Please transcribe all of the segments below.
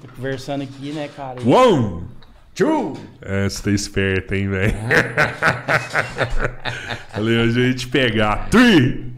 conversando aqui, né, cara? One, two. Você tá esperto, hein, velho? Falei, hoje a gente pegar. Three.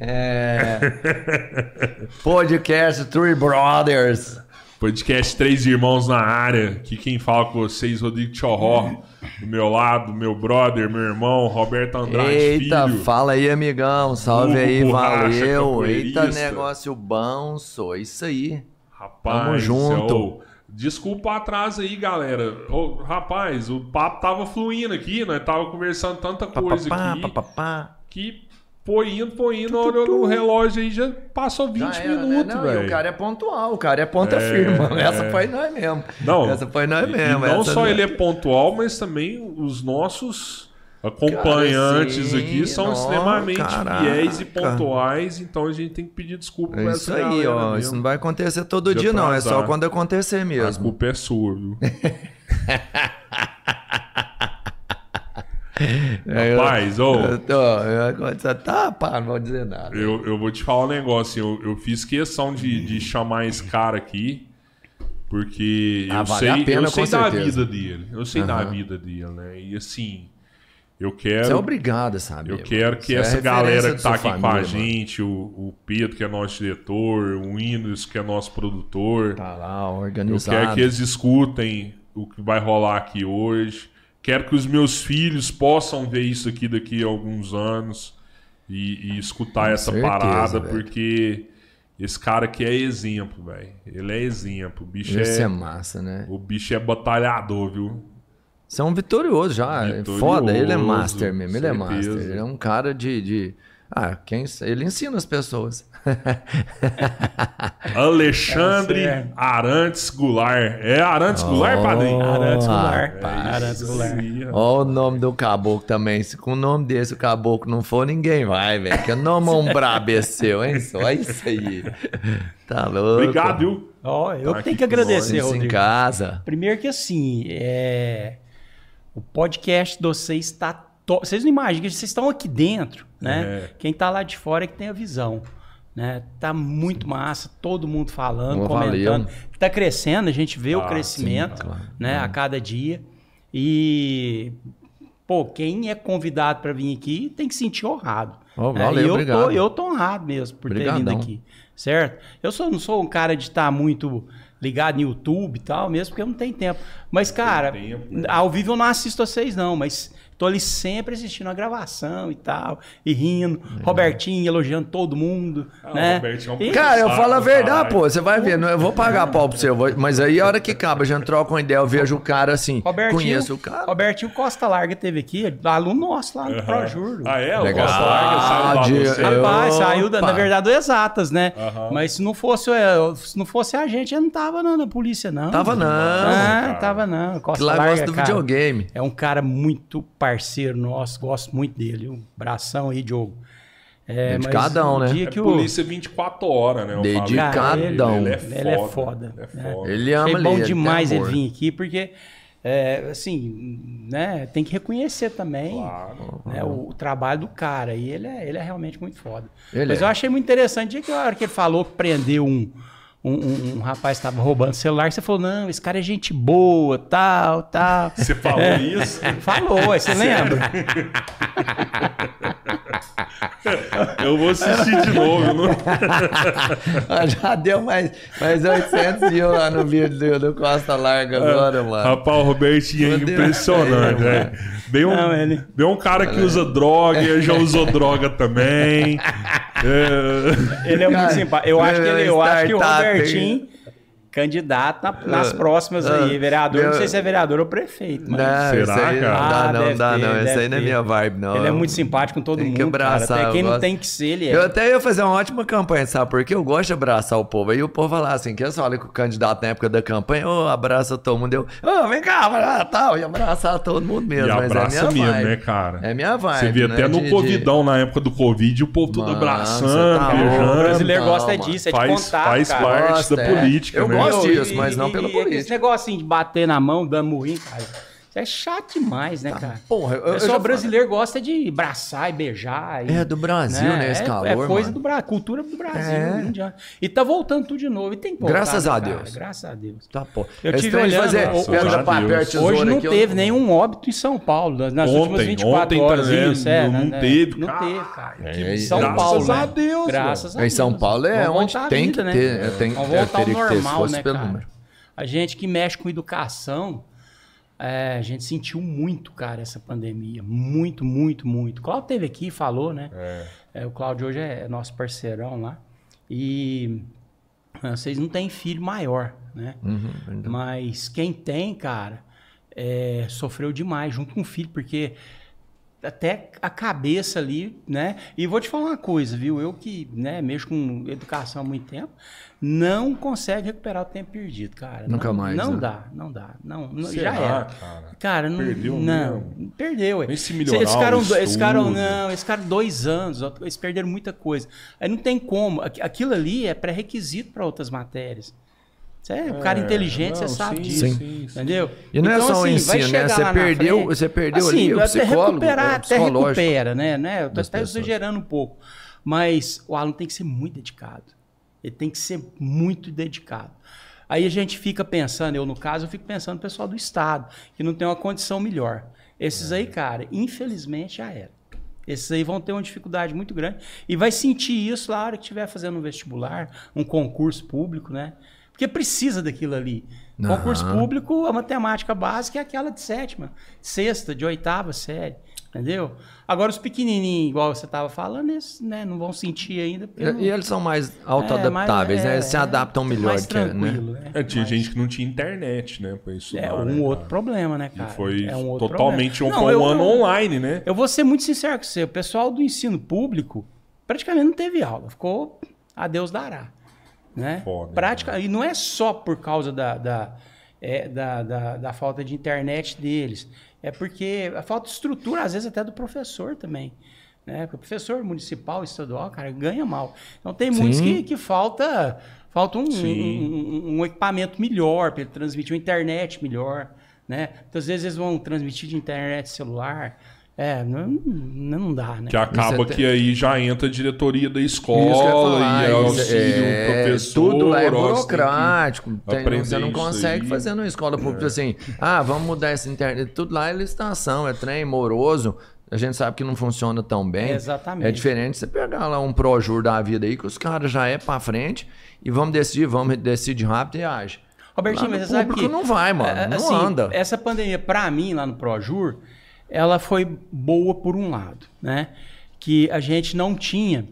Podcast Three Brothers. Podcast Três Irmãos na área. Aqui quem fala com vocês, Rodrigo Chorró. Do meu lado, meu brother, meu irmão, Roberto Andrade Eita, Filho. fala aí, amigão. Salve Hugo aí, Borracha, valeu. capoeirista. Eita, negócio bom, só isso aí. Rapaz, Tamo junto. Desculpa o atraso aí, galera. Rapaz, o papo tava fluindo aqui, nós tava conversando tanta coisa aqui. Que foi indo, olha no relógio aí, já passou 20 minutos, velho. O cara é pontual, o cara é ponta firme. Essa foi nós mesmo. Não, essa foi nós mesmo. E não essa só mesmo. ele é pontual, mas também os nossos acompanhantes Cara, sim, aqui são extremamente caraca. fiéis e pontuais, então a gente tem que pedir desculpa É pra isso essa aí, galera ó. mesmo. Isso não vai acontecer todo De dia, não. É só atrasar. quando acontecer A mesmo. culpa é sua, viu? Rapaz, Pá, não vou dizer nada. eu vou te falar um negócio. Eu fiz questão de chamar esse cara aqui, porque vale a pena, eu sei com da certeza. vida dele. Eu sei da vida dele, né? E assim, eu quero. Você é obrigado a saber. Eu quero que Você é essa referência galera da que tá sua aqui família, com a mano. gente, o Pedro, que é nosso diretor, o Windows, que é nosso produtor, Tá lá, eu organizado. quero que eles escutem o que vai rolar aqui hoje. Quero que os meus filhos possam ver isso aqui daqui a alguns anos e escutar essa certeza, parada, velho. porque esse cara aqui é exemplo, velho. Ele é exemplo. O bicho Isso é massa, né? o bicho é batalhador, viu? Você é um vitorioso já. Vitorioso, Foda, ele é master mesmo. Ele é certeza. master. Ele é um cara de... ele ensina as pessoas. Alexandre certo. Arantes Goulart. É Arantes Goulart, padrinho? Arantes Goulart. É Arantes isso Goulart. aí, ó. Olha o nome do caboclo também. Se com o nome desse o caboclo não for, ninguém vai, velho. Que nomão brabo é seu, hein? Só isso aí. Tá louco. Obrigado, viu? Ó, eu Tá tenho aqui que agradecer, Isso em Rodrigo. casa. Primeiro que assim, o podcast de vocês está... Vocês não imaginam que vocês estão aqui dentro, né? É. Quem tá lá de fora é que tem a visão, né? Tá muito massa, todo mundo falando, Oh, comentando. valeu. Tá crescendo, a gente vê o crescimento, sim, claro. né? A cada dia. E, pô, quem é convidado para vir aqui tem que se sentir honrado. Oh, né? valeu, E obrigado. eu tô honrado mesmo por ter vindo Obrigadão. aqui, certo? Não sou um cara de estar muito ligado no YouTube e tal, mesmo porque eu não tenho tempo. Mas, cara, tempo, né? ao vivo eu não assisto vocês, não, mas tô ali sempre assistindo a gravação e tal, e rindo, Robertinho elogiando todo mundo, né? Robertinho é um E- Cara, eu Saco, falo a verdade, caralho. pô. Você vai ver. Eu vou pagar pau pra você. Mas aí a hora que acaba, a gente troca uma ideia. Eu vejo o cara assim. Conheço o cara. Robertinho Costa Larga teve aqui, aluno nosso lá no Projur. Ah, é? Legal. O Costa Larga saiu lá do De- céu. Rapaz, Opa. saiu, na verdade, do Exatas, né? Aham. Mas se não fosse a gente, eu não tava na polícia, não. Tava não. Ah, tava não. Costa Lá Larga, gosta do cara, videogame. é um cara muito parceiro nosso, gosto muito dele. Um abração aí, Diogo. Dedicadão, mas o né? dia É que polícia 24 horas, né? Eu falo. Dedicadão. Ele é foda. Ele é né? foda. Ele ama Achei bom ali, ele demais tem ele amor. vir aqui, porque, assim, né, tem que reconhecer também Claro. né, o trabalho do cara. E ele é realmente muito foda. Ele Mas é. eu achei muito interessante que a hora que ele falou que prendeu um rapaz que estava roubando celular, você falou, não, esse cara é gente boa, tal. Você falou isso? Falou, aí você lembra? Eu vou assistir de novo. Não... Já deu mais 800 mil lá no vídeo do Costa Larga agora, mano. Rapaz, o Robertinho é Meu Deus, impressionante, é, né? Bem Não, ele- bem um cara que usa droga, já usou droga também. Ele é muito Cara, simpático. Eu acho que o startup, Robertinho, candidato nas próximas aí, vereador. Não sei se é vereador ou prefeito. Mas... Não, Será, isso aí cara? não deve dá ter, não. Isso deve aí não é ter. minha vibe, não. Ele é muito simpático com todo Tem mundo, que abraçar, cara. Até quem eu não gosto. tem que ser, ele é. Eu até ia fazer uma ótima campanha, sabe? Porque eu gosto de abraçar o povo. Aí o povo falar assim, que eu falei com o candidato na época da campanha, abraça todo mundo. Vem cá, tal. E abraçar todo mundo mesmo. E Mas abraça é minha mesmo, vibe. né, cara? É minha vibe. Você vê né? até no Covidão, na época do Covid, o povo todo Mano, abraçando, você tá louco. beijando. O brasileiro Não, gosta mano. disso, é de Faz contato, parte cara. Gosta, da é. política, Eu né? gosto disso, mas não pela Esse política. negócio assim de bater na mão, dando murrinho, cara. É chato demais, né, cara? Porra, o pessoal brasileiro gosta de abraçar e beijar. É do Brasil, né? Esse calor, é coisa mano. do Brasil, cultura do Brasil. Não adianta. E tá voltando tudo de novo. E tem que voltar, Graças a cara, Deus. Graças a Deus. Tá, pô. Eu tive olhando, hoje não teve nenhum óbito em São Paulo. Nas últimas 24 horas. Não teve, Não teve, cara. São Paulo, graças a Deus. Graças a Deus. Em São Paulo é onde tem que ter. Vamos voltar ao normal, né, cara? A gente que mexe com educação... a gente sentiu muito, cara, essa pandemia. Muito, muito, muito. O Cláudio esteve aqui e falou, né? O Cláudio hoje é nosso parceirão lá. E vocês não têm filho maior, né? Mas quem tem, cara, sofreu demais junto com o filho, porque até a cabeça ali, né? E vou te falar uma coisa, viu? Eu que, né, mexo com educação há muito tempo, não consegue recuperar o tempo perdido, cara. Nunca mais. Não né? dá, não dá. Não, Será, já era. Cara, não. Perdeu não. Perdeu. Esse melhorar esse cara 2 anos, eles perderam muita coisa. Aí não tem como. Aquilo ali é pré-requisito para outras matérias. Você é um cara inteligente, você sabe disso. Entendeu? E não então, é só o ensino, né? Você perdeu assim, ali o psicólogo. Até recupera, né? Eu tô até exagerando um pouco. Mas o aluno tem que ser muito dedicado. Ele tem que ser muito dedicado. Aí a gente fica pensando, eu no caso, eu fico pensando no pessoal do Estado, que não tem uma condição melhor. Esses aí, cara, infelizmente já era. Esses aí vão ter uma dificuldade muito grande e vai sentir isso na hora que estiver fazendo um vestibular, um concurso público, né? Porque precisa daquilo ali. Concurso público, a matemática básica é aquela de 7ª, 6ª, de 8ª série. Entendeu? Agora os pequenininhos, igual você estava falando, eles, né, não vão sentir ainda. E eles são mais autoadaptáveis, né? Eles se adaptam melhor. Mais tranquilo, né? Tinha gente que não tinha internet, né? Pra isso outro problema, né, cara? E foi um totalmente um ano online, né? Eu vou ser muito sincero com você. O pessoal do ensino público praticamente não teve aula. Ficou a Deus dará. Né? Foda, E não é só por causa da falta de internet deles. É porque a falta de estrutura, às vezes, até do professor também. Né? Porque o professor municipal, estadual, cara, ganha mal. Então tem muitos que falta um equipamento melhor para ele transmitir, uma internet melhor. Né? Então, às vezes eles vão transmitir de internet celular. Não dá, né? Que acaba que aí já entra a diretoria da escola e auxílio professor. Tudo lá é burocrático. Você não consegue fazer numa escola pública assim, vamos mudar essa internet. Tudo lá é licitação, é trem, moroso. A gente sabe que não funciona tão bem. Exatamente. É diferente você pegar lá um Projur da vida aí, que os caras já pra frente e vamos decidir rápido e age. Robertinho, mas você sabe que... não vai, mano. Não assim, anda. Essa pandemia, pra mim, lá no Projur, ela foi boa por um lado, né? Que a gente não tinha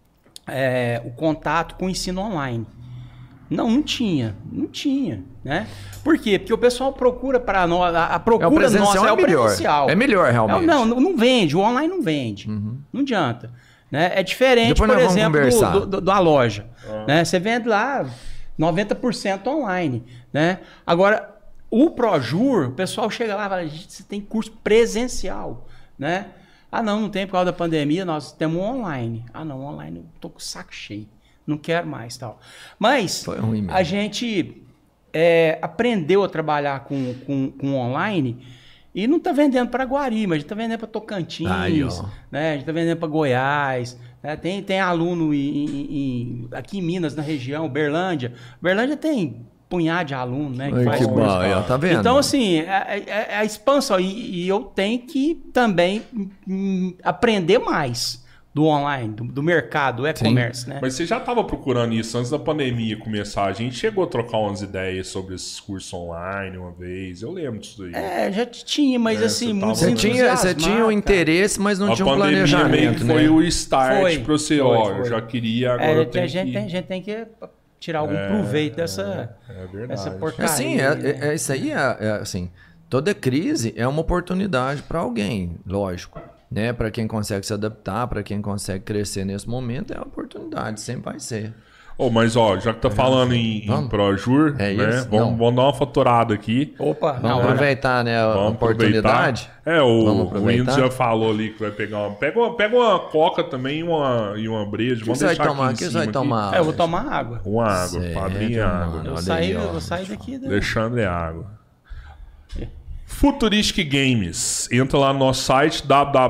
o contato com o ensino online. Não tinha, né? Por quê? Porque o pessoal procura para nós, a procura nossa é o presencial. É melhor, realmente. Não vende, o online não vende. Não adianta. Né? É diferente, depois por exemplo, da loja. Né? Você vende lá 90% online. Né? Agora, o Projur, o pessoal chega lá e fala, você tem curso presencial, né? Não tem por causa da pandemia, nós temos online. Online eu tô com o saco cheio, não quero mais tal. Mas a gente aprendeu a trabalhar com online e não tá vendendo para Guariba, a gente tá vendendo para Tocantins, né? A gente tá vendendo para Goiás, né? Tem aluno aqui em Minas, na região, Uberlândia. Uberlândia tem punhado de aluno, né? Que faz curso. Tá vendo? Então, assim, a expansão. E eu tenho que também aprender mais do online, do mercado, do e-commerce, né? Mas você já estava procurando isso antes da pandemia começar? A gente chegou a trocar umas ideias sobre esses cursos online uma vez. Eu lembro disso aí. Já tinha, mas assim, muito Você tinha um interesse, mas não tinha um planejamento, né? Foi o start para você, eu já queria, agora eu tenho a gente tem que tirar algum proveito dessa porcaria. Assim, isso aí assim, toda crise é uma oportunidade para alguém, lógico. Né? Para quem consegue se adaptar, para quem consegue crescer nesse momento, é uma oportunidade, sempre vai ser. Mas já que tá falando em Projur, né? Vamos dar uma faturada aqui. Opa, vamos aproveitar, né, a oportunidade. O Windows já falou ali que vai pegar pega uma coca também e uma breja. Vamos deixar aqui em cima. Você vai tomar? Eu vou tomar água. Uma água, padrinho água. Eu vou sair daqui. Alexandre água. Futuristic Games. Entra lá no nosso site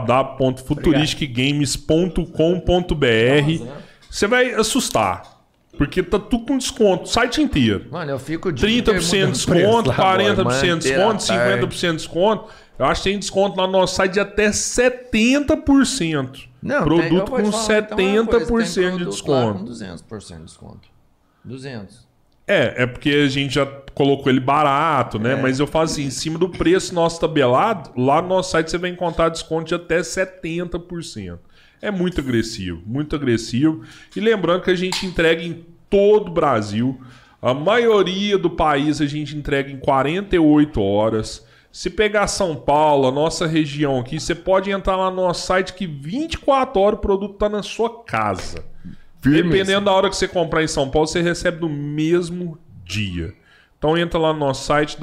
www.futuristicgames.com.br. Você vai assustar. Porque tá tudo com desconto. O site inteiro. Mano, eu fico 30% de desconto, 40% de desconto, 50% de desconto. Eu acho que tem desconto lá no nosso site de até 70%. Não, produto com 70% de desconto. Com 200% de desconto. 200. É porque a gente já colocou ele barato, né? Mas eu falo assim, em cima do preço nosso tabelado, lá no nosso site você vai encontrar desconto de até 70%. É muito agressivo, muito agressivo. E lembrando que a gente entrega em todo o Brasil. A maioria do país a gente entrega em 48 horas. Se pegar São Paulo, a nossa região aqui, você pode entrar lá no nosso site que 24 horas o produto está na sua casa. Dependendo da hora que você comprar em São Paulo, você recebe no mesmo dia. Então entra lá no nosso site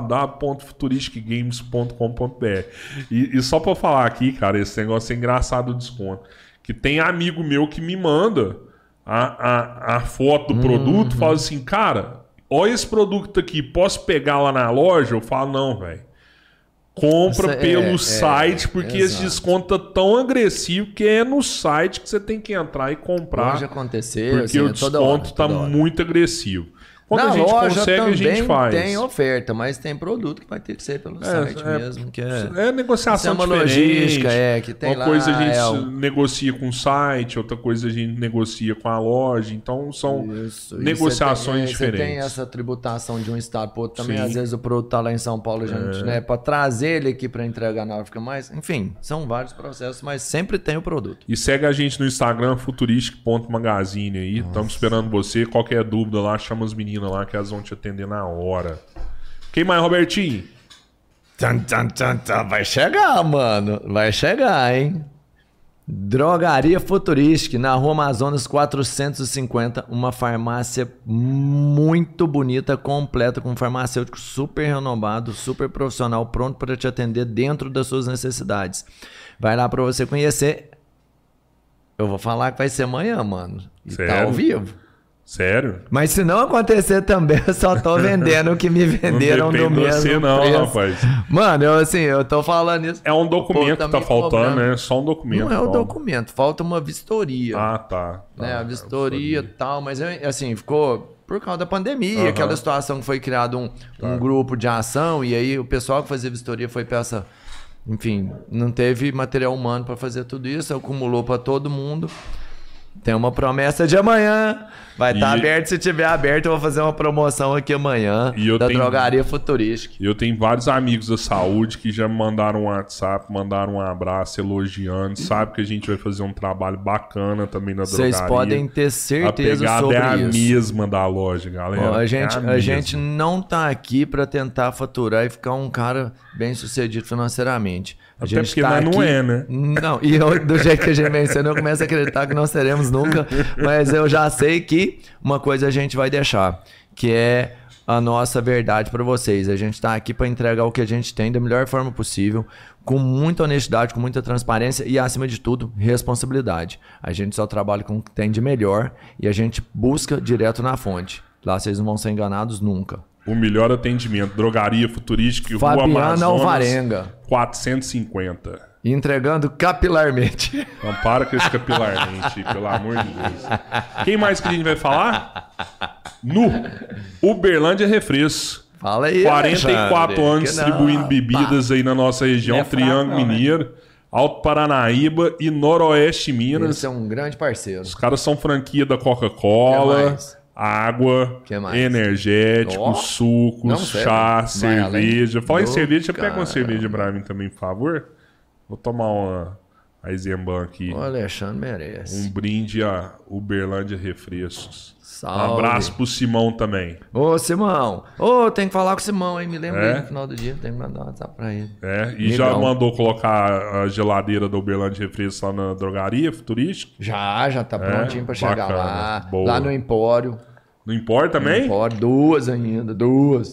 www.futuristicgames.com.br. E só pra falar aqui, cara, esse negócio é engraçado do desconto. Que tem amigo meu que me manda a foto do produto, fala assim, cara, olha esse produto aqui, posso pegar lá na loja? Eu falo, não, velho. Compra pelo site, porque esse desconto tá tão agressivo que é no site que você tem que entrar e comprar. Hoje aconteceu, porque assim, o desconto tá muito agressivo. Quando a gente consegue, a gente faz. Tem oferta, mas tem produto que vai ter que ser pelo site mesmo. Que é negociação uma diferente. Logística, que tem uma coisa a gente negocia com o site, outra coisa a gente negocia com a loja. Então são negociações diferentes. Você tem essa tributação de um estado para outro também. Sim. Às vezes o produto tá lá em São Paulo, gente, né? Para trazer ele aqui para entregar na hora fica mais. Enfim, são vários processos, mas sempre tem o produto. E segue a gente no Instagram, futuristic.magazine aí. Estamos esperando você. Qualquer dúvida lá, chama os meninos lá que elas vão te atender na hora. Quem mais, Robertinho? Vai chegar, mano. Vai chegar, hein? Drogaria Futuristic, na Rua Amazonas 450. Uma farmácia muito bonita, completa, com um farmacêutico super renomado, super profissional, pronto para te atender dentro das suas necessidades. Vai lá para você conhecer. Eu vou falar que vai ser amanhã, mano. E tá ao vivo. Sério? Mas se não acontecer também, eu só tô vendendo o que me venderam no mesmo você não, preço. Rapaz. Mano, eu tô falando isso. É um documento que tá faltando, né? Só um documento. Não é o documento, falta uma vistoria. Ah, tá. Né? A vistoria e tal, mas assim, ficou por causa da pandemia, aquela situação que foi criado um grupo de ação, e aí o pessoal que fazia vistoria foi peça... Enfim, não teve material humano para fazer tudo isso, acumulou para todo mundo. Tem uma promessa de amanhã. Vai estar aberto. Se tiver aberto, eu vou fazer uma promoção aqui amanhã da Drogaria Futuristic. Eu tenho vários amigos da saúde que já me mandaram um WhatsApp, mandaram um abraço elogiando. Sabe que a gente vai fazer um trabalho bacana também na drogaria. Vocês podem ter certeza sobre isso. A pegada é a mesma da loja, galera. A gente não tá aqui para tentar faturar e ficar um cara bem sucedido financeiramente. Até porque tá não é, né? Não, e do jeito que a gente menciona, eu começo a acreditar que não seremos nunca, mas eu já sei que uma coisa a gente vai deixar, que é a nossa verdade para vocês. A gente tá aqui para entregar o que a gente tem da melhor forma possível, com muita honestidade, com muita transparência e, acima de tudo, responsabilidade. A gente só trabalha com o que tem de melhor e a gente busca direto na fonte. Lá vocês não vão ser enganados nunca. O melhor atendimento. Drogaria Futurística, Rua Amazonas, Alvarenga 450. Entregando capilarmente. Não para com esse capilarmente, pelo amor de Deus. Quem mais que a gente vai falar? No Uberlândia Refresco. Fala aí, 44 anos distribuindo bebidas aí na nossa região, Triângulo Mineiro, Alto Paranaíba e Noroeste Minas. Esse é um grande parceiro. Os caras são franquia da Coca-Cola, água, energéticos, sucos, chá, cerveja. Fala em cerveja, pega uma cerveja pra mim também, por favor. Vou tomar uma Eisenbahn aqui. O Alexandre merece. Um brinde a Uberlândia Refrescos. Salve. Um abraço pro Simão também. Ô, Simão. Tem que falar com o Simão, hein? Me lembra aí no final do dia. Tem que mandar um WhatsApp pra ele. E já mandou colocar a geladeira da Uberlândia Refrescos lá na Drogaria Futurística? Já tá prontinho pra chegar lá. Boa. Lá no Empório. No Empório também? No Empório, 2 ainda, 2.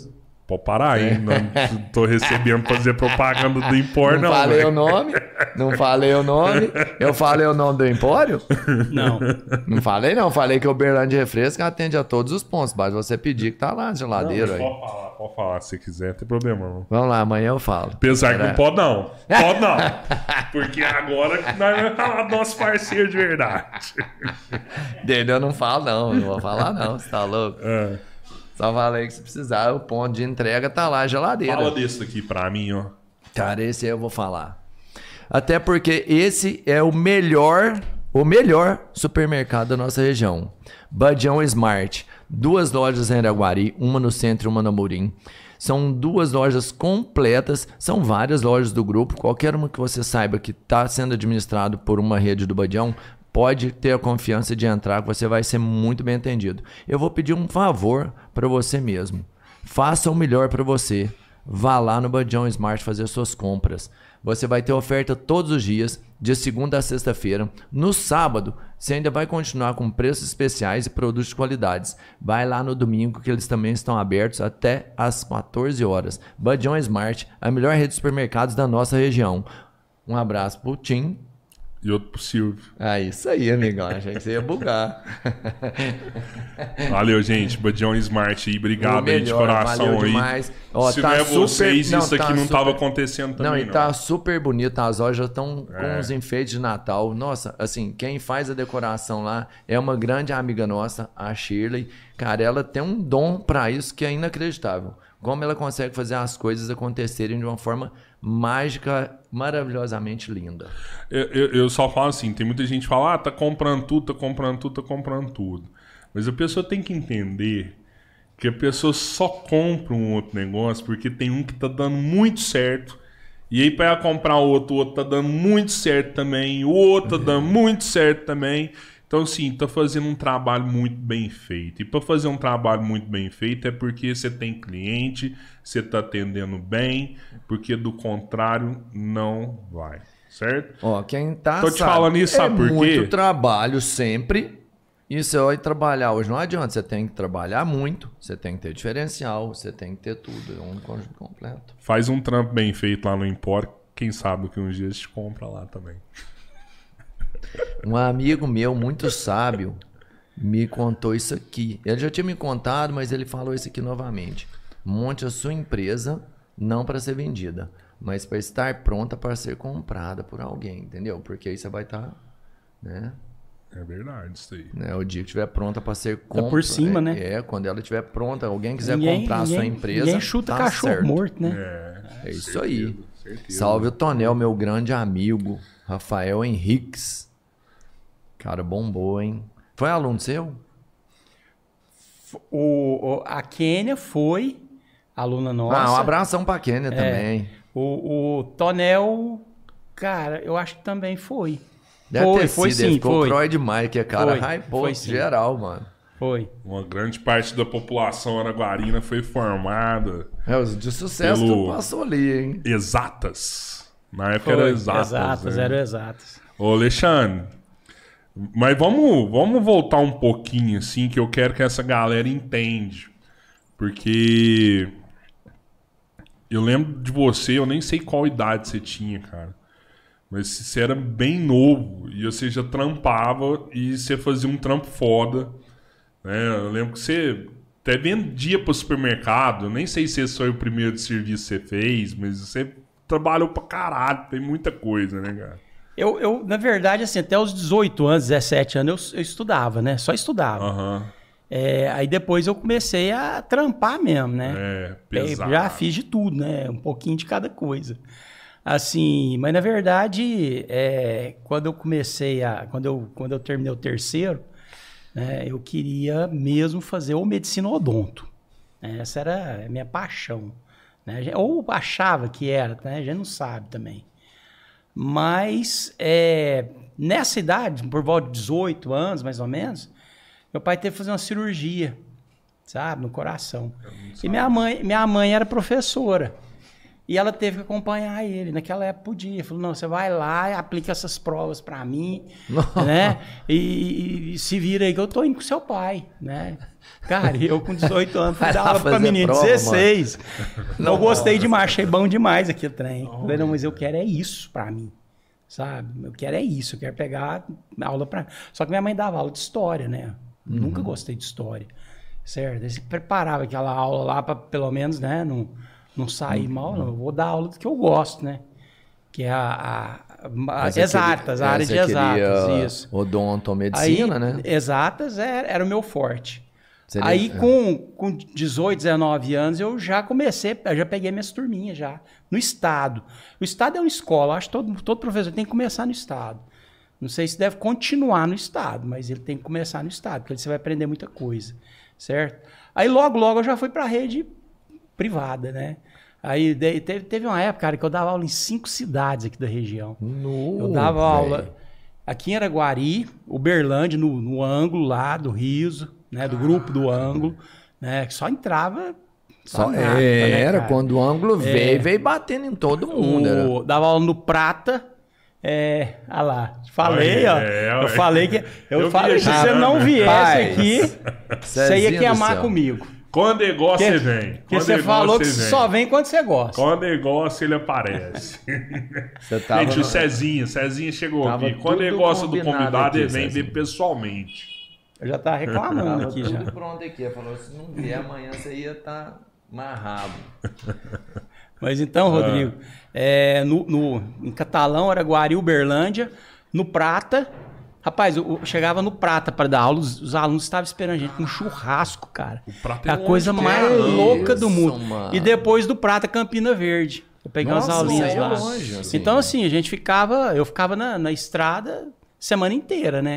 Pode parar, hein? Não tô recebendo pra fazer propaganda do Empório, não. Não falei o nome? Não falei o nome? Eu falei o nome do Empório? Não. Não falei, não. Falei que o Uberlândia Refresco atende a todos os pontos. Basta você pedir que tá lá na geladeira. Não, pode falar se quiser, não tem problema, não. Vamos lá, amanhã eu falo. Apesar que não pode, não. Pode, não. Porque agora nós vamos falar do nosso parceiro de verdade. Dele eu não falo, não. Não vou falar, não. Você tá louco? Só falei que se precisar, o ponto de entrega tá lá, a geladeira. Fala desse aqui pra mim, ó. Cara, esse aí eu vou falar. Até porque esse é o melhor supermercado da nossa região. Badião Smart. 2 lojas em Araguari, uma no centro e uma no Amorim. São 2 lojas completas, são várias lojas do grupo. Qualquer uma que você saiba que está sendo administrado por uma rede do Badião, pode ter a confiança de entrar, que você vai ser muito bem atendido. Eu vou pedir um favor para você mesmo. Faça o melhor para você. Vá lá no Badião Smart fazer suas compras. Você vai ter oferta todos os dias, de segunda a sexta-feira. No sábado, você ainda vai continuar com preços especiais e produtos de qualidades. Vai lá no domingo, que eles também estão abertos até às 14 horas. Badião Smart, a melhor rede de supermercados da nossa região. Um abraço pro Tim. E outro pro Silvio. É isso aí, amigão. Achei que você ia bugar. Valeu, gente. Badião Smart aí. Obrigado aí de coração. Valeu aí. Demais. Ó, se tá não é super... vocês, não, isso tá aqui não super... tava acontecendo também, não. E tá super bonito. As lojas estão com os enfeites de Natal. Nossa, assim, quem faz a decoração lá é uma grande amiga nossa, a Shirley. Cara, ela tem um dom pra isso que é inacreditável. Como ela consegue fazer as coisas acontecerem de uma forma mágica, maravilhosamente linda. Eu só falo assim, tem muita gente que fala, tá comprando tudo, tá comprando tudo, tá comprando tudo. Mas a pessoa tem que entender que a pessoa só compra um outro negócio porque tem um que tá dando muito certo. E aí para ela comprar o outro tá dando muito certo também, o outro tá dando muito certo também. Então, assim, tá fazendo um trabalho muito bem feito. E para fazer um trabalho muito bem feito é porque você tem cliente, você tá atendendo bem, porque do contrário não vai, certo? Ó, quem tá tô te falando isso, sabe por quê? Muito trabalho sempre. E você vai trabalhar hoje, não adianta, você tem que trabalhar muito, você tem que ter diferencial, você tem que ter tudo, é um conjunto completo. Faz um trampo bem feito lá no Empório, quem sabe que uns dias te compra lá também. Um amigo meu, muito sábio, me contou isso aqui. Ele já tinha me contado, mas ele falou isso aqui novamente. Monte a sua empresa, não para ser vendida, mas para estar pronta para ser comprada por alguém, entendeu? Porque aí você vai estar, né? É verdade, isso aí. Né? O dia que estiver pronta para ser comprada. Tá por cima, né? É, quando ela estiver pronta, alguém quiser comprar a sua empresa. Ninguém chuta tá cachorro certo. morto, né? É isso aí. Certeza. Salve o Tonel, meu grande amigo, Rafael Henriques. Cara, bombou, hein? Foi aluno seu? A Kênia foi aluna nossa. Ah, um abração pra Kênia também. O Tonel, cara, eu acho que também foi. Deve foi sido, sim, ficou foi. Croy demais, que é cara hypou geral, mano. Foi. Uma grande parte da população araguarina foi formada. É, os de sucesso tu passou ali, hein? Exatas. Na época era exatas. Exatas, né? eram exatas. Ô, Alexandre, mas vamos voltar um pouquinho, assim, que eu quero que essa galera entende. Porque eu lembro de você, eu nem sei qual idade você tinha, cara. Mas você era bem novo e você já trampava e você fazia um trampo foda. Né? Eu lembro que você até vendia para o supermercado. Eu nem sei se esse foi o primeiro serviço que você fez, mas você trabalhou pra caralho. Tem muita coisa, né, cara? Eu na verdade, assim, até os 18 anos, 17 anos, eu estudava, né? Só estudava. Uhum. Aí depois eu comecei a trampar mesmo, né? Pesado. Já fiz de tudo, né? Um pouquinho de cada coisa. Assim, mas na verdade, quando eu comecei quando eu terminei o terceiro, né, eu queria mesmo fazer ou medicina ou odonto. Essa era a minha paixão. Né? Ou achava que era, né? A gente não sabe também. Mas nessa idade, por volta de 18 anos, mais ou menos, meu pai teve que fazer uma cirurgia, sabe, no coração. E minha mãe era professora. E ela teve que acompanhar ele. Naquela época podia. Falou, não, você vai lá e aplica essas provas pra mim, né? E se vira aí que eu tô indo com seu pai, né? Cara, eu com 18 anos fui dar aula pra menino, prova, 16. Eu gostei demais, achei bom demais aquele trem. Falei, não, mas eu quero é isso pra mim, sabe? Eu quero é isso, eu quero pegar aula pra... Só que minha mãe dava aula de história, né? Nunca gostei de história, certo? Aí você preparava aquela aula lá pra, pelo menos, né, não sair mal, não. Eu vou dar aula do que eu gosto, né? Que é as exatas, a área de exatas, isso. Odontomedicina, né? Exatas era o meu forte. Aí com 18, 19 anos eu já comecei, eu já peguei minhas turminhas já, no estado. O estado é uma escola, acho que todo professor tem que começar no estado. Não sei se deve continuar no estado, mas ele tem que começar no estado, porque aí você vai aprender muita coisa, certo? Aí logo eu já fui para a rede privada, né? Aí teve uma época, cara, que eu dava aula em 5 cidades aqui da região. Eu dava aula aqui em Araguari, Uberlândia, no ângulo lá do Riso, né? Do grupo do ângulo, né? Que só entrava... Era quando o ângulo veio batendo em todo mundo. Dava aula no Prata. Olha lá. Falei, ó. Eu falei que... Eu falei, se você não viesse aqui, você ia queimar comigo. Quando é negócio, você vem. Porque você falou que só vem quando você gosta. Quando é negócio, ele aparece. Gente, o Cezinha chegou aqui. Quando é negócio do convidado, ele vem ver pessoalmente. Eu já tava reclamando aqui já. Tudo pronto aqui. Ele falou, se não vier amanhã, você ia estar amarrado. Mas então, Rodrigo, em Catalão, Araguari, Uberlândia, no Prata... Rapaz, eu chegava no Prata para dar aula, os alunos estavam esperando a gente com um churrasco, cara. O Prata é a coisa mais louca do mundo. Mano. E depois do Prata, Campina Verde. Eu peguei umas aulinhas lá. Longe, assim. Então, assim, eu ficava na estrada semana inteira, né?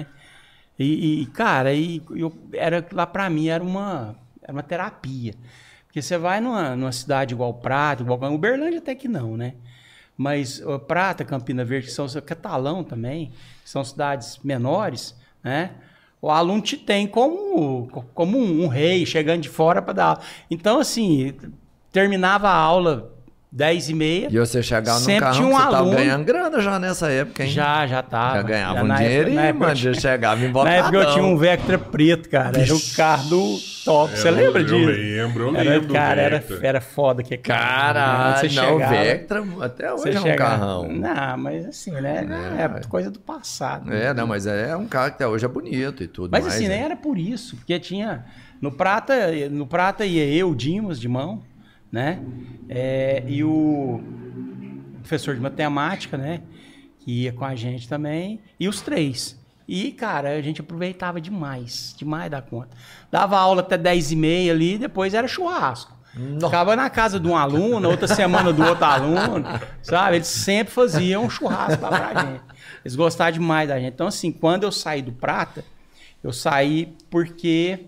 Cara, lá para mim era uma terapia. Porque você vai numa cidade igual Prata, igual Uberlândia até que não, né? Mas Prata, Campina Verde, que são Catalão também, que são cidades menores, né? O aluno te tem como um rei chegando de fora para dar aula. Então, assim, terminava a aula 10h30. E você chegava no carro, você tava ganhando grana já nessa época, hein? Já tava. Já ganhava um dinheirinho, mas já chegava em botadão. Na época eu tinha um Vectra preto, cara. Era o carro do top. Você lembra disso? Eu lembro. Cara, era foda que caralho. O Vectra até hoje é um carrão. Não, mas assim, né? É coisa do passado. Não, mas é um carro que até hoje é bonito e tudo mas mais. Mas assim, nem era por isso. Porque tinha... No Prata ia eu, Dimas, de mão, né? E o professor de matemática, né? Que ia com a gente também. E os 3. E, cara, a gente aproveitava demais da conta. Dava aula até 10h30 ali, depois era churrasco. Ficava na casa de um aluno, outra semana do outro aluno, sabe? Eles sempre faziam um churrasco lá pra gente. Eles gostavam demais da gente. Então, assim, quando eu saí do Prata, eu saí porque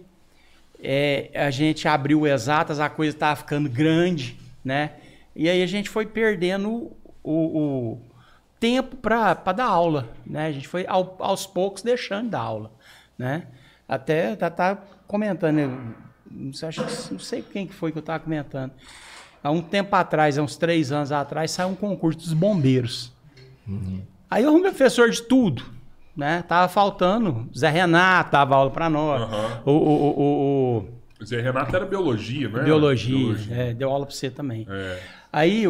a gente abriu exatas, a coisa estava ficando grande, né? E aí a gente foi perdendo o tempo para dar aula, né? A gente foi aos poucos deixando de dar aula, né? Até tá comentando, não sei quem que foi que eu estava comentando. Há um tempo atrás, há uns 3 anos atrás, saiu um concurso dos bombeiros. Aí eu arrumei professor de tudo, né? Tava faltando, Zé Renato dava aula para nós. O Zé Renato era biologia, né? Biologia. Deu aula para você também. Aí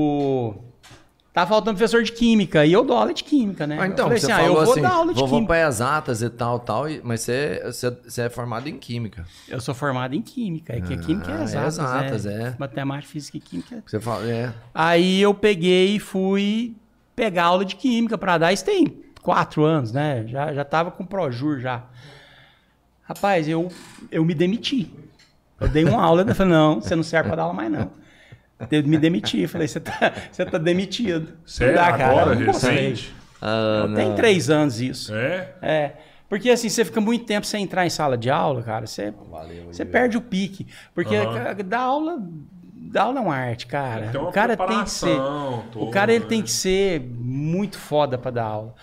tava faltando professor de química, e eu dou aula de química, né? Então, eu falei você assim, falou eu vou assim, dar aula de química. Vou para exatas e tal, mas você é formado em química. Eu sou formado em química, que a química é exatas, matemática, física e química. Você fala, Aí eu peguei e fui pegar aula de química para dar, isso tem 4 anos, né? Já tava com Projur já. Rapaz, eu me demiti. Eu dei uma aula e falei, não, você não serve para dar aula mais não. Eu me demiti. Falei, você tá demitido. Sério? Agora, recente? Tem 3 anos isso. É? Porque assim, você fica muito tempo sem entrar em sala de aula, cara. Você perde o pique. Porque dar aula é uma arte, cara. O cara tem que ser. O cara ele tem que ser muito foda pra dar aula.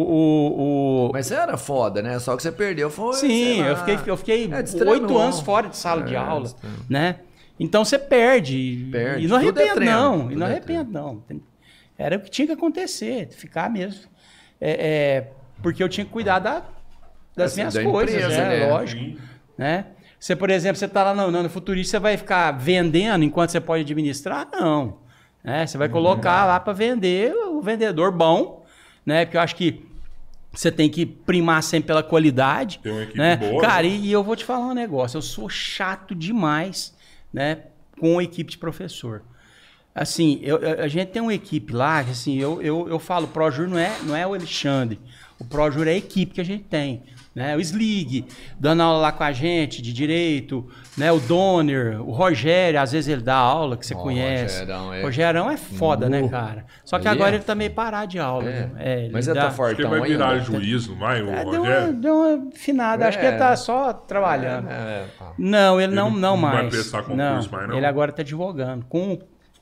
Mas você era foda, né? Só que você perdeu foi. Sim, eu fiquei 8 anos fora de sala de aula, né? Então você perde. E não arrependo, não. E não arrependo, não. Era o que tinha que acontecer, ficar mesmo. Porque eu tinha que cuidar das minhas coisas, empresa, né? Lógico. Né? Você, por exemplo, você está lá no futurista, você vai ficar vendendo enquanto você pode administrar? Não. Né? Você vai colocar lá para vender o vendedor bom, né? Porque eu acho que você tem que primar sempre pela qualidade. Tem uma equipe né? boa. Cara, né? E eu vou te falar um negócio. Eu sou chato demais, né? Com a equipe de professor. Assim, a gente tem uma equipe lá, assim, eu falo, o ProJur não é o Alexandre. O ProJur é a equipe que a gente tem. Né? O Slig, dando aula lá com a gente, de direito, né? O Donner, o Rogério, às vezes ele dá aula, que você conhece. O Rogerão é foda, né, cara? Só que agora ele tá meio parado de aula. Mas ele tá fortão ainda. Ele vai virar juiz, não vai, o Rogério? Deu uma afinada, acho que ele tá só trabalhando. Não, ele não mais. Vai prestar concurso mais, não? Ele agora tá advogando. Com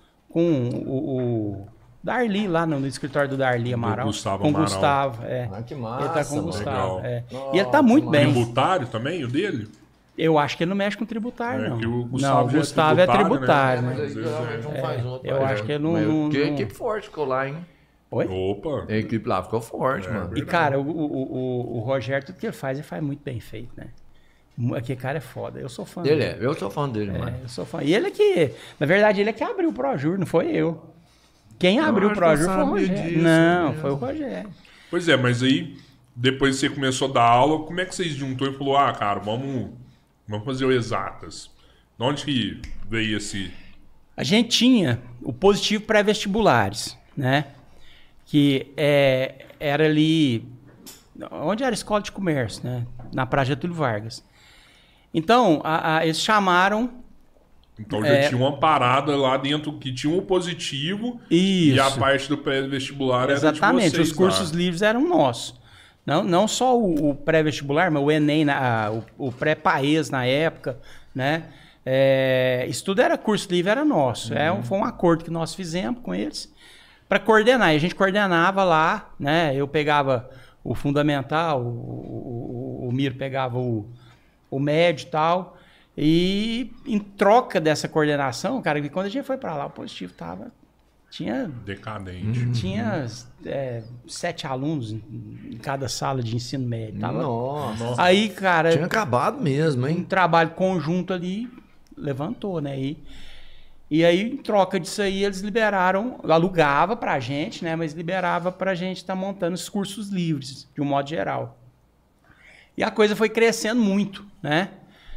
o Darli, lá no escritório do Darli Amaral. Com o Gustavo, que massa, ele tá com o Gustavo. Nossa, e ele tá muito bem. Tributário também, o dele? Eu acho que ele não mexe com tributário, não. O Gustavo é tributário, né? Eu acho que ele não... Que equipe forte ficou lá, hein? Oi? Opa! A equipe lá ficou forte, mano. Verdade. E, cara, o Rogério, tudo que ele faz muito bem feito, né? Aquele cara é foda. Eu sou fã dele. Eu sou fã dele, mano. Eu sou fã. E ele é que... Na verdade, ele é que abriu o ProJur, não foi eu. Quem abriu o ProJur foi o Rogério. Não, foi o Rogério. Pois é, mas aí, depois que você começou a dar aula, como é que vocês juntou e falou, cara, vamos fazer o Exatas? De onde que veio esse... A gente tinha o positivo pré-vestibulares, né? Que era ali... Onde era a escola de comércio, né? Na Praça Getúlio Vargas. Então, eles chamaram... Então já tinha uma parada lá dentro que tinha um positivo. Isso. E a parte do pré-vestibular era de vocês. Exatamente, os cursos livres eram nossos. Não só o pré-vestibular, mas o Enem, o pré-paes na época, né? Isso tudo era curso livre, era nosso. Foi um acordo que nós fizemos com eles para coordenar. E a gente coordenava lá, né? Eu pegava o fundamental, o Miro pegava o médio e tal. E em troca dessa coordenação, cara, que quando a gente foi para lá, o positivo tinha decadente. Tinha 7 alunos em cada sala de ensino médio. Nossa. Aí, cara, tinha acabado mesmo, hein? Um trabalho conjunto ali levantou, né? E aí, em troca disso aí, eles liberaram, alugava pra gente, né? Mas liberava pra gente estar montando os cursos livres, de um modo geral. E a coisa foi crescendo muito, né?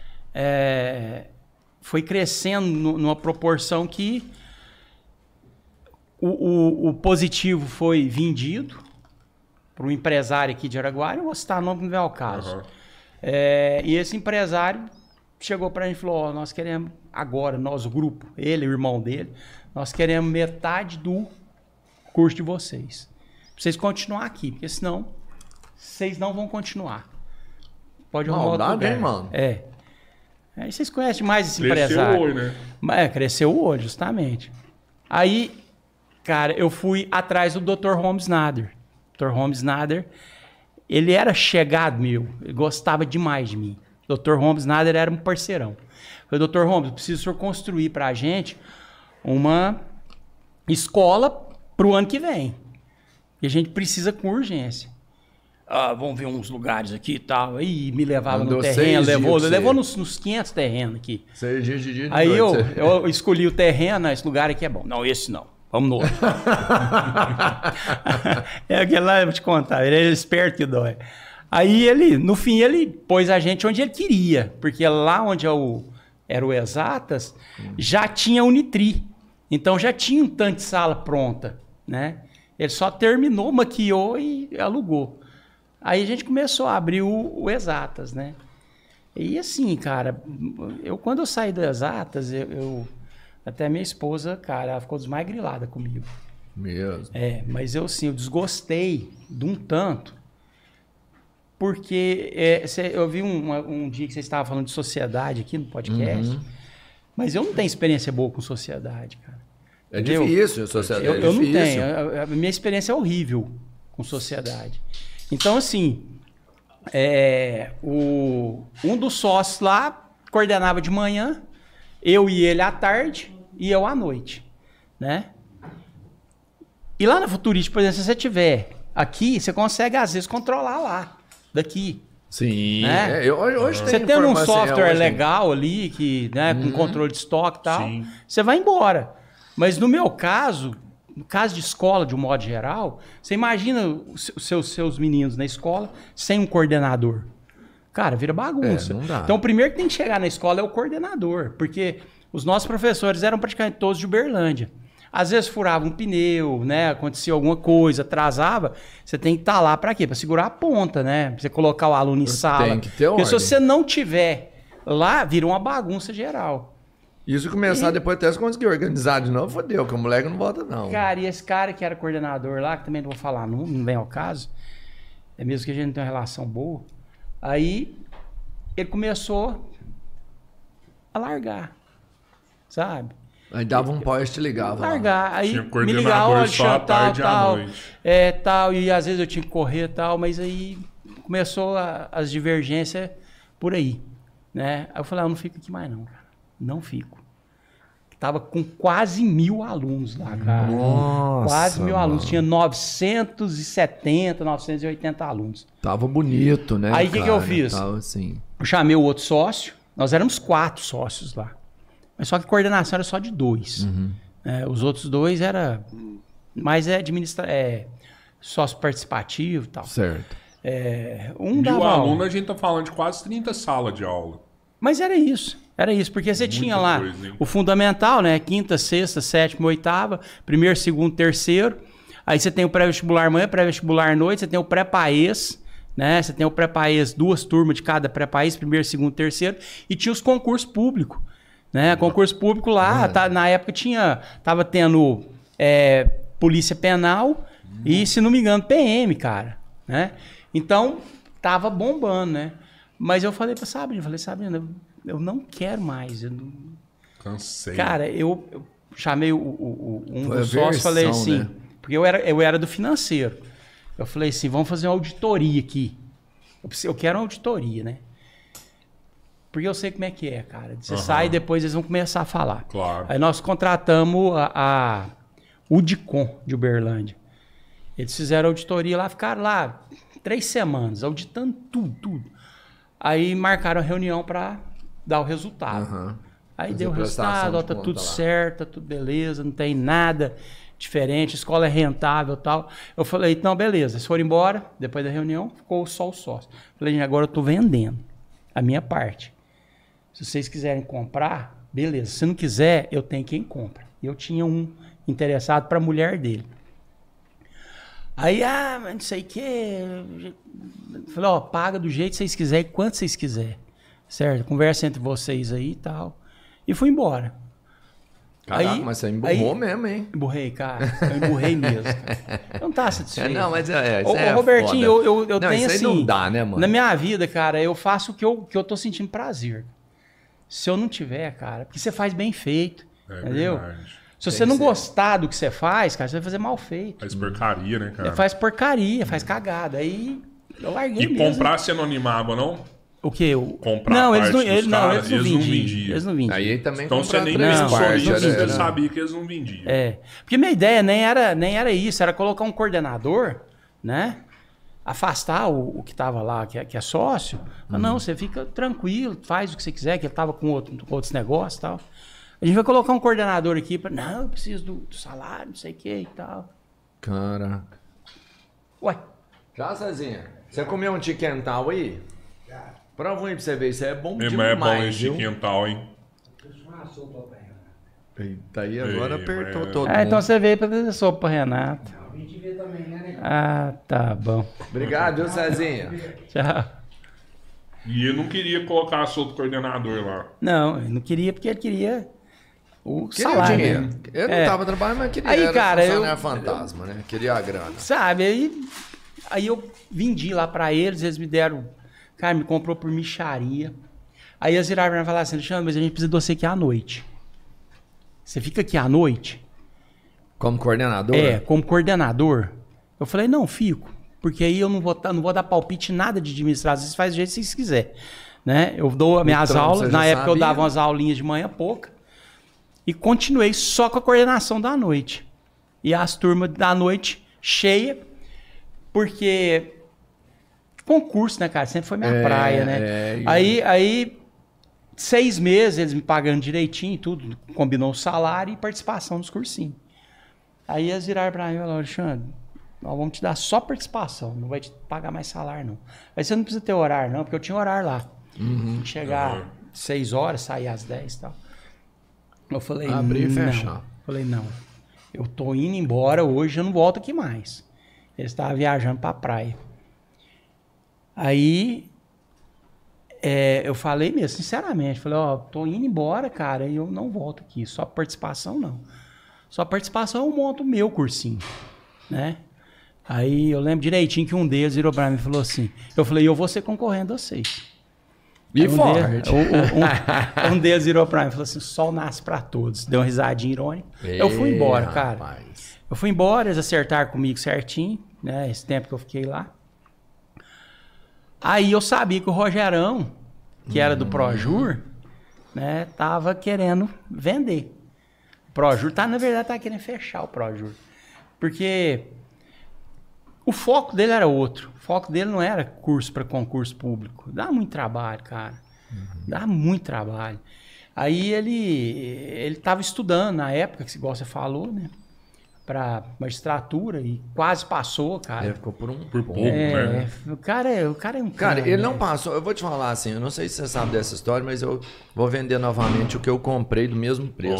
Foi crescendo numa proporção que o positivo foi vendido para um empresário aqui de Araguari, eu vou citar o nome, não é o caso. E esse empresário chegou para a gente e falou, nós queremos agora, nós, o grupo, ele, o irmão dele, nós queremos metade do curso de vocês. Pra vocês continuar aqui, porque senão vocês não vão continuar. Pode arrumar outro lugar. Hein, mano? Aí vocês conhecem mais esse empresário. Cresceu o olho, né? Cresceu o olho, justamente. Aí, cara, eu fui atrás do Dr. Holmes Nader. Dr. Holmes Nader, ele era chegado meu, ele gostava demais de mim. Dr. Holmes Nader era um parceirão. Eu falei, Dr. Holmes, eu preciso o senhor construir pra gente uma escola pro ano que vem. E a gente precisa com urgência. Vamos ver uns lugares aqui e tal. Aí me levava no terreno, levou nos 500 terrenos aqui. 6 dias de dia. Aí eu escolhi o terreno, esse lugar aqui é bom. Não, esse não. Vamos no outro. Aquele lá, eu vou te contar, ele é esperto que dói. Aí no fim, ele pôs a gente onde ele queria, porque lá onde era o Exatas, já tinha Unitri. Então já tinha um tanto de sala pronta, né? Ele só terminou, maquiou e alugou. Aí a gente começou a abrir o Exatas, né? E assim, cara, quando eu saí do Exatas, até minha esposa, cara, ela ficou desmagrilada comigo. Mesmo? Mas eu desgostei de um tanto, porque eu vi um dia que você estava falando de sociedade aqui no podcast, mas eu não tenho experiência boa com sociedade, cara. É difícil a sociedade. Eu não tenho. A minha experiência é horrível com sociedade. Então, assim, um dos sócios lá coordenava de manhã Eu e ele à tarde e eu à noite, né? E lá na Futurist, por exemplo, se você tiver aqui, você consegue às vezes controlar lá, daqui. Sim, né? Hoje você tendo um software legal ali, que, né, com controle de estoque e tal, você vai embora. Mas no meu caso, no caso de escola, de um modo geral, você imagina os seus meninos na escola sem um coordenador. Cara, vira bagunça. Não dá. Então, o primeiro que tem que chegar na escola é o coordenador, porque os nossos professores eram praticamente todos de Uberlândia. Às vezes furava um pneu, né? Acontecia alguma coisa, atrasava. Você tem que estar lá para quê? Para segurar a ponta, né? Pra você colocar o aluno em sala. Tem que ter ordem. Porque se você não tiver lá, vira uma bagunça geral. Isso começar depois até se conseguir organizar de novo, fodeu, que o moleque não volta não. Cara, e esse cara que era coordenador lá, que também não vou falar, não vem ao caso, é mesmo que a gente não tem uma relação boa, aí ele começou a largar, sabe? Aí dava um pau e te ligava. Largar. Aí tinha me ligava, olha, só à tarde tal, e à noite. Tal, e às vezes eu tinha que correr e tal, mas aí começou as divergências por aí, né? Aí eu falei, eu não fico aqui mais não, cara. Não fico. Tava com quase 1000 alunos lá, cara. Nossa, quase 1000 alunos. mano. Tinha 970, 980 alunos. Tava bonito, né? Aí o que eu fiz? Tava assim. Eu chamei o outro sócio. Nós éramos 4 sócios lá. Mas só que a coordenação era só de 2. Os outros 2 era mais sócio participativo e tal. Certo. E o aluno, a gente tá falando de quase 30 salas de aula. Mas era isso. Era isso, porque você tinha lá o fundamental, né? 5ª, 6ª, 7ª, 8ª, 1º, 2º, 3º. Aí você tem o pré-vestibular manhã, pré-vestibular noite, você tem o pré-paes, né? Você tem o pré-paes, 2 turmas de cada pré-paes, 1º, 2º, 3º, e tinha os concursos públicos, né? Concurso público lá, na época tava tendo polícia penal e, se não me engano, PM, cara, né? Então, tava bombando, né? Mas eu falei pra Sabrina, eu não quero mais. Cansei. Cara, eu chamei um dos sócios e falei assim, né? Porque eu era do financeiro. Eu falei assim, vamos fazer uma auditoria aqui. Eu quero uma auditoria, né? Porque eu sei como é que é, cara. Você sai e depois eles vão começar a falar. Claro. Aí nós contratamos a Udicom de Uberlândia. Eles fizeram a auditoria lá, ficaram lá 3 semanas, auditando tudo. Aí marcaram a reunião para dar o resultado. Aí deu o resultado, ó, tá tudo certo, tá tudo beleza, não tem nada diferente, a escola é rentável e tal. Eu falei, então beleza, eles foram embora, depois da reunião, ficou só o sócio. Falei, gente, agora eu tô vendendo a minha parte. Se vocês quiserem comprar, beleza. Se não quiser, eu tenho quem compra. Eu tinha um interessado para a mulher dele. Aí, mas não sei o que. Falei, ó, paga do jeito que vocês quiserem, quanto vocês quiserem. Certo? Conversa entre vocês aí e tal. E fui embora. Caraca, mas você emburrou mesmo, hein? Emburrei, cara. Eu emburrei mesmo, cara. Eu não tava satisfeito. Não, mas Robertinho, eu não, tenho isso assim... Aí não dá, né, mano? Na minha vida, cara, eu faço o que eu tô sentindo prazer. Se eu não tiver, cara... Porque você faz bem feito, entendeu? Verdade. Se você não gostar do que você faz, cara, você vai fazer mal feito. Faz porcaria, né, cara? Faz porcaria, faz cagada. Aí eu larguei mesmo. E comprar você não animava, não? O quê? Comprar não, eles não vendiam. Eles não vendiam. Aí também então você nem você sabia que eles não vendiam. Porque minha ideia nem era isso, era colocar um coordenador, né? Afastar o que estava lá, que é sócio. Mas não, você fica tranquilo, faz o que você quiser, que ele estava com outros negócios e tal. A gente vai colocar um coordenador aqui para... Não, eu preciso do salário, não sei o que e tal. Caraca. Ué. Já, Cezinha? Você comeu um chiquental aí? Já. Prova aí pra você ver, isso é bom demais, é bom esse chiquental, hein? Eita, aí agora apertou todo mundo. Então você veio pra fazer sopa pra Renata. A gente vê também, né? Tá bom. Obrigado, viu, Cezinha? Tchau. E eu não queria colocar outro coordenador lá. Não, ele não queria porque ele queria... O salário. Dinheiro. Eu não tava trabalhando, mas queria. Aí, cara, fantasma, né? Queria a grana. Sabe, aí eu vendi lá pra eles me deram. Cara, me comprou por mixaria. Aí eles viraram pra mim e falaram assim: Alexandre, mas a gente precisa de você aqui à noite. Você fica aqui à noite? Como coordenador? Como coordenador. Eu falei: não, fico. Porque aí eu não vou dar palpite nada de administração. Vocês fazem do jeito que vocês quiserem. né? Eu dou minhas aulas, na época eu dava umas aulinhas de manhã pouca, e continuei só com a coordenação da noite. E as turmas da noite cheia, porque concurso, né, cara? Sempre foi minha praia, né? Aí 6 meses eles me pagando direitinho e tudo, combinou o salário e participação nos cursinhos. Aí eles viraram pra mim e falaram, Alexandre, nós vamos te dar só participação, não vai te pagar mais salário, não. Aí você não precisa ter horário, não, porque eu tinha horário lá. Chegar 6 horas, sair às 10 e tal. Eu falei, abrir e fechar. Falei, não, eu tô indo embora hoje, eu não volto aqui mais. Eles estavam viajando pra praia. Aí eu falei mesmo, sinceramente, falei, tô indo embora, cara, e eu não volto aqui, só participação não. Só participação eu monto o meu cursinho, né? Aí eu lembro direitinho que um deles virou pra mim e falou assim, eu falei, eu vou ser concorrendo a vocês. E forte. Um deles virou pra mim e falou assim, sol nasce pra todos. Deu uma risadinha irônica. Eu fui embora, cara. Rapaz. Eu fui embora, eles acertaram comigo certinho, né? Esse tempo que eu fiquei lá. Aí eu sabia que o Rogerão, que era do Projur, né, tava querendo vender. O Projur, na verdade, tava querendo fechar o Projur. Porque o foco dele era outro. O foco dele não era curso para concurso público. Dá muito trabalho, cara. Dá muito trabalho. Aí ele tava estudando na época, que igual você falou, né? Pra magistratura e quase passou, cara. Ficou por pouco, né? O cara é um cara. Cara, ele não passou. Eu vou te falar assim, eu não sei se você sabe dessa história, mas eu vou vender novamente o que eu comprei do mesmo preço.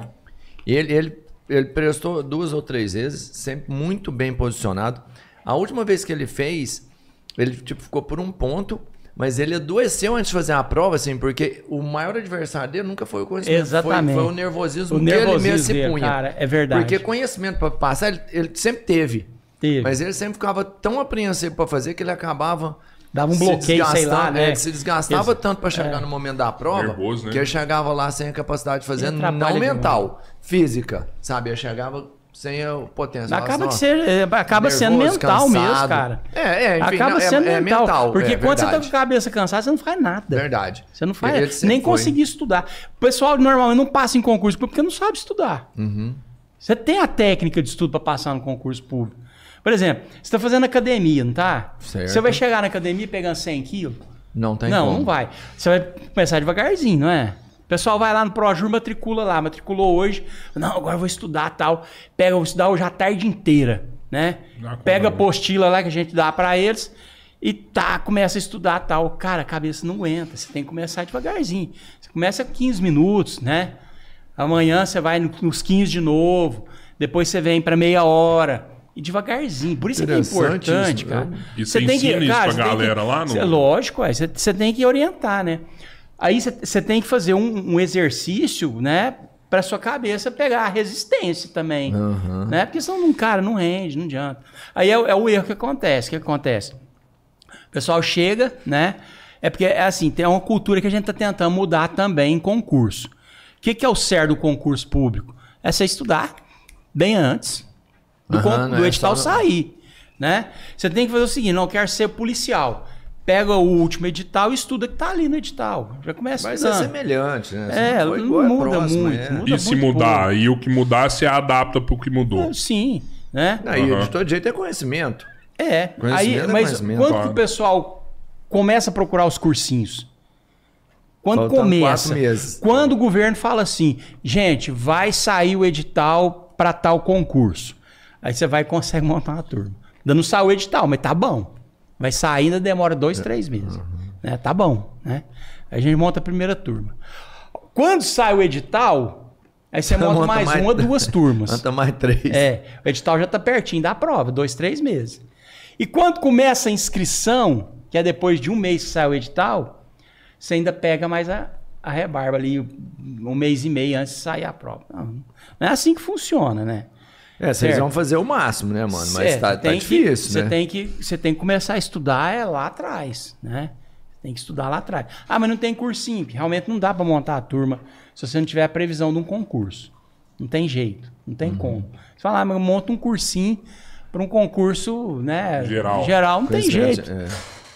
Ele prestou 2 ou 3 vezes, sempre muito bem posicionado. A última vez que ele fez, ele ficou por 1 ponto, mas ele adoeceu antes de fazer a prova, assim, porque o maior adversário dele nunca foi o conhecimento. Exatamente. Foi o nervosismo que ele mesmo se punha. Cara, é verdade. Porque conhecimento para passar, ele sempre teve. Mas ele sempre ficava tão apreensivo para fazer que ele acabava... Dava um bloqueio, sei lá, né? Ele se desgastava tanto para chegar no momento da prova, nervoso, né? que ele chegava lá sem a capacidade de fazer, não mental, física, sabe? Ele chegava... sem a potência. Acaba sendo mental cansado. Mesmo, cara. Enfim, acaba sendo mental. Porque quando verdade. você tá com a cabeça cansada, você não faz nada. Verdade. Você não faz nem conseguir estudar. O pessoal normalmente não passa em concurso público porque não sabe estudar. Você tem a técnica de estudo para passar no concurso público. Por exemplo, você está fazendo academia, não tá? Certo. Você vai chegar na academia pegando 100 quilos? Não tem como. Não vai. Você vai começar devagarzinho, não é? O pessoal vai lá no Projur, matricula lá, matriculou hoje. Não, agora eu vou estudar tal. Vou estudar hoje a tarde inteira, né? Pega a apostila lá que a gente dá para eles e começa a estudar tal. Cara, a cabeça não aguenta, você tem que começar devagarzinho. Você começa 15 minutos, né? Amanhã você vai nos 15 de novo, depois você vem para meia hora. E devagarzinho. Por isso que é importante, isso, cara. E você tem que, cara, isso pra galera lá? No... Lógico, você tem que orientar, né? Aí você tem que fazer um exercício, né? Pra sua cabeça pegar a resistência também. Né? Porque senão, cara, não rende, não adianta. Aí é o erro que acontece. O que acontece? O pessoal chega, né? É porque, assim, tem uma cultura que a gente tá tentando mudar também em concurso. O que é o certo do concurso público? É você estudar bem antes do edital sair, né? Você tem que fazer o seguinte, não quer ser policial. Pega o último edital e estuda que tá ali no edital. Já começa a estudar. Vai ser semelhante, né? Não muda muito. Muda e se mudar? Pouco. E o que mudar, você adapta pro que mudou. Sim, né? E de todo jeito é conhecimento. Mas quando que o pessoal começa a procurar os cursinhos? Quando começa? 4 meses. Quando o governo fala assim, gente, vai sair o edital para tal concurso. Aí você vai e consegue montar uma turma. Ainda não saiu o edital, mas tá bom. Vai sair, ainda demora 2, 3 meses. Né? Tá bom, né? Aí a gente monta a primeira turma. Quando sai o edital, aí você monta mais 1 ou 2 turmas. Monta mais 3. O edital já tá pertinho da prova, 2, 3 meses. E quando começa a inscrição, que é depois de 1 mês que sai o edital, você ainda pega mais a rebarba ali, 1 mês e meio antes de sair a prova. Não é assim que funciona, né? Vocês vão fazer o máximo, né, mano? Mas tá difícil, né? Você tem que começar a estudar lá atrás, né? Tem que estudar lá atrás. Mas não tem cursinho. Realmente não dá para montar a turma se você não tiver a previsão de um concurso. Não tem jeito. Não tem como. Você fala, mas eu monto um cursinho para um concurso, né? Geral não tem jeito.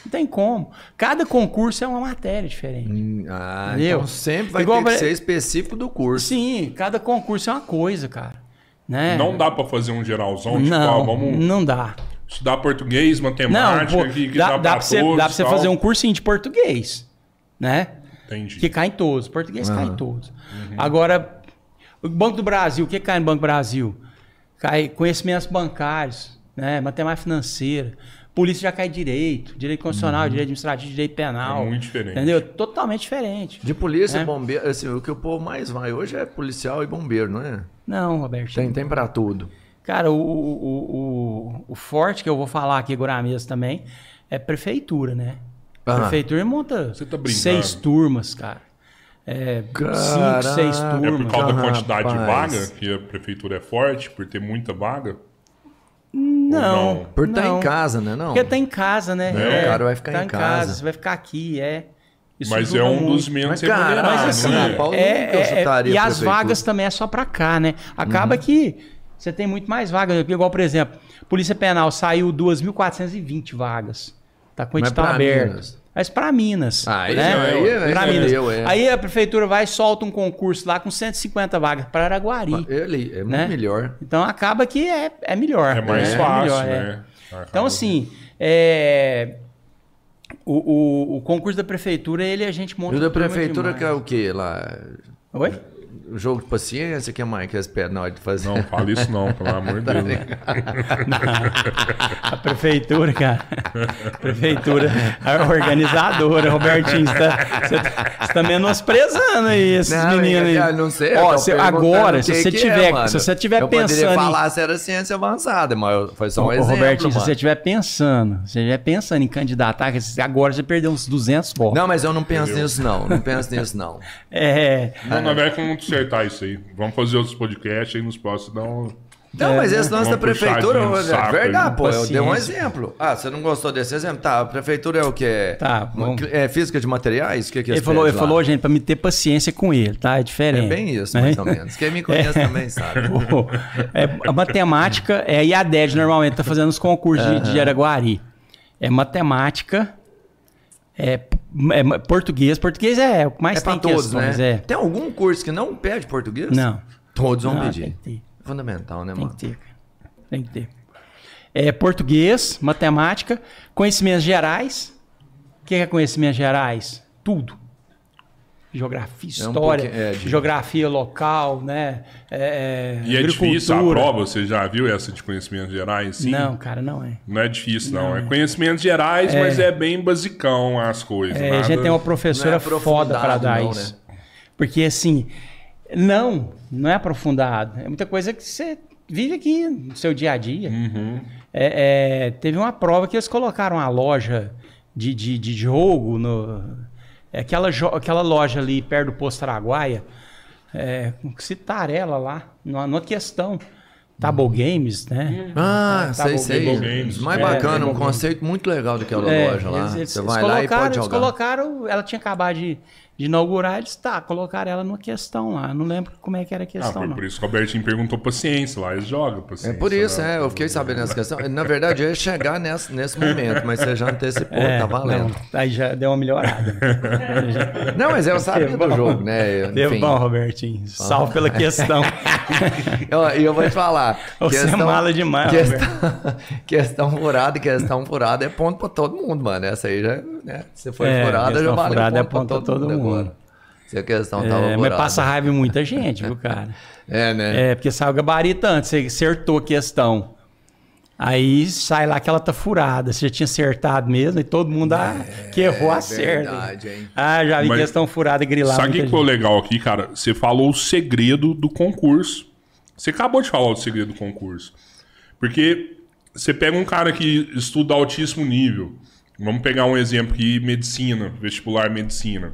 Não tem como. Cada concurso é uma matéria diferente. Entendeu? Então sempre vai ter que ser específico do curso. Sim, cada concurso é uma coisa, cara. Né? Não dá pra fazer um geralzão? Não dá. Estudar português, matemática, dá pra você fazer um cursinho de português, né? Entendi. Que cai em todos. Português cai em todos. Agora, o Banco do Brasil, o que cai no Banco do Brasil? Cai conhecimentos bancários, né? Matemática financeira. Polícia já cai direito constitucional, direito administrativo, direito penal. É muito diferente. Entendeu? Totalmente diferente. De polícia e bombeiro, assim, o que o povo mais vai hoje é policial e bombeiro, não é? Não, Roberto. Tem pra tudo. Cara, o forte que eu vou falar aqui agora mesmo também é prefeitura, né? Prefeitura monta 6 turmas, cara. 5, 6 turmas. É por causa da quantidade de vaga que a prefeitura é forte, por ter muita vaga? Não. Por estar em casa, né? Não. Porque tá em casa, né? O cara vai ficar em casa. Você vai ficar aqui, Isso mas é um dos menos remunerados. Mas assim, e as vagas também é só pra cá, né? Acaba que você tem muito mais vagas. Igual, por exemplo, Polícia Penal saiu 2.420 vagas. Tá com o edital aberto. Mas para Minas. Aí a prefeitura vai e solta um concurso lá com 150 vagas para Araguari. Ele é muito melhor. Então acaba que é melhor. É mais fácil, né? Então, assim, o concurso da prefeitura, a gente monta. E o da prefeitura que é o quê lá? Oi? O jogo de paciência, que é mais que eles pedem na hora de fazer? Não, fala isso não, pelo amor de Deus. A prefeitura, cara. A prefeitura, a organizadora, Robertinho, você tá menosprezando aí esses meninos aí. Não sei. Agora, se você tiver eu pensando. Eu poderia falar se era ciência avançada, mas foi só um exemplo. Robertinho, se você estiver pensando, em candidatar, agora você perdeu uns 200 votos. Não, mas eu não penso nisso, não. Não penso nisso, não. Não vai consertar isso aí. Vamos fazer outros podcasts aí nos próximos. Não, mas esse lance da prefeitura é verdade, aí, pô. Eu dei um exemplo. Você não gostou desse exemplo? Tá, a prefeitura é o quê? Tá, é física de materiais? O que ele falou, gente, pra me ter paciência com ele, tá? É diferente. É bem isso, mais ou menos. Quem me conhece também sabe. A matemática, a IADED normalmente tá fazendo os concursos de Araguari. É matemática, português. Português é o que mais tem todos, questões. Né? Tem algum curso que não pede português? Não. Todos vão pedir. Tem que ter. Fundamental, né, mano? Tem que ter. Português, matemática, conhecimentos gerais. O que é conhecimentos gerais? Tudo. Geografia, história, geografia local, né? E é difícil a prova? Você já viu essa de conhecimentos gerais? Sim? Não, cara, não é. Não é difícil, não. É conhecimentos gerais, mas é bem basicão as coisas. A gente tem uma professora foda para dar isso. Né? Porque, assim, não é aprofundado. É muita coisa que você vive aqui no seu dia a dia. Teve uma prova que eles colocaram a loja de jogo aquela loja ali perto do Posto Araguaia, citar ela lá, numa questão. Table Games, né? Sei. Games. Mais bacana, um conceito muito legal daquela loja lá. Você vai lá e pode jogar. Colocaram, ela tinha acabado de inaugurar, eles colocaram ela numa questão lá. Não lembro como é que era a questão. Por isso que o Robertinho perguntou paciência lá, eles jogam paciência. É por isso, eu fiquei sabendo dessa questão. Na verdade, eu ia chegar nesse momento, mas você já antecipou, tá valendo. Não, aí já deu uma melhorada. Não, mas eu sabia do jogo, né? Deu bom, Robertinho. Salve pela questão. E eu vou te falar. Você é mala demais, questão furada é ponto pra todo mundo, mano. Essa aí já, né? Se foi furada, já valeu ponto pra todo mundo. Se a questão tava furada. Mas passa raiva em muita gente, viu, cara? Né? Porque sai o gabarito antes, você acertou a questão. Aí sai lá que ela tá furada. Você já tinha acertado mesmo e todo mundo que errou acerta. Verdade, hein? Já vi questão furada e grilada. Sabe o que foi legal aqui, cara? Você falou o segredo do concurso. Você acabou de falar o segredo do concurso. Porque você pega um cara que estuda altíssimo nível. Vamos pegar um exemplo aqui, medicina, vestibular medicina.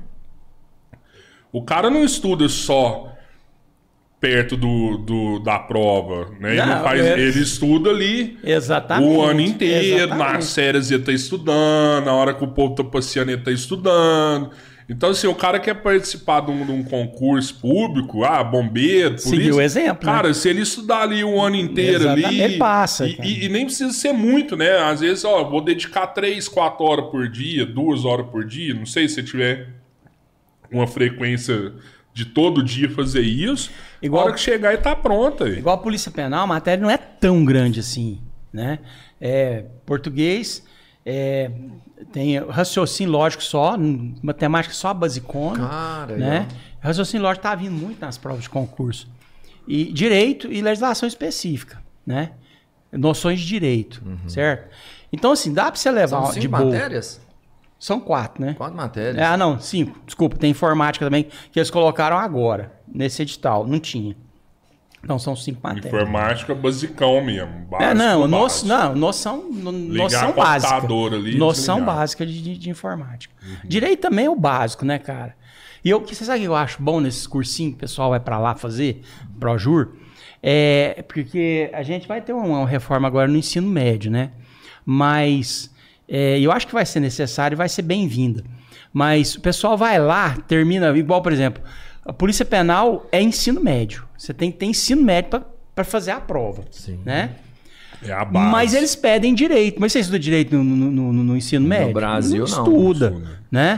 O cara não estuda só perto da prova, né? Ele estuda ali o ano inteiro, nas férias ele tá estudando, na hora que o povo tá passeando ele tá estudando. Então, assim, o cara quer participar de um concurso público, bombeiro, polícia... Seguiu o exemplo, cara, né? se ele estudar ali o ano inteiro ali... Ele passa. E nem precisa ser muito, né? Às vezes, vou dedicar 3, 4 horas por dia, 2 horas por dia, não sei se você tiver uma frequência de todo dia fazer isso, igual, a hora que chegar e tá pronta. Igual a Polícia Penal, a matéria não é tão grande assim, né? Português... tem raciocínio lógico só, matemática só basicona, cara, né? Raciocínio lógico tá vindo muito nas provas de concurso. E direito e legislação específica, né? Noções de direito, certo? Então, assim, dá para você levar São 5 matérias? São 4, né? 4 matérias. Não, 5. Desculpa, tem informática também, que eles colocaram agora, nesse edital. Não tinha. Então são 5 matérias. Informática basicão mesmo. Noção básica. Ali, noção básica de informática. Direito também é o básico, né, cara? E você sabe o que eu acho bom nesses cursinhos que o pessoal vai pra lá fazer, ProJur? Porque a gente vai ter uma reforma agora no ensino médio, né? Mas eu acho que vai ser necessário e vai ser bem-vinda. Mas o pessoal vai lá, termina, igual, por exemplo, a Polícia Penal é ensino médio. Você tem que ter ensino médio para fazer a prova. Sim. Né? É a base. Mas eles pedem direito. Mas você estuda direito no ensino médio? No Brasil, não estuda. Né?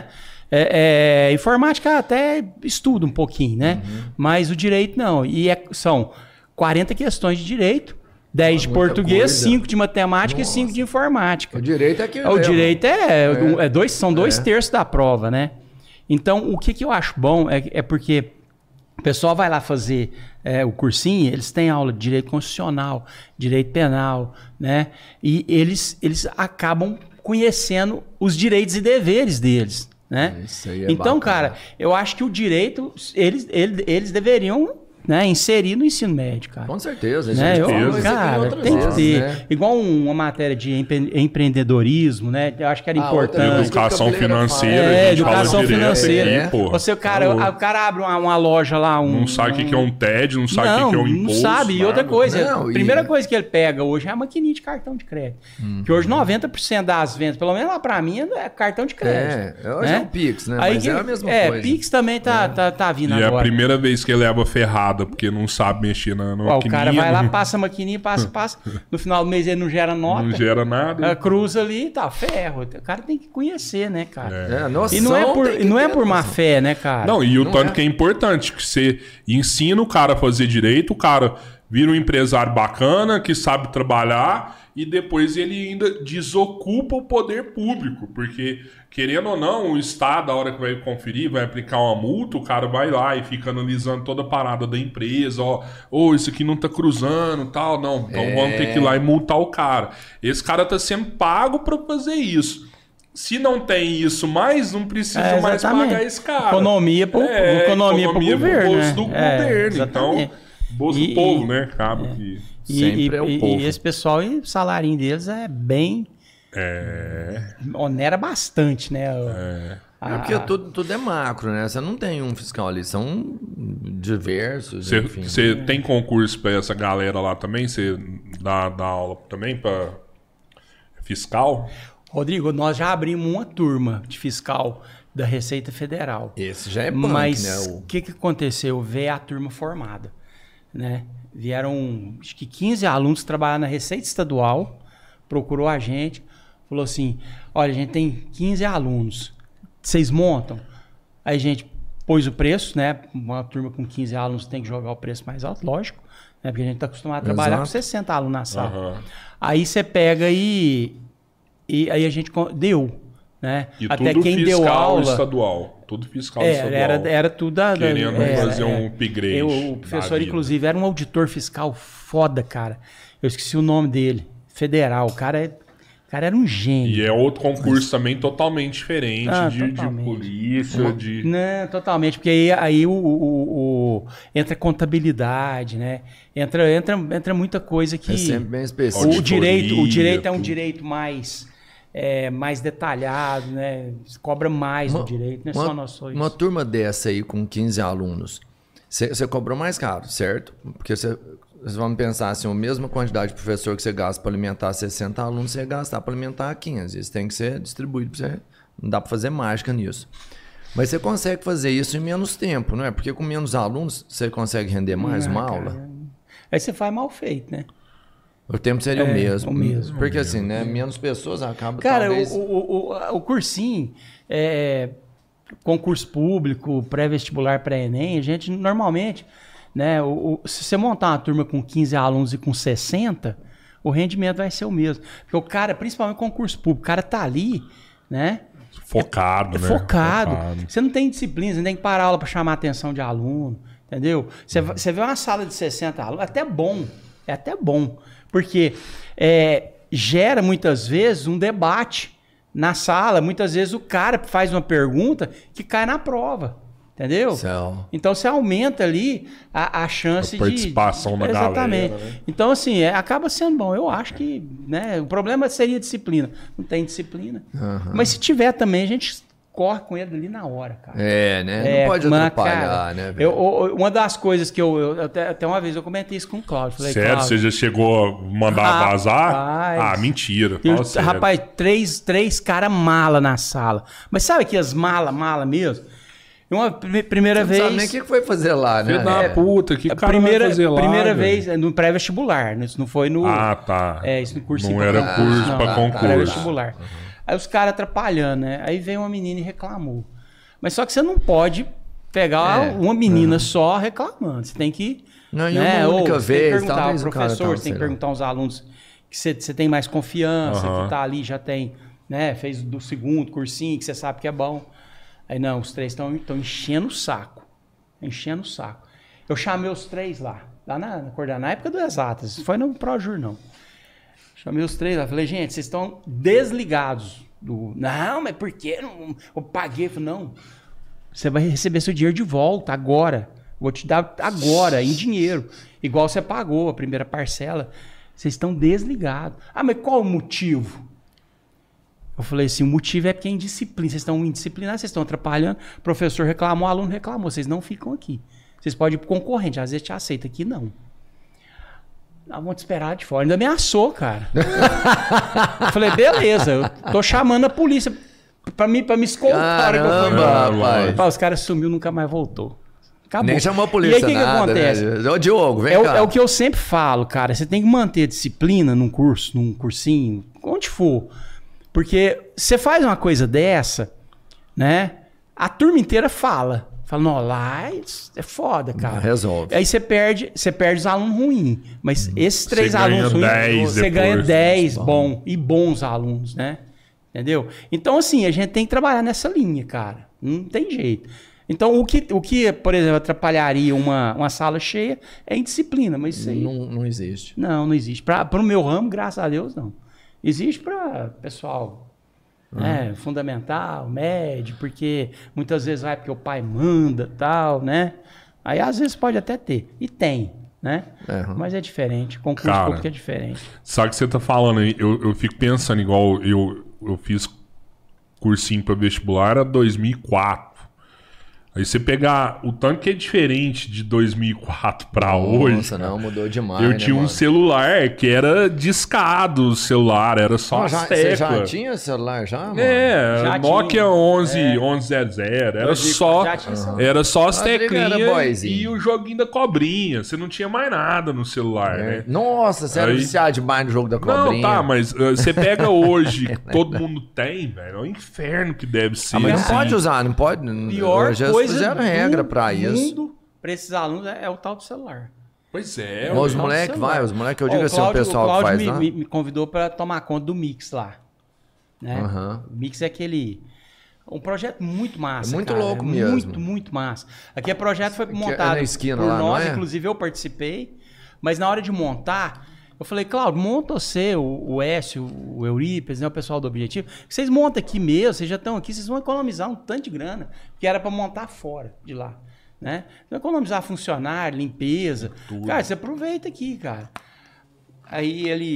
Informática até estuda um pouquinho, né? Mas o direito não. E são 40 questões de direito, 10 de português, 5 de matemática e 5 de informática. O direito é que o direito são 2 terços da prova, né? Então, o que eu acho bom é porque o pessoal vai lá fazer o cursinho, eles têm aula de direito constitucional, direito penal, né? E eles acabam conhecendo os direitos e deveres deles, né? Isso aí então, bacana. cara, eu acho que o direito, eles deveriam... né, inserir no ensino médio, cara. Com certeza. Né? Cara, tem que ter. Né? Igual uma matéria de empreendedorismo, né? Eu acho que era importante. Educação financeira. Educação financeira. Porra. O cara abre uma loja lá... Não sabe o que é um TED, não sabe o que é um imposto. Não sabe. E outra coisa, a primeira coisa que ele pega hoje é a maquininha de cartão de crédito. Que hoje 90% das vendas, pelo menos lá pra mim, é cartão de crédito. Hoje é o Pix, né? Mas é a mesma coisa. Pix também tá vindo agora. E é a primeira vez que ele leva ferrado porque não sabe mexer na maquininha. O cara vai lá, passa a maquininha, passa. No final do mês ele não gera nota. Não gera nada. Cruza ali e tá, ferro. O cara tem que conhecer, né, cara? Noção, e não é por má fé, né, cara? Não, e o tanto que é importante, que você ensina o cara a fazer direito, o cara vira um empresário bacana, que sabe trabalhar, e depois ele ainda desocupa o poder público, porque, querendo ou não, o Estado, a hora que vai conferir, vai aplicar uma multa, o cara vai lá e fica analisando toda a parada da empresa, isso aqui não tá cruzando, tal, não, então vamos ter que ir lá e multar o cara. Esse cara tá sendo pago para fazer isso. Se não tem isso mais, não precisa mais pagar esse cara. Economia pro governo, bolso do governo, então, bolso do povo, né? Acaba que... Sempre é o povo. E esse pessoal, o salário deles é bem... onera bastante, né? Porque tudo é macro, né? Você não tem um fiscal ali, são diversos, enfim. Você tem concurso para essa galera lá também? Você dá aula também para fiscal? Rodrigo, nós já abrimos uma turma de fiscal da Receita Federal. Esse já é punk, mas né? O que aconteceu? Veio a turma formada, né? Vieram, acho que 15 alunos que trabalharam na Receita Estadual, procurou a gente, falou assim, olha, a gente tem 15 alunos, vocês montam? Aí a gente pôs o preço, né? Uma turma com 15 alunos tem que jogar o preço mais alto, lógico, né? Porque a gente está acostumado a trabalhar com 60 alunos na sala. Uhum. Aí você pega e aí a gente deu, né? E até tudo quem fiscal deu aula estadual. Tudo fiscal estadual. Era tudo... Querendo fazer um upgrade. O professor, inclusive, era um auditor fiscal foda, cara. Eu esqueci o nome dele. Federal. O cara era um gênio. E é outro concurso também totalmente diferente de polícia, Não, totalmente. Porque aí entra contabilidade, né? Entra muita coisa que... É sempre bem específico. O direito é um direito mais detalhado, né? Se cobra mais no direito, não é só noções. Uma turma dessa aí com 15 alunos, você cobrou mais caro, certo? Porque vocês vão pensar assim, a mesma quantidade de professor que você gasta para alimentar 60 alunos, você ia gastar para alimentar 15. Isso tem que ser distribuído para você. Não dá para fazer mágica nisso. Mas você consegue fazer isso em menos tempo, não é? Porque com menos alunos você consegue render mais uma aula. Aí você faz mal feito, né? O tempo seria o mesmo. O mesmo. Porque assim, né? Menos pessoas acabam talvez... o cursinho, concurso público, pré-vestibular, pré-ENEM, a gente normalmente, né? Se você montar uma turma com 15 alunos e com 60, o rendimento vai ser o mesmo. Porque o cara, principalmente concurso público, o cara tá ali, né? Focado, né? Focado. Você não tem disciplina, você não tem que parar a aula para chamar a atenção de aluno, entendeu? Você vê uma sala de 60 alunos, é até bom, porque gera muitas vezes um debate na sala, muitas vezes o cara faz uma pergunta que cai na prova, entendeu? Então você aumenta ali a chance de participação da exatamente. Galera, né? Então assim, acaba sendo bom. Eu acho que, né, o problema seria disciplina. Não tem disciplina. Mas se tiver também, a gente corre com ele ali na hora, cara. Né? Não pode atrapalhar, cara, né? Uma das coisas que até uma vez eu comentei isso com o Cláudio. Falei, sério? Cláudio, você já chegou a mandar vazar? Mentira. Rapaz, três caras mala na sala. Mas sabe que as mala mesmo? Uma primeira vez... Não sabe nem o que foi fazer lá, né? Filho da puta, que cara vai fazer lá? Primeira vez no pré-vestibular, isso não foi no... tá. Isso no curso. Não era curso pra concurso. Pré-vestibular. Aí os caras atrapalhando, né? Aí veio uma menina e reclamou. Mas só que você não pode pegar uma menina só reclamando. Você tem que... Não, né? Uma única vez, tem que perguntar ao professor, você tem que perguntar aos alunos que você tem mais confiança, que tá ali, já tem, né? Fez do segundo cursinho, que você sabe que é bom. Aí não, os três estão enchendo o saco. Enchendo o saco. Eu chamei os três lá na época do Exatas. Foi no ProJur, não. Chamei os três lá. Falei, gente, vocês estão desligados. Não, mas por quê? Eu paguei. Falei, não, você vai receber seu dinheiro de volta agora. Vou te dar agora, em dinheiro. Igual você pagou a primeira parcela. Vocês estão desligados. Mas qual o motivo? Eu falei assim, o motivo é porque é indisciplina. Vocês estão indisciplinados, vocês estão atrapalhando. O professor reclamou, o aluno reclamou. Vocês não ficam aqui. Vocês podem ir pro concorrente, às vezes te aceita, aqui não. Vão te esperar de fora. Ainda ameaçou, cara. Eu falei, beleza, eu tô chamando a polícia pra me escoltar. Caramba, os caras sumiu, nunca mais voltou. Acabou. Nem chamou a polícia. E aí o que acontece? Né? Ô, Diogo, vem cá. É o que eu sempre falo, cara. Você tem que manter a disciplina num curso, num cursinho, onde for. Porque você faz uma coisa dessa, né? A turma inteira fala. Fala, não, lá é foda, cara. Resolve. Aí você perde os alunos ruins. Mas esses três alunos ruins, você ganha 10 bons alunos, né? Entendeu? Então, assim, a gente tem que trabalhar nessa linha, cara. Não tem jeito. Então, o que por exemplo, atrapalharia uma sala cheia é indisciplina. Mas isso aí... Não existe. Não existe. Para o meu ramo, graças a Deus, não. Existe para pessoal fundamental, médio, porque muitas vezes vai porque o pai manda tal, né? Aí às vezes pode até ter. E tem, né? Mas é diferente. Concurso público é diferente. Sabe o que você tá falando aí? Eu fico pensando igual eu fiz cursinho para vestibular era 2004. Aí você pegar o tanto que é diferente de 2004 para hoje. Nossa, não, mudou demais. Eu tinha um celular que era discado o celular, era só as teclas. Você já tinha celular já, mano? Já Nokia 1100, era só as teclinhas e o joguinho da cobrinha. Você não tinha mais nada no celular, né? Nossa, você era viciado demais no jogo da cobrinha. Não, tá, mas você pega hoje, que todo mundo tem, velho, é um inferno que deve ser. Mas não pode usar, não pode. Pior coisa fizeram regra pra isso. Para esses alunos é o tal do celular. Pois é. Os moleques eu digo assim, o pessoal que faz lá. Me convidou para tomar conta do Mix lá. Né? O Mix é um projeto muito massa. Muito cara. louco mesmo. Muito massa. Aqui o projeto foi montado por nós, inclusive eu participei, mas na hora de montar, eu falei, Cláudio, monta você, o Écio, o Eurípides, né, o pessoal do Objetivo. Vocês montam aqui mesmo, vocês já estão aqui, vocês vão economizar um tanto de grana, que era para montar fora de lá. Né? Então, economizar funcionário, limpeza. Tudo. Cara, você aproveita aqui, cara. Aí ele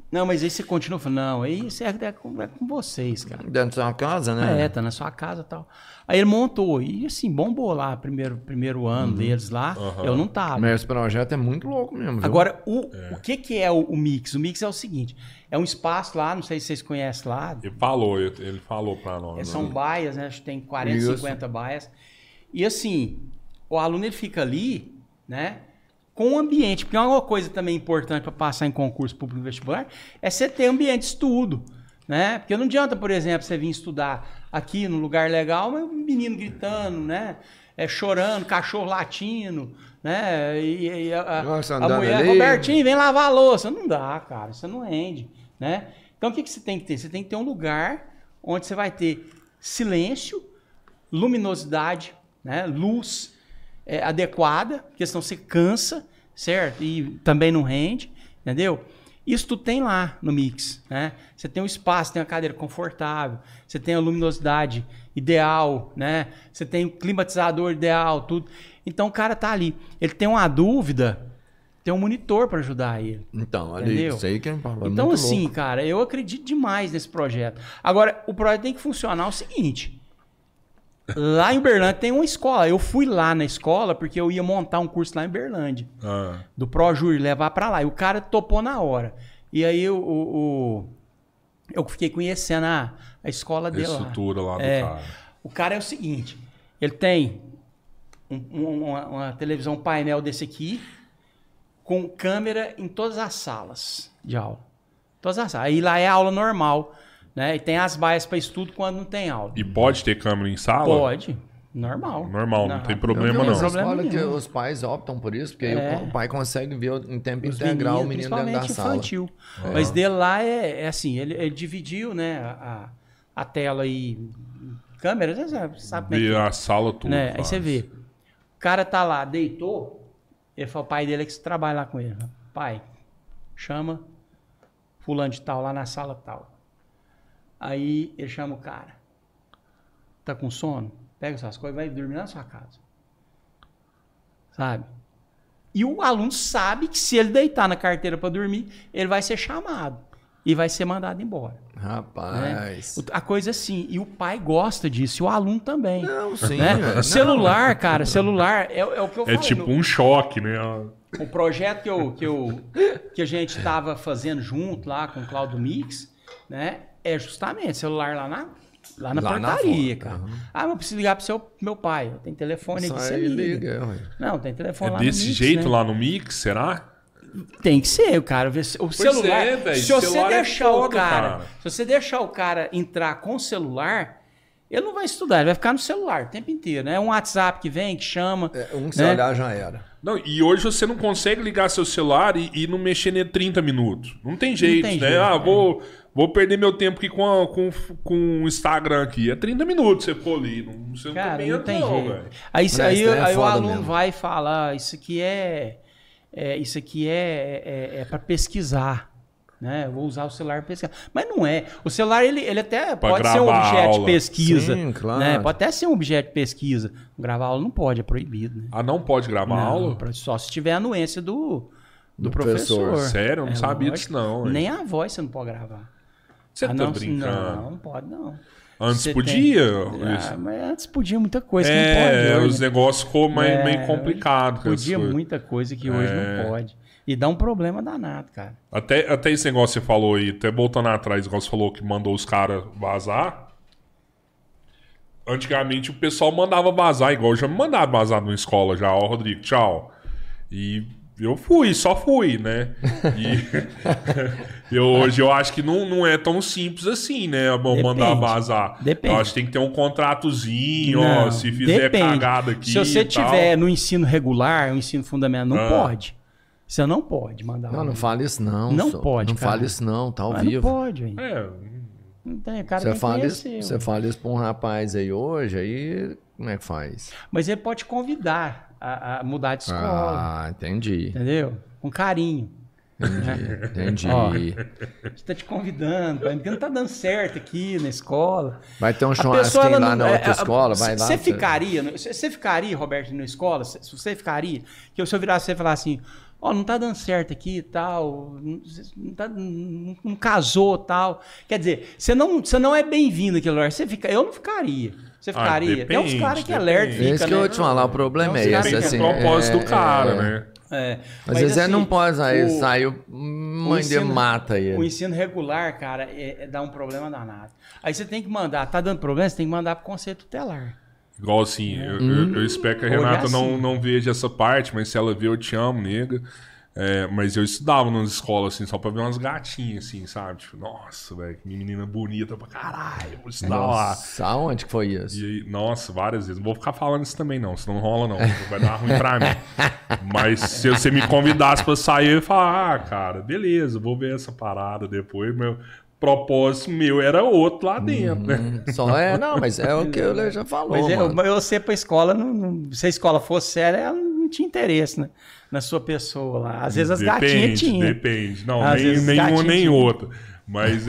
Não, mas aí você continua falando, não, aí isso é com vocês, cara. Dentro da sua casa, né? Tá na sua casa e tal. Aí ele montou, e assim, bombou lá, primeiro ano deles lá, eu não tava. Mas esse projeto é muito louco mesmo, viu? Agora, o que é o Mix? O Mix é o seguinte, é um espaço lá, não sei se vocês conhecem lá. Ele falou pra nós. São baias, né? Acho que tem 40, 50 baias. E assim, o aluno ele fica ali, né? Com o ambiente, porque uma coisa também importante para passar em concurso público vestibular é você ter ambiente de estudo, né? Porque não adianta, por exemplo, você vir estudar aqui no lugar legal, mas um menino gritando, né? Chorando, cachorro latindo, né? E a mulher, ali. Robertinho, vem lavar a louça. Não dá, cara, isso não rende, né? Então o que você tem que ter? Você tem que ter um lugar onde você vai ter silêncio, luminosidade, né? Luz adequada, porque senão você cansa, certo? E também não rende, entendeu? Isso tudo tem lá no Mix, né? Você tem um espaço, tem uma cadeira confortável, você tem a luminosidade ideal, né? Você tem o climatizador ideal, tudo. Então o cara tá ali. Ele tem uma dúvida, tem um monitor para ajudar ele. Então, ali, isso aí que eu falo. Então assim, louco. Cara, eu acredito demais nesse projeto. Agora, o projeto tem que funcionar o seguinte... Lá em Uberlândia tem uma escola. Eu fui lá na escola porque eu ia montar um curso lá em Uberlândia. Do ProJury, levar pra lá. E o cara topou na hora. E aí eu fiquei conhecendo a escola dele lá. A estrutura lá do cara. O cara é o seguinte. Ele tem uma televisão painel desse aqui com câmera em todas as salas de aula. Todas as salas. Aí lá é aula normal. Né? E tem as baias para estudo quando não tem aula. E pode ter câmera em sala? Pode. Normal. Não tem problema não. Escola que os pais optam por isso, porque aí o pai consegue ver em tempo integral o menino dentro da sala. Infantil. Mas dele lá é assim, ele dividiu, né, a tela e câmera, você sabe como é que a sala tudo. Né? Aí você vê, o cara tá lá, deitou, ele fala, o pai dele é que trabalha lá com ele. Pai, chama fulano de tal lá na sala tal. Aí ele chama o cara. Tá com sono? Pega suas coisas e vai dormir na sua casa. Sabe? E o aluno sabe que se ele deitar na carteira para dormir, ele vai ser chamado. E vai ser mandado embora. Rapaz. Né? A coisa assim. E o pai gosta disso. E o aluno também. Não, sim. Né? Celular, cara. Celular é o que eu falei. É tipo um choque, né? O projeto que a gente estava fazendo junto lá com o Cláudio Mix, né? É justamente celular lá na portaria, cara. Eu preciso ligar pro meu pai. Tem telefone aqui, você liga. Não, tem telefone lá no Mix. É desse jeito, né? Lá no Mix, será? Tem que ser, cara. O celular. Se você deixar o cara. Se você deixar o cara entrar com o celular, ele não vai estudar, ele vai ficar no celular o tempo inteiro, né? É um WhatsApp que vem, que chama. Se olhar já era. Não, e hoje você não consegue ligar seu celular e não mexer nele 30 minutos. Não tem jeito, né? Vou perder meu tempo aqui com o Instagram aqui. É 30 minutos você for ali. Você cara, não tem jeito. Velho. Aí o aluno mesmo. Vai falar, isso aqui é para pesquisar. Né? Eu vou usar o celular para pesquisar. Mas não é. O celular ele até pode ser um objeto de pesquisa. Sim, claro. Né? Pode até ser um objeto de pesquisa. Gravar aula não pode, é proibido. Né? Não pode gravar aula? Só se tiver a anuência do professor. Sério? Eu não sabia disso não. Nem a voz você não pode gravar. Você tá brincando? Não pode não. Antes podia? Mas antes podia muita coisa que não pode. Hoje, os negócios ficou meio complicado. Podia muita coisa que hoje não pode. E dá um problema danado, cara. Até esse negócio que você falou aí, até voltando atrás, igual você falou que mandou os caras vazar. Antigamente o pessoal mandava vazar, igual já me mandaram vazar numa escola já. Ó, Rodrigo, tchau. E eu só fui, né? E hoje eu acho que não é tão simples assim, né? Mandar vazar. Depende. Eu acho que tem que ter um contratozinho, ó. Se fizer cagada aqui. Se você tiver no ensino regular, no ensino fundamental, não pode. Você não pode mandar. Não fala isso não. Não pode, não fala isso não, tá ao vivo. Não pode, velho. Não tem, cara você fala isso pra um rapaz aí hoje, aí como é que faz? Mas ele pode te convidar a mudar de escola. Entendi. Entendeu? Com carinho. Entendi. Ó, você tá te convidando, porque não tá dando certo aqui na escola. Vai ter um churrasquinho lá na outra escola, vai lá. Você ficaria, Roberto, na escola? Se você ficaria, que se eu virasse você e falar assim, Ó, não tá dando certo aqui e tal, não casou tal. Quer dizer, você não é bem-vindo naquele lugar. Eu não ficaria. Você ficaria? Depende, tem uns caras que alerta fica, Esse que eu vou te falar, o problema é esse, assim. O propósito do cara, né? Às vezes assim, não pode sair, mãe de mata ele. O ensino regular, cara, dá um problema danado. Aí você tem que mandar, tá dando problema, você tem que mandar pro conselho tutelar. Igual assim, eu espero que a Renata não veja essa parte, mas se ela ver, eu te amo, nega. Mas eu estudava nas escolas, assim, só pra ver umas gatinhas, assim, sabe? Tipo, nossa, velho, que menina bonita pra caralho, vou estudar lá. Nossa, onde que foi isso? E aí, nossa, várias vezes. Não vou ficar falando isso também, não, senão não rola, não. Vai dar ruim pra mim. Mas se você me convidasse pra sair, eu ia falar, cara, beleza, vou ver essa parada depois, meu propósito meu era outro lá dentro, né? Não, mas é o que eu já falou, mas eu sei pra escola, se a escola fosse séria, ela não tinha interesse, né? Na sua pessoa lá. Às vezes as gatinhas tinham. Depende. Não, nem uma nem outra. Mas.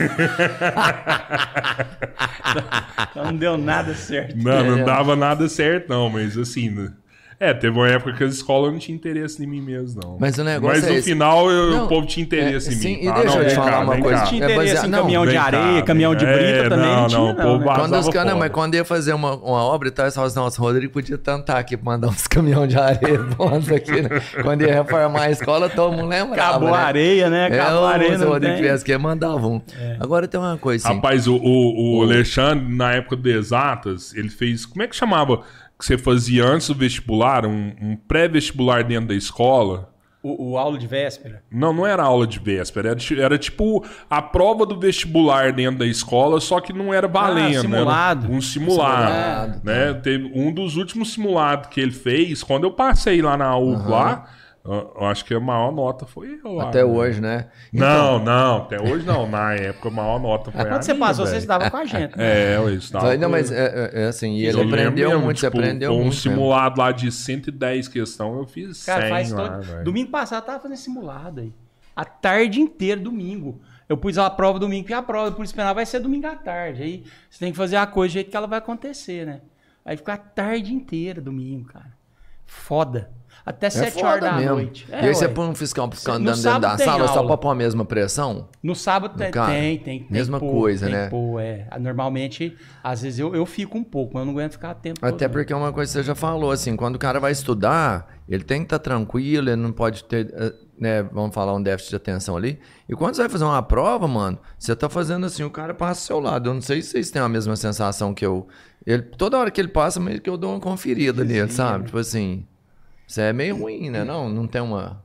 Então não deu nada certo. Não dava nada certo, não. Mas assim. Teve uma época que as escolas não tinham interesse em mim mesmo, não. Mas o negócio no final o povo tinha interesse em mim. E deixa eu te falar uma coisa. Tinha interesse em caminhão de areia, caminhão de brita também não tinha, não. Mas quando ia fazer uma obra e tal, eles falavam assim, nossa, o Rodrigo podia tentar aqui pra mandar uns caminhões de areia bons aqui, né? Quando ia reformar a escola, todo mundo lembrava, acabou a areia, né? Acabou a areia, se o Rodrigo tivesse que mandava um. Agora tem uma coisa assim. Rapaz, o Alexandre, na época de exatas, ele fez... Como é que chamava... que você fazia antes do vestibular, um pré-vestibular dentro da escola. O aula de véspera? Não era aula de véspera. Era tipo a prova do vestibular dentro da escola, só que não era valendo. Simulado. Era um simulado. Né? Teve um dos últimos simulados que ele fez, quando eu passei lá na UF lá, eu acho que a maior nota foi eu lá. Até hoje, né? Então... Não, até hoje não. Na época, a maior nota foi quando você passou, você estudava com a gente. Né? Eu estudava. Não, mas assim, e ele aprendeu muito, você aprendeu muito. Um simulado lá de 110 questões, eu fiz 100 lá, velho. Domingo passado, eu tava fazendo simulado aí. A tarde inteira, domingo. Eu pus a prova domingo, porque a prova, por esperar, vai ser domingo à tarde. Aí você tem que fazer a coisa do jeito que ela vai acontecer, né? Aí fica a tarde inteira, domingo, cara. Foda. Até 7 horas da noite. E aí você põe um fiscal pra ficar andando dentro da sala só pra pôr a mesma pressão? No sábado tem. Mesma coisa, né? Normalmente, às vezes eu fico um pouco, mas eu não aguento ficar tempo. Até porque é uma coisa que você já falou, assim, quando o cara vai estudar, ele tem que estar tranquilo, ele não pode ter, né, vamos falar, um déficit de atenção ali. E quando você vai fazer uma prova, mano, você tá fazendo assim, o cara passa ao seu lado. Eu não sei se vocês têm a mesma sensação que eu. Toda hora que ele passa, meio que eu dou uma conferida nele, sabe? Tipo assim... Isso é meio ruim, né? Não tem uma...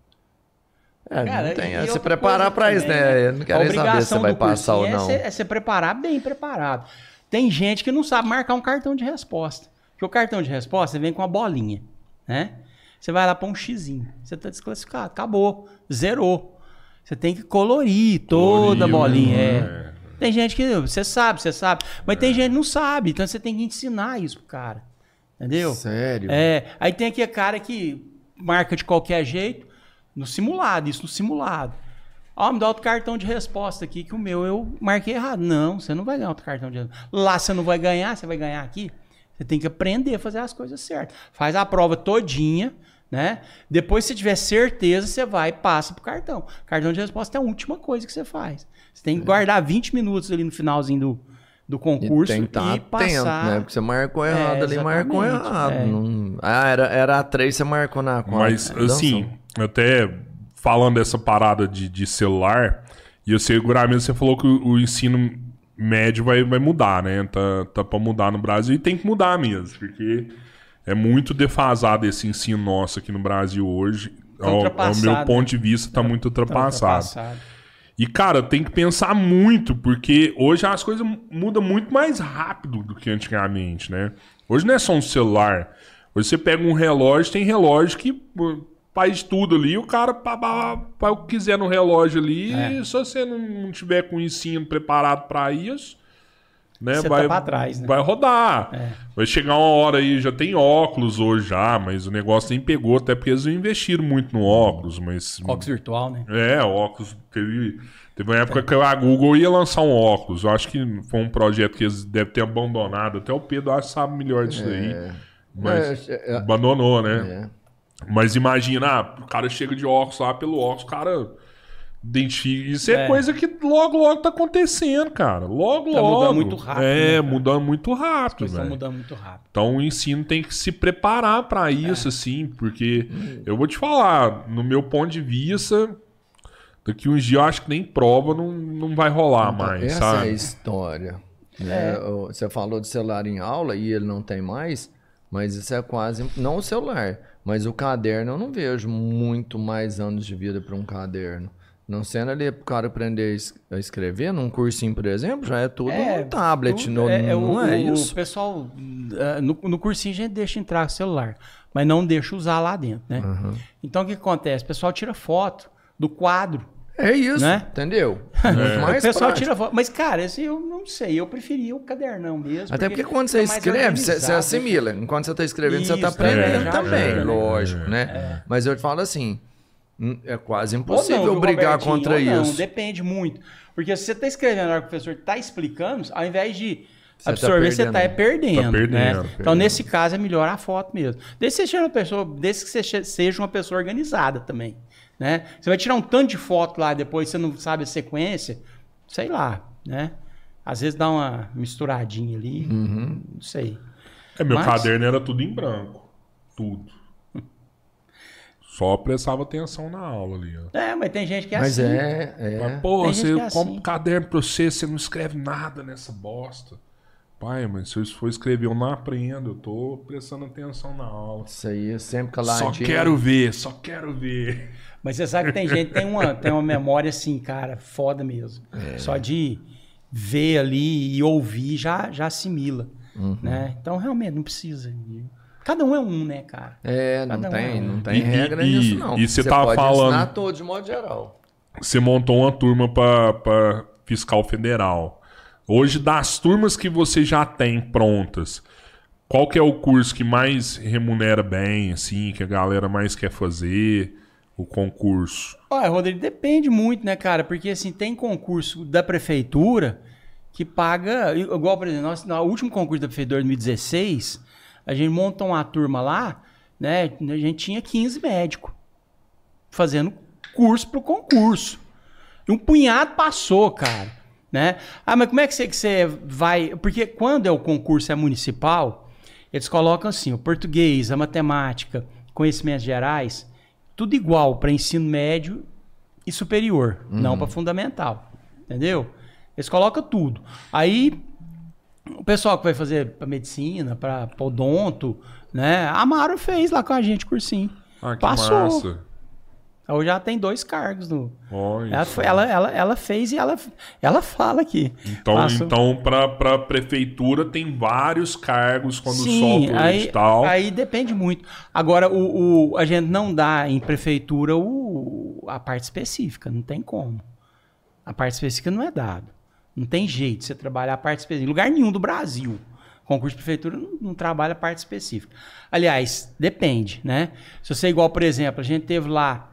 Cara, não tem. Se preparar para isso, né? Eu não quero saber se você vai passar ou não. É se preparar bem preparado. Tem gente que não sabe marcar um cartão de resposta. Porque o cartão de resposta vem com uma bolinha, né? Você vai lá para um xizinho. Você tá desclassificado. Acabou. Zerou. Você tem que colorir toda a bolinha. Tem gente que... Você sabe. Mas tem gente que não sabe. Então você tem que ensinar isso pro cara. Entendeu? Sério? Aí tem aquele cara que marca de qualquer jeito no simulado. Me dá outro cartão de resposta aqui que o meu eu marquei errado. Não, você não vai ganhar outro cartão de resposta. Lá você não vai ganhar, você vai ganhar aqui. Você tem que aprender a fazer as coisas certas. Faz a prova todinha, né? Depois, se tiver certeza, você vai e passa pro cartão. Cartão de resposta é a última coisa que você faz. Você tem que guardar 20 minutos ali no finalzinho do concurso e passar... Atento, né? Porque você marcou errado ali, marcou errado. Não... era a 3, você marcou na 4. Mas, assim, até falando dessa parada de celular, e eu seguramente você falou que o ensino médio vai mudar, né? Tá pra mudar no Brasil e tem que mudar mesmo, porque é muito defasado esse ensino nosso aqui no Brasil hoje. Ao meu ponto de vista, tá muito ultrapassado. E, cara, tem que pensar muito, porque hoje as coisas mudam muito mais rápido do que antigamente, né? Hoje não é só um celular. Hoje você pega um relógio, tem relógio que faz tudo ali, o cara faz o que quiser no relógio ali, e se você não tiver com o ensino preparado para isso, né, você tá pra trás, né? Vai rodar. Vai chegar uma hora aí, já tem óculos hoje já, mas o negócio nem pegou, até porque eles não investiram muito no óculos, mas... Óculos virtual, né? Óculos. Teve uma época que a Google ia lançar um óculos. Eu acho que foi um projeto que eles devem ter abandonado. Até o Pedro acho que sabe melhor disso aí. Mas abandonou, né? Mas imagina, o cara chega de óculos lá, pelo óculos, o cara identifica. Isso é coisa que logo tá acontecendo, cara. Logo. Mudando muito rápido. Mudando muito rápido, velho. Tá mudando muito rápido. Então o ensino tem que se preparar pra isso, assim, porque eu vou te falar, no meu ponto de vista, daqui uns dias eu acho que nem prova não vai rolar mais, essa sabe? Essa é a história. Né? Você falou de celular em aula e ele não tem mais, mas isso é quase... Não o celular, mas o caderno eu não vejo muito mais anos de vida para um caderno. Não sendo ali para o cara aprender a escrever, num cursinho, por exemplo, já é tudo no tablet, não é isso? O pessoal, no cursinho a gente deixa entrar o celular, mas não deixa usar lá dentro, né? Uhum. Então o que acontece? O pessoal tira foto do quadro. É isso, né? Entendeu? Muito mais o pessoal prático. tira foto. Mas, cara, esse eu não sei, eu preferia o cadernão mesmo. Até porque quando você escreve, você assimila. Enquanto você está escrevendo, você está aprendendo também, lógico, né? Mas eu te falo assim, é quase impossível brigar contra isso. Não, depende muito. Porque se você está escrevendo na hora que o professor está explicando, ao invés de absorver, você está perdendo. Né? Então, nesse caso, é melhor a foto mesmo. Desde que você seja uma pessoa organizada também. Né? Você vai tirar um tanto de foto lá, depois você não sabe a sequência, sei lá, né? Às vezes dá uma misturadinha ali, não sei. Meu caderno era tudo em branco, tudo. Só prestava atenção na aula ali. Ó. Mas tem gente que é assim. Mas, pô, você compra um caderno pra você não escreve nada nessa bosta. Pai, mas se eu for escrever, eu não aprendo. Eu tô prestando atenção na aula. Isso aí, sempre caladinho. Só quero ver. Mas você sabe que tem gente que tem uma memória assim, cara, foda mesmo. Só de ver ali e ouvir já assimila. Né? Então, realmente, não precisa. Cada um é um, né, cara? Não tem regra nisso, não. E você tava falando... ensinar todos de modo geral. Você montou uma turma para fiscal federal. Hoje, das turmas que você já tem prontas, qual que é o curso que mais remunera bem, assim, que a galera mais quer fazer, o concurso? Olha, Rodrigo, depende muito, né, cara? Porque, assim, tem concurso da prefeitura que paga... Igual, por exemplo, no último concurso da prefeitura de 2016, a gente montou uma turma lá, né? A gente tinha 15 médicos fazendo curso pro concurso. E um punhado passou, cara. Né? Mas como é que você vai... Porque quando o concurso é municipal, eles colocam assim, o português, a matemática, conhecimentos gerais, tudo igual para ensino médio e superior, não para fundamental. Entendeu? Eles colocam tudo. Aí, o pessoal que vai fazer para medicina, para odonto, né? A Amaro fez lá com a gente cursinho. Que passou. Massa. Hoje já tem 2 cargos. Ela fez e ela fala aqui. Então para a prefeitura tem vários cargos quando solta o edital. Aí depende muito. Agora, a gente não dá em prefeitura a parte específica, não tem como. A parte específica não é dado. Não tem jeito de você trabalhar a parte específica. Em lugar nenhum do Brasil. Concurso de prefeitura não trabalha a parte específica. Aliás, depende, né? Se você é igual, por exemplo, a gente teve lá...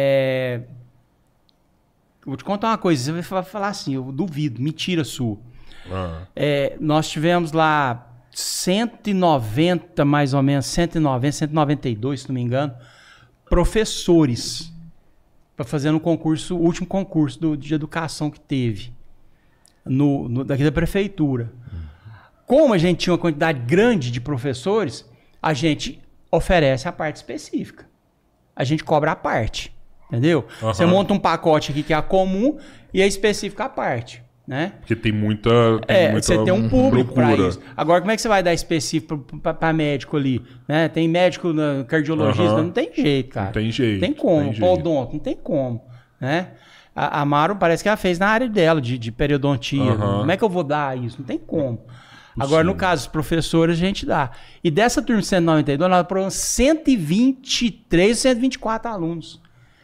Vou te contar uma coisa, você vai falar assim, eu duvido, mentira sua. Nós tivemos lá 190, mais ou menos, 192, se não me engano, professores para fazer no concurso, o último concurso de educação que teve daqui da prefeitura. Como a gente tinha uma quantidade grande de professores, a gente oferece a parte específica. A gente cobra a parte. Entendeu? Você monta um pacote aqui que é a comum e a específica a parte, né? Porque tem muita você tem um público para isso. Agora, como é que você vai dar específico para médico ali? Né? Tem médico cardiologista, não tem jeito, cara. Não tem jeito. Tem como. Podonto, não tem como. Né? A Amaro parece que ela fez na área dela, de periodontia. Como é que eu vou dar isso? Não tem como. Agora, no caso dos professores, a gente dá. E dessa turma de 192, nós aprovamos 123, 124 alunos.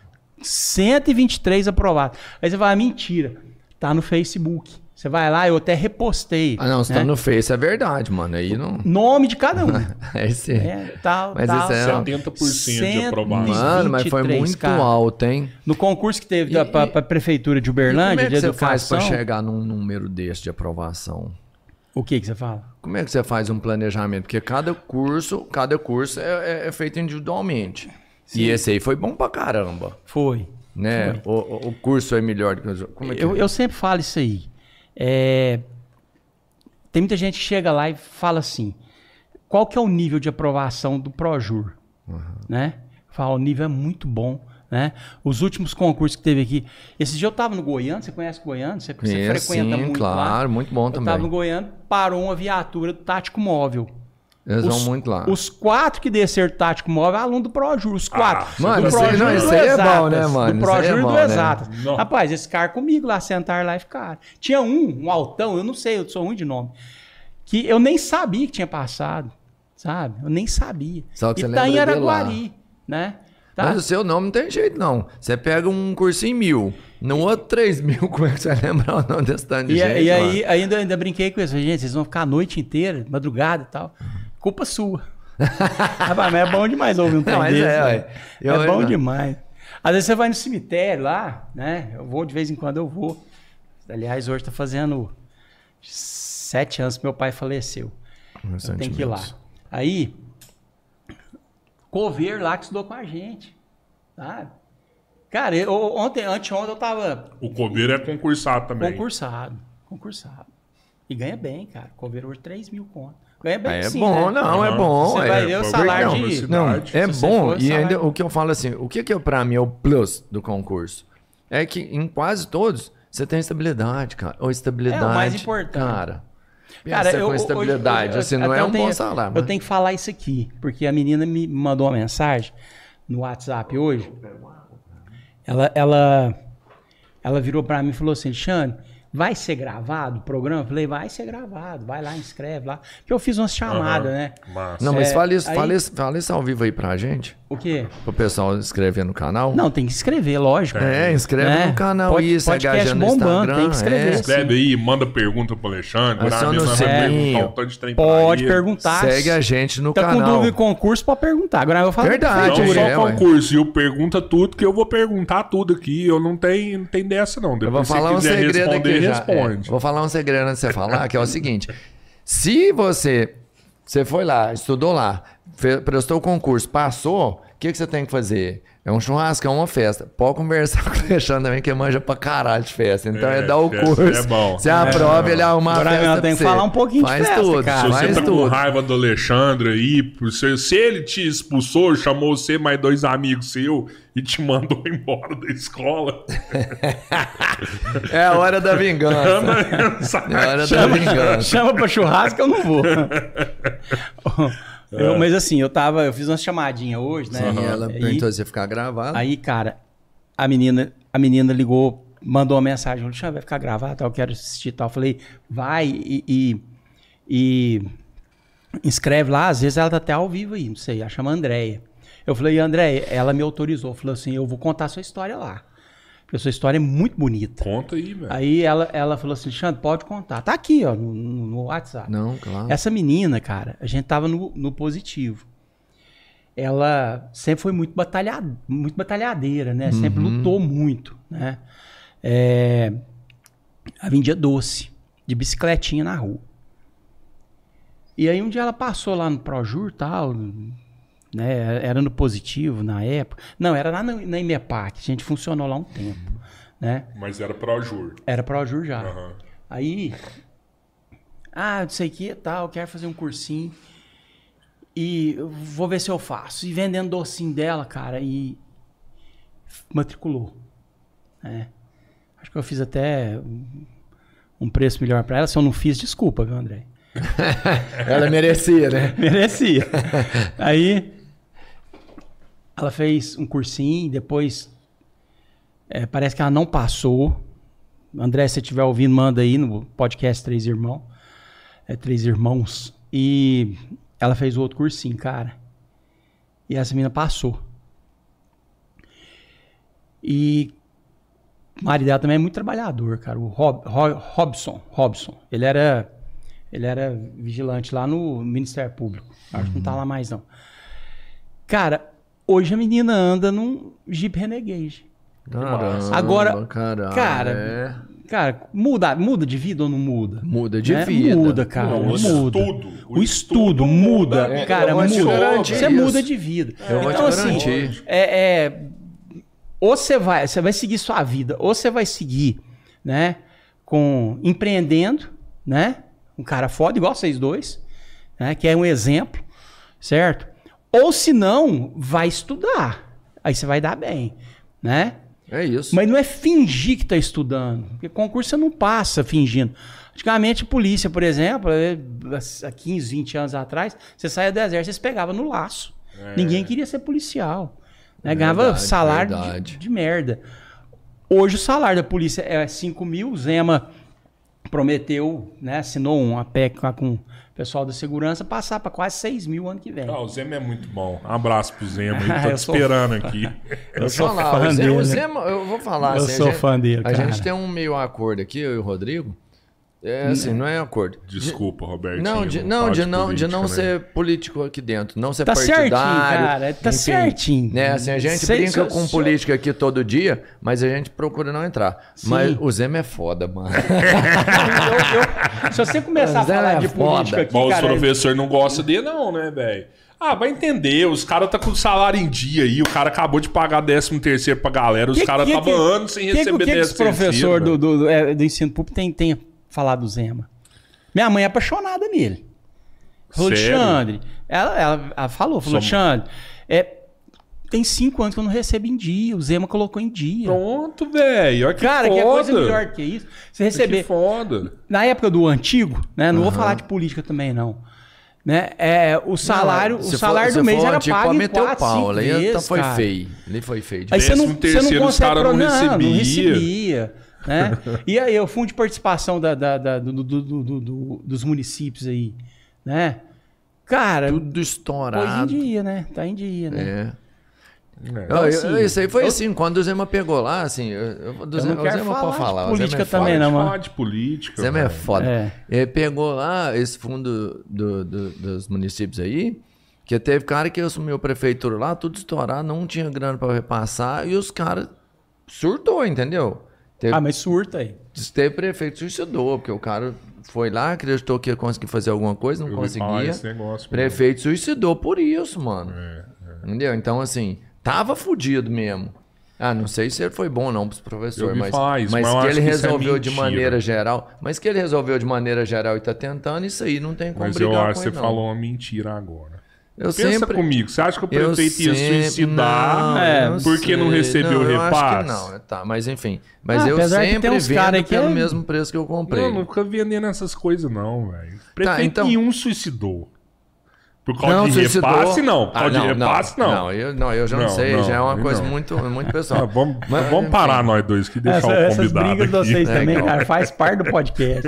123 aprovados. Aí você fala, mentira, tá no Facebook. Você vai lá, eu até repostei. Não, se tá no Face, é verdade, mano. Aí não... Nome de cada um. Esse. Tal. Isso é 70% de aprovação. Mano, mas foi muito alto, hein? No concurso que teve pra prefeitura de Uberlândia, de educação... Como é que você faz pra chegar num número desse de aprovação? O que você fala? Como é que você faz um planejamento? Porque cada curso é feito individualmente. E esse aí foi bom pra caramba. Foi. Né? Foi. O curso é melhor do que os... Como é que eu sempre falo isso aí. Tem muita gente que chega lá e fala assim, qual que é o nível de aprovação do Projur? Né? Fala, o nível é muito bom. Né? Os últimos concursos que teve aqui. Esse dia eu estava no Goiânia, você conhece o Goiânia? Você frequenta muito claro, lá? Muito bom também. Eu estava no Goiânia, parou uma viatura do Tático Móvel. Eles vão muito lá. Os 4 que desceram do Tático Móvel, aluno do Projur, os 4. Mano, isso aí é bom, né, mano? Do Projur e do Exatas. Né? Rapaz, esse cara comigo lá, sentaram lá e ficaram. Tinha um altão, eu não sei, eu sou ruim de nome, que eu nem sabia que tinha passado, sabe? Eu nem sabia. Só que e você tá em lembra Araguari, né? Tá. Mas o seu nome não tem jeito, não. Você pega um cursinho 1.000, no outro 3.000, como é que você vai lembrar o nome desse tanto de gente? E aí ainda brinquei com isso. Gente, vocês vão ficar a noite inteira, madrugada e tal. Culpa sua. Mas é bom demais ouvir um trem desse. É bom demais. Às vezes você vai no cemitério lá, né? Eu vou, de vez em quando eu vou. Aliás, hoje tá fazendo 7 anos que meu pai faleceu. Eu tenho que ir lá. Aí... Coveiro lá que estudou com a gente, sabe? Cara, anteontem eu tava... O coveiro é concursado também. Concursado. E ganha bem, cara. Coveiro hoje 3.000 conto. Ganha bem sim, bom, né? não, é bom. Você vai ver o salário de... Não, é bom. E ainda o que eu falo assim, o que pra mim é o plus do concurso? É que em quase todos você tem estabilidade, cara. Ou estabilidade... É o mais importante. Cara, com estabilidade, assim, não é um bom salário. Eu tenho que falar isso aqui, porque a menina me mandou uma mensagem no WhatsApp hoje. Ela virou pra mim e falou assim, Alexandre, vai ser gravado o programa? Eu falei, vai ser gravado, vai lá, inscreve lá. Porque eu fiz uma chamada, né? Massa. Não, mas fala isso ao vivo aí pra gente. O quê? Pro pessoal inscrever no canal. Não, tem que inscrever, lógico. Inscreve no canal aí, segue a gente no Instagram. Tem que escrever. Escreve aí, manda pergunta pro Alexandre. Pode perguntar. Segue a gente no canal. Tá com dúvida em concurso, pode perguntar. Agora eu vou falar. Verdade. Não só concurso. E eu pergunta tudo, que eu vou perguntar tudo aqui. Eu não tem dessa, não. Depois, eu vou falar um segredo aqui já. Responde. Vou falar um segredo antes de você falar, que é o seguinte. Se você foi lá, estudou lá, prestou o concurso, passou, o que você tem que fazer? É um churrasco, é uma festa. Pode conversar com o Alexandre também, que manja pra caralho de festa. Então dar o curso. É bom. Você aprova, ele arruma a festa. Agora tem que falar um pouquinho de festa, tudo, cara. Se você tá com raiva do Alexandre aí, se ele te expulsou, chamou você mais 2 amigos seus e te mandou embora da escola. É a hora da vingança. É a hora da vingança. Chama pra churrasco, eu não vou. Mas assim, eu fiz uma chamadinha hoje, né? Sim, ela perguntou se ia ficar gravado. Aí, cara, a menina ligou, mandou uma mensagem, Alexandre, vai ficar gravado, tal, eu quero assistir tal. Eu falei, vai e inscreve lá, às vezes ela tá até ao vivo aí, não sei, ela chama Andréia. Eu falei, Andréia, ela me autorizou, falou assim, eu vou contar a sua história lá. Porque a sua história é muito bonita. Conta aí, velho. Aí ela falou assim, Alexandre, pode contar. Tá aqui, ó, no WhatsApp. Não, claro. Essa menina, cara, a gente tava no positivo. Ela sempre foi muito batalhadeira, né? Sempre lutou muito, né? Ela vendia doce, de bicicletinha na rua. E aí um dia ela passou lá no Projur e tal, né? Era no positivo na época. Não, era lá na IMEPAC, a gente funcionou lá um tempo, né? Mas era Projur. Era Projur já. Aí, não sei o que tal, quero fazer um cursinho e eu vou ver se eu faço. E vendendo docinho dela, cara, e matriculou, né? Acho que eu fiz até um preço melhor pra ela. Se eu não fiz, desculpa, viu, André? Ela merecia, né? Merecia. Aí ela fez um cursinho, depois parece que ela não passou. André, se você estiver ouvindo, manda aí no podcast 3 Irmãos. 3 Irmãos. E ela fez o outro cursinho, cara. E essa menina passou. E o marido dela também é muito trabalhador, cara. O Robson. Ele era vigilante lá no Ministério Público. Acho que não tá lá mais, não. Cara, hoje a menina anda num Jeep Renegade. Caramba, agora, cara, Cara, muda de vida ou não muda? Muda de vida. Muda, cara. Não, muda. O estudo muda. Cara, muda. Você muda de vida. Eu vou te garantir. Ou você vai seguir sua vida, ou você vai seguir, né, empreendendo, né? Um cara foda, igual vocês dois, né? Que é um exemplo, certo? Ou se não, vai estudar. Aí você vai dar bem, né? É isso. Mas não é fingir que tá estudando. Porque concurso você não passa fingindo. Antigamente, a polícia, por exemplo, há 15, 20 anos atrás, você saía do exército, você pegava no laço. Ninguém queria ser policial. Né? Ganhava salário de merda. Hoje o salário da polícia é 5 mil. O Zema prometeu, né, assinou uma PEC lá com o pessoal da segurança, passar para quase 6 mil ano que vem. O Zema é muito bom. Um abraço pro Zema. Tô te esperando aqui. Eu sou fã dele. O Zema, eu vou falar. Eu sou fã dele, A gente tem um meio acordo aqui, eu e o Rodrigo. Não é acordo. Desculpa, Roberto. De não ser político aqui dentro, não ser tá partidário. Certinho, cara. Tá certinho. Né? Assim, a gente brinca com política aqui todo dia, mas a gente procura não entrar. Sim. Mas o Zema é foda, mano. Se você começar a falar de política aqui, mas cara... os professores não gostam dele não, né, velho? Vai entender, os caras tá com o salário em dia aí, o cara acabou de pagar 13º pra galera, os caras estavam anos sem receber 13º. O professor do ensino público tem falar do Zema. Minha mãe é apaixonada nele. Falou, Alexandre. Ela falou, Alexandre, tem 5 anos que eu não recebo em dia. O Zema colocou em dia. Pronto, velho. Cara, que é coisa melhor que isso. Você receber. Que foda. Na época do antigo, né? Não vou falar de política também, não. Né? O salário, do mês era pago em 4, 5 vezes, foi feio. Ele foi feio. Aí você não consegue... Não recebia. Né? E aí, o fundo de participação dos municípios aí, né? Cara... Tudo estourado. Tá em dia, né? Então, isso aí foi assim, quando o Zema pegou lá, assim... O Zema pode falar. Política também, não, mano. Falar de política. O Zema é foda. Ele pegou lá esse fundo dos municípios aí, que teve cara que assumiu a prefeitura lá, tudo estourado, não tinha grana pra repassar, e os caras surtou, entendeu? Mas surta aí. Teve prefeito suicidou, porque o cara foi lá, acreditou que ia conseguir fazer alguma coisa, não conseguia. Prefeito suicidou por isso, mano. Entendeu? Então, assim, tava fudido mesmo. Não sei se ele foi bom ou não pros professores, mas que ele resolveu de maneira geral. Mas que ele resolveu de maneira geral e tá tentando, isso aí não tem como brigar com ele, não. Mas eu acho que você falou uma mentira agora. Pensa comigo, você acha que o prefeito ia suicidar porque não recebeu o repasse? Acho que não, tá, mas enfim. Mas eu sempre vendo pelo mesmo preço que eu comprei. Não fica vendendo essas coisas não, velho. Prefeito nenhum suicidou. Por causa de repasse, não. Por causa de repasse, não. Eu já não sei. Já é uma coisa muito pessoal. Vamos parar nós dois que deixar o convidado essas brigas de vocês também, cara, faz parte do podcast.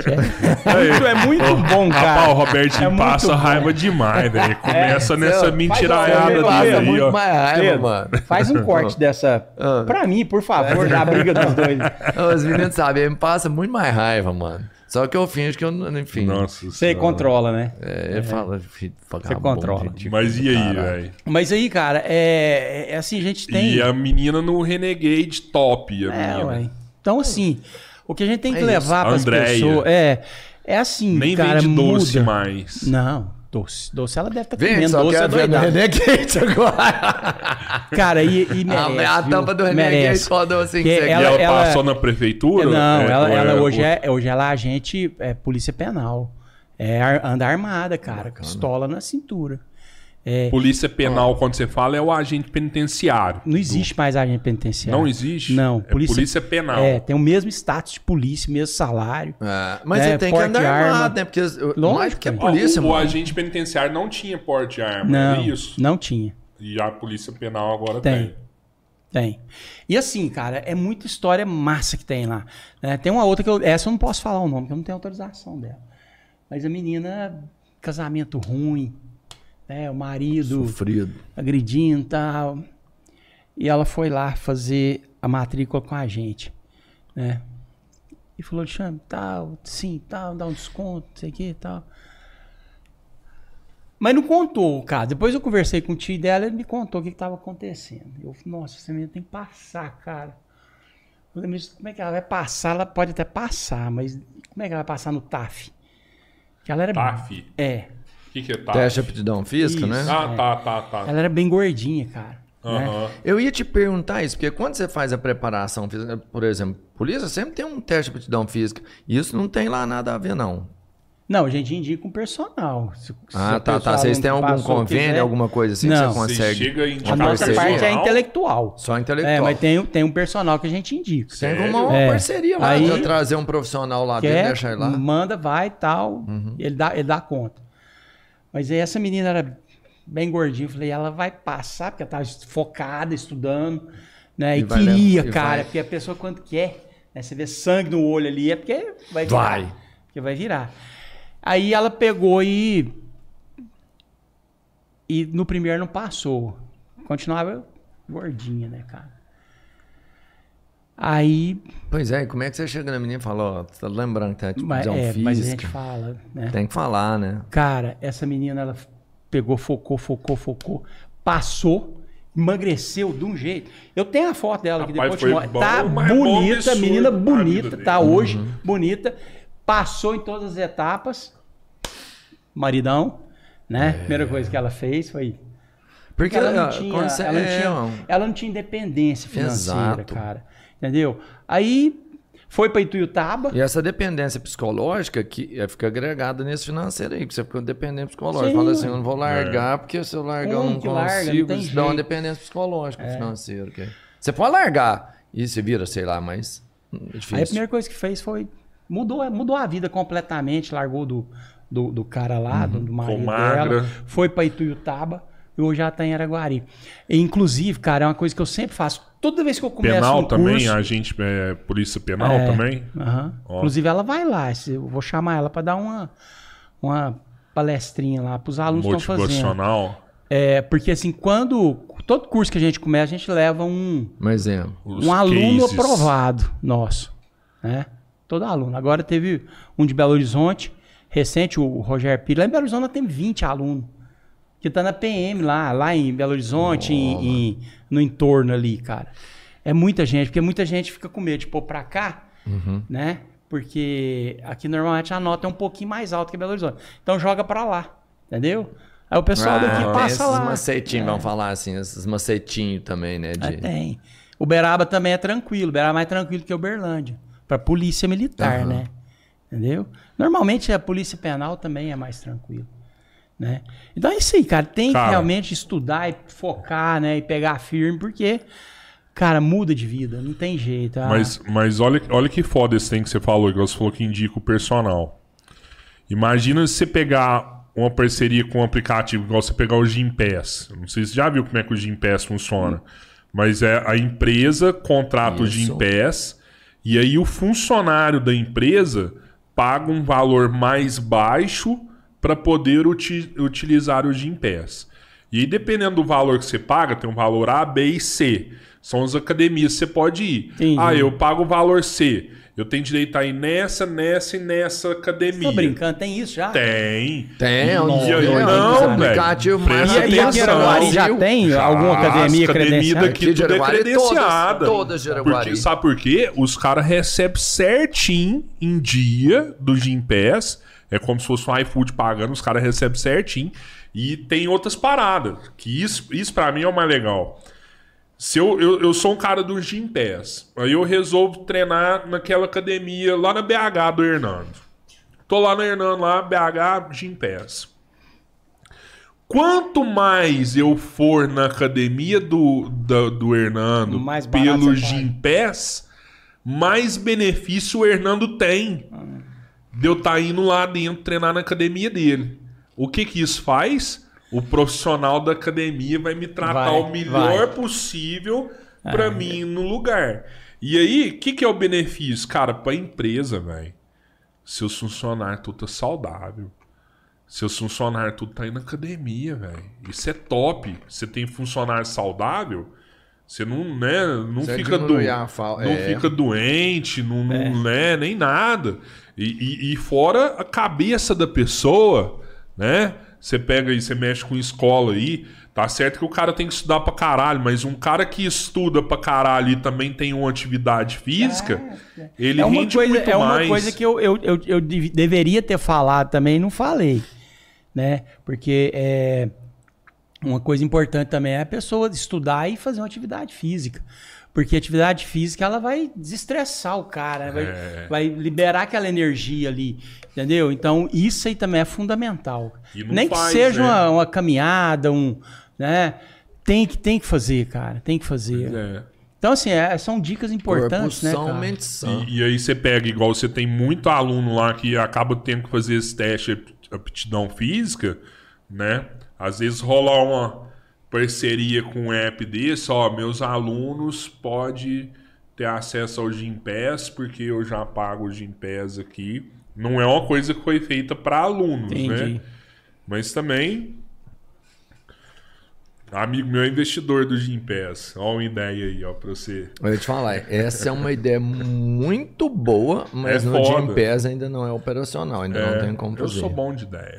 É muito bom, cara. Rapaz, o Robertinho passa raiva demais, né? Começa nessa mentiraiada dele aí, ó. Mais raiva, mano. Faz um corte dessa pra mim, por favor, da briga dos dois. Os meninos sabem, ele me passa muito mais raiva, mano. Só que eu finjo que eu, enfim... Você controla, né? Ele fala... Você controla. Mas e aí, velho? Mas aí, cara, assim, a gente tem... E a menina no Renegade top, a menina. Ué. Então, assim, o que a gente tem que levar para as pessoas... É assim, nem cara, vende doce muda. mais. Não. Doce ela deve estar comendo doce, é doidado. Renegade agora. Cara, e merece, a tampa do Renegade rodou assim que você ela passou na prefeitura? Não, ela hoje ela é agente polícia penal. Anda armada, cara. Bacana. Pistola na cintura. Polícia penal, quando você fala, é o agente penitenciário. Não existe mais agente penitenciário. Não existe? Não. Polícia penal. Tem o mesmo status de polícia, mesmo salário. Mas você tem que andar armado, né? Porque mais que a polícia, o agente penitenciário não tinha porte de arma, não é isso? Não tinha. E a polícia penal agora tem. E assim, cara, é muita história massa que tem lá. Tem uma outra que essa eu não posso falar o nome, porque eu não tenho autorização dela. Mas a menina, casamento ruim, o marido sofrido, agredindo e tal. E ela foi lá fazer a matrícula com a gente, né? E falou, Alexandre, tal, sim, tal, dá um desconto, não sei o que e tal. Mas não contou, cara. Depois eu conversei com o tio dela, ele me contou o que estava acontecendo. Eu falei, nossa, essa menina tem que passar, cara. Como é que ela vai passar? Ela pode até passar, mas como é que ela vai passar no TAF? Que ela era... TAF? É. O que é TAF? Teste de aptidão física, Isso, né? Tá. Ela era bem gordinha, cara. Né? Eu ia te perguntar isso, porque quando você faz a preparação física, por exemplo, polícia sempre tem um teste de aptidão física. Isso não tem lá nada a ver, não. Não, a gente indica um personal. Tá. Vocês têm algum convênio, alguma coisa assim não, que você consegue? A nossa parte é intelectual. Só intelectual. Mas tem um personal que a gente indica. Tem uma parceria lá, aí, trazer um profissional lá dentro, deixar ele lá. Manda, vai e tal, ele dá conta. Mas aí essa menina era bem gordinha, eu falei, ela vai passar, porque ela estava focada, estudando, né? E queria, cara, porque a pessoa quando quer, né? Você vê sangue no olho ali, é porque vai virar. Porque vai virar. Aí ela pegou e no primeiro não passou. Continuava gordinha, né, cara? Aí... Pois é, como é que você chega na menina e fala, ó, você tá lembrando que tá tipo física? Mas a gente fala, né? Tem que falar, né? Cara, essa menina, ela pegou, focou, passou, emagreceu de um jeito. Eu tenho a foto dela aqui, depois eu te mostro. Tá bonita, menina bonita, tá hoje bonita. Passou em todas as etapas. Maridão, né? Primeira coisa que ela fez foi... Porque ela não tinha independência financeira, cara. Entendeu? Aí foi para Ituiutaba. E essa dependência psicológica que fica agregada nesse financeiro aí, que você fica dependente psicológico. Sim. Fala assim, eu não vou largar, porque se eu largar eu não consigo. Isso dá uma dependência psicológica financeira. Okay? Você pode largar e se vira, sei lá, mas é difícil. Aí a primeira coisa que fez foi... Mudou a vida completamente, largou do cara lá, do marido dela, foi para Ituiutaba e hoje já tá em Araguari. E, inclusive, cara, é uma coisa que eu sempre faço. Toda vez que eu começo penal um também, curso... a gente polícia penal também? Inclusive, ela vai lá. Eu vou chamar ela para dar uma palestrinha lá para os alunos que estão fazendo. Motivacional? Porque assim, todo curso que a gente começa, a gente leva um aluno cases. Aprovado nosso, né? Todo aluno. Agora teve um de Belo Horizonte, recente, o Rogério Pires. Lá em Belo Horizonte nós temos 20 alunos. Que tá na PM lá em Belo Horizonte, no entorno ali, cara. É muita gente, porque muita gente fica com medo de pôr pra cá, né? Porque aqui normalmente a nota é um pouquinho mais alta que Belo Horizonte. Então joga pra lá, entendeu? Aí o pessoal daqui passa lá. Esses macetinhos, vamos falar assim, esses macetinhos também, né? Tem. Uberaba também é tranquilo, Uberaba é mais tranquilo que Uberlândia. Pra polícia militar, né? Entendeu? Normalmente a polícia penal também é mais tranquilo, né? Então é isso aí, cara. Tem que realmente estudar e focar, né? E pegar firme, porque, cara, muda de vida, não tem jeito. Mas olha que foda esse trem que você falou, que você falou que indica o personal. Imagina se você pegar uma parceria com um aplicativo, igual você pegar o Gympass. Não sei se você já viu como é que o Gympass funciona, mas a empresa contrata o Gympass. E aí o funcionário da empresa paga um valor mais baixo para poder utilizar o Gympass. E aí, dependendo do valor que você paga, tem um valor A, B e C. São as academias que você pode ir. Entendi. Eu pago o valor C. Eu tenho direito a ir nessa e nessa academia. Você tá brincando? Tem isso já? Tem. Não, velho. E aqui em Araguari já tem alguma academia credenciada? Daqui tudo é credenciada. Todas de Araguari. Sabe por quê? Os caras recebem certinho em dia do Gympass. É como se fosse um iFood pagando, os caras recebem certinho. E tem outras paradas. Que isso pra mim é o mais legal. Se eu sou um cara do Gympass, aí eu resolvo treinar naquela academia lá na BH do Hernando. Tô lá no Hernando, lá, BH, Gympass. Quanto mais eu for na academia do Hernando pelo Gympass, mais benefício o Hernando tem de eu estar indo lá dentro treinar na academia dele. O que isso faz? O profissional da academia vai me tratar o melhor possível pra mim no lugar. E aí, o que é o benefício? Cara, pra empresa, velho. Seus funcionários tudo tá saudável. Seus funcionários tudo tá indo na academia, velho. Isso é top. Você tem funcionário saudável, você não fica fica doente, nem nada. E fora a cabeça da pessoa, né? você pega e você mexe com escola aí, tá certo que o cara tem que estudar pra caralho, mas um cara que estuda pra caralho e também tem uma atividade física, ele rende muito mais. É uma coisa que eu deveria ter falado também e não falei, né? Porque uma coisa importante também é a pessoa estudar e fazer uma atividade física. Porque a atividade física, ela vai desestressar o cara, vai liberar aquela energia ali, entendeu? Então, isso aí também é fundamental. Nem que seja uma caminhada, né? Tem que fazer, cara, tem que fazer. Então, assim, são dicas importantes, né, cara? E aí você pega, igual você tem muito aluno lá que acaba tendo que fazer esse teste de aptidão física, né? Às vezes rola uma parceria com um app desse, meus alunos podem ter acesso ao Gympass, porque eu já pago o Gympass aqui. Não é uma coisa que foi feita para alunos, né? Mas também, amigo meu é investidor do Gympass. Olha uma ideia aí, para você. Eu ia te falar, essa é uma ideia muito boa, mas no Gympass ainda não é operacional, ainda não tem como fazer. Eu sou bom de ideia.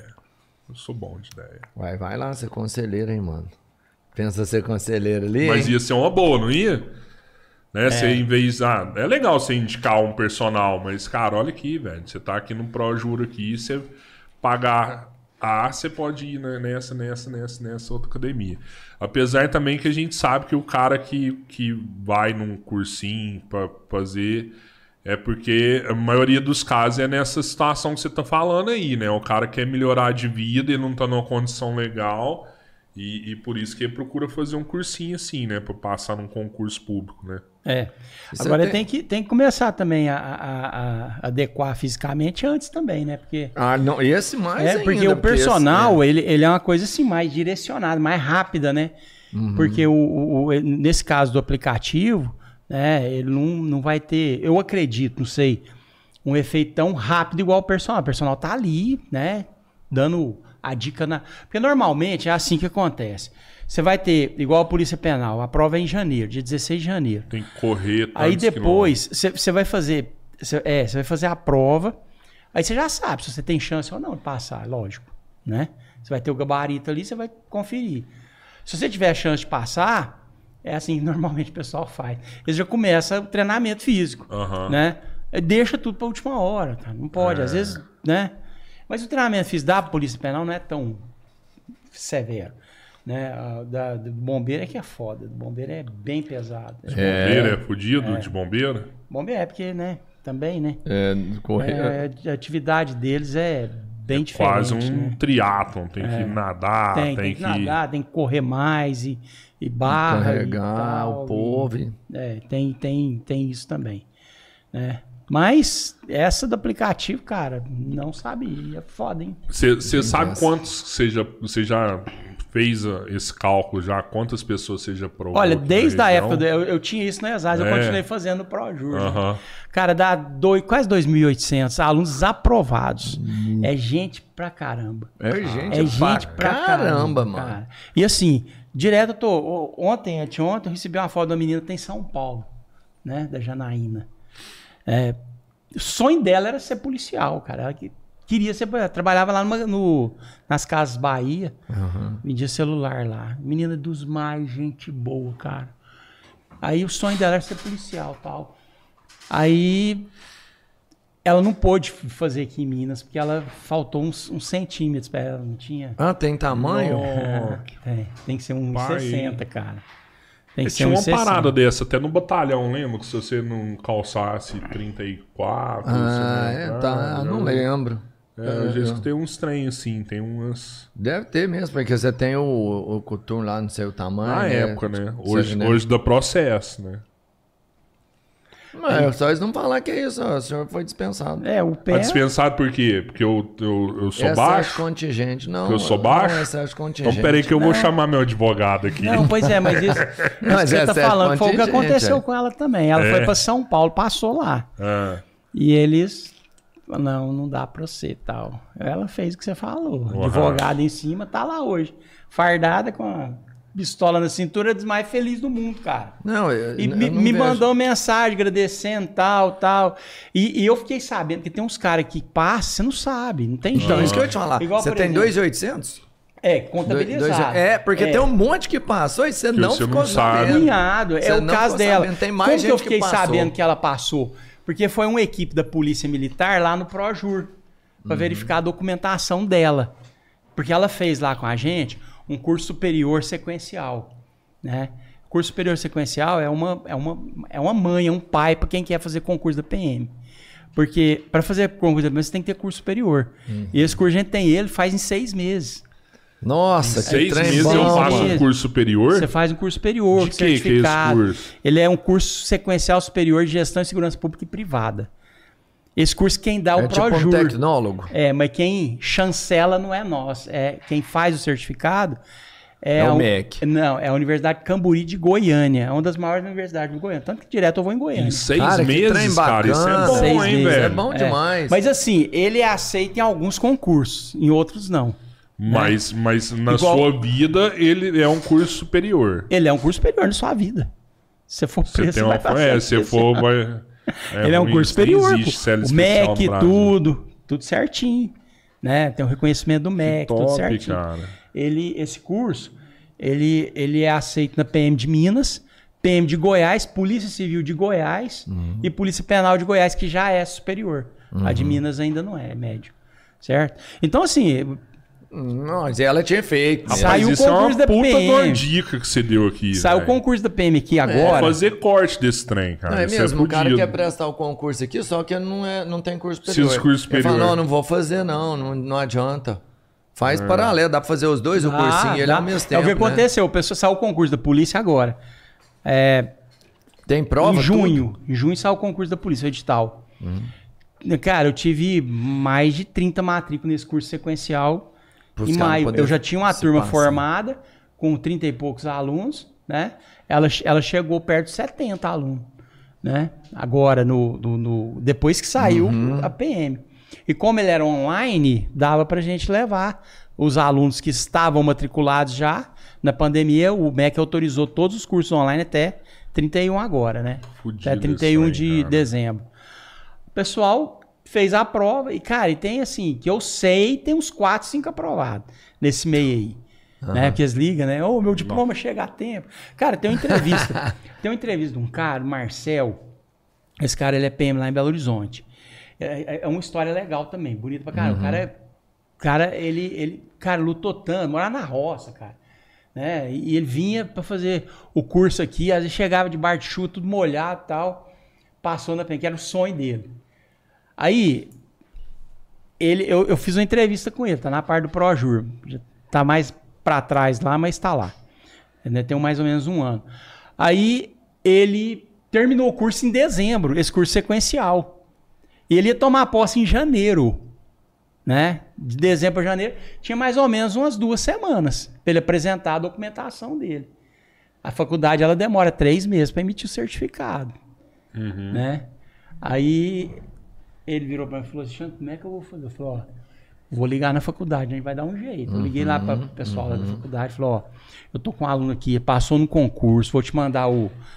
Vai lá, ser conselheiro, hein, mano. Pensa ser conselheiro ali. Mas ia ser uma boa, não ia? Né? Você, em vez... é legal você indicar um personal, mas, cara, olha aqui, velho. Você tá aqui no ProJuro aqui, você pagar você pode ir nessa outra academia. Apesar também que a gente sabe que o cara que vai num cursinho pra fazer... É porque a maioria dos casos é nessa situação que você tá falando aí, né? O cara quer melhorar de vida e não tá numa condição legal... E por isso que ele procura fazer um cursinho assim, né? Para passar num concurso público, né? Agora tem que começar também a adequar fisicamente antes também, né? Porque... não, esse mais ainda. Porque o personal, ele é uma coisa assim, mais direcionada, mais rápida, né? Porque nesse caso do aplicativo, né? Ele não vai ter, eu acredito, não sei, um efeito tão rápido igual o personal. O personal tá ali, né? Dando... a dica Porque normalmente é assim que acontece. Você vai ter, igual a Polícia Penal, a prova é em janeiro, dia 16 de janeiro. Tem que correr. Aí depois você vai fazer. Você vai fazer a prova. Aí você já sabe se você tem chance ou não de passar, lógico. Né? Você vai ter o gabarito ali, você vai conferir. Se você tiver a chance de passar, é assim que normalmente o pessoal faz. Eles já começam o treinamento físico. Né? Deixa tudo para a última hora. Tá? Não pode, às vezes, né? Mas o treinamento físico da Polícia Penal não é tão severo. Né? Do bombeiro é que é foda. Do bombeiro é bem pesado. De bombeiro é fudido? De bombeiro? Bombeiro é porque, né? Também, né? A atividade deles é bem diferente. Quase um triatlon. Tem que nadar. Tem que nadar, tem que correr mais e barra. Carregar o povo. Tem isso também. Né? Mas essa do aplicativo, cara, não sabia. É foda, hein? Você sabe quantos você já fez esse cálculo já? Quantas pessoas você já provou? Olha, desde a época, eu tinha isso na ESAS, eu continuei fazendo o ProJuro. Cara, dá quase 2.800 alunos desaprovados. É gente pra caramba. É gente pra caramba, mano. Cara. E assim, direto anteontem, eu recebi uma foto da menina que tem em São Paulo, né? Da Janaína. O sonho dela era ser policial, cara. Ela queria ser, trabalhava lá nas Casas Bahia, vendia celular lá. Menina dos mais gente boa, cara. Aí o sonho dela era ser policial, tal. Aí ela não pôde fazer aqui em Minas porque ela faltou uns centímetros para ela, não tinha. Tem tamanho? Tem que ser 1,60, cara. Tinha uma parada dessa, até no batalhão, lembra? Que se você não calçasse 34... não lembro. Às vezes tem uns trem assim, tem umas... Deve ter mesmo, porque você tem o coturno lá, não sei o tamanho. Na época, né? Hoje dá processo, né? Só eles não falar que é isso, o senhor foi dispensado. O pé... dispensado por quê? Porque eu sou baixo? Contingente, não. Porque eu sou baixo? Não, excesso contingente. Então peraí que eu vou chamar meu advogado aqui. Não, pois é, mas isso que você tá falando foi o que aconteceu com ela também. Ela foi pra São Paulo, passou lá. E eles... Não dá pra você e tal. Ela fez o que você falou. Advogado em cima, tá lá hoje. Fardada com a pistola na cintura, mais feliz do mundo, cara. Me mandou uma mensagem agradecendo, tal. E eu fiquei sabendo que tem uns caras que passam, você não sabe, não tem jeito. Então, isso que eu ia te falar. Igual, você tem 2.800? Contabilizado. Porque tem um monte que passou e você não ficou sabendo. É o caso dela. Sabendo. Tem mais gente que eu fiquei sabendo que ela passou? Porque foi uma equipe da Polícia Militar lá no Projur para verificar a documentação dela. Porque ela fez lá com a gente um curso superior sequencial, né? Curso superior sequencial é uma mãe, é um pai para quem quer fazer concurso da PM. Porque para fazer concurso da PM você tem que ter curso superior. E esse curso a gente tem faz em 6 meses. Nossa, em 6 meses eu faço um curso superior? Você faz um curso superior, certificado. Que é esse curso? Ele é um curso sequencial superior de gestão e segurança pública e privada. Esse curso quem dá o Projur. Tipo um tecnólogo. Mas quem chancela não é nós. Quem faz o certificado é o MEC. Não, é a Universidade Camburi de Goiânia. É uma das maiores universidades de Goiânia. Tanto que direto eu vou em Goiânia. Em 6 meses, cara. Isso é bom, hein, velho? É bom demais. Mas assim, ele é aceito em alguns concursos, em outros não. Mas na sua vida, ele é um curso superior. Ele é um curso superior na sua vida. Se for preso, você vai passar. Se for... ele é um curso superior. O MEC, tudo certinho. Né? Tem o reconhecimento do MEC, tudo certinho. Cara. Esse curso, ele é aceito na PM de Minas, PM de Goiás, Polícia Civil de Goiás e Polícia Penal de Goiás, que já é superior. A de Minas ainda não é médio. Certo? Então, assim... Mas ela tinha feito. Saiu o concurso da PM. Puta dica que você deu aqui. Saiu o concurso da PM aqui agora. Fazer corte desse trem, cara. Não é mesmo? O cara quer prestar o concurso aqui, só que não tem curso superior. Curso superior. Ele fala, não vou fazer não adianta. Faz paralelo, dá pra fazer os dois, o cursinho e ele ao mesmo tempo. É o que aconteceu, o pessoal saiu o concurso da polícia agora. Tem prova? Em junho saiu o concurso da polícia, o edital. Cara, eu tive mais de 30 matrículas nesse curso sequencial. Em maio, eu já tinha uma turma formada, com 30 e poucos alunos, né? Ela chegou perto de 70 alunos, né? Agora, depois que saiu a PM. E como ele era online, dava pra gente levar os alunos que estavam matriculados já. Na pandemia, o MEC autorizou todos os cursos online até 31 agora, né? Até 31 de dezembro. O pessoal... fez a prova e, cara, e tem assim, que eu sei, tem uns 4, 5 aprovados nesse meio aí. Né? Porque eles ligam, né? Meu diploma chega a tempo. Cara, tem uma entrevista. Tem uma entrevista de um cara, o Marcel. Esse cara, ele é PM lá em Belo Horizonte. É uma história legal também, bonita pra caramba. O cara, ele lutou tanto, morava na roça, cara. Né? E ele vinha pra fazer o curso aqui, às vezes chegava de bar de chuva, tudo molhado e tal. Passou na PM, que era o sonho dele. Aí, eu fiz uma entrevista com ele, tá na parte do Projur. Já tá mais pra trás lá, mas tá lá. Tem mais ou menos 1 ano. Aí, ele terminou o curso em dezembro, esse curso sequencial. E ele ia tomar posse em janeiro, né? De dezembro a janeiro. Tinha mais ou menos umas 2 semanas pra ele apresentar a documentação dele. A faculdade, ela demora 3 meses pra emitir o certificado, né? Aí... ele virou pra mim e falou assim, como é que eu vou fazer? Eu falei, vou ligar na faculdade, a gente vai dar um jeito. Eu liguei lá para o pessoal lá da faculdade, falei, eu tô com um aluno aqui, passou no concurso, vou te mandar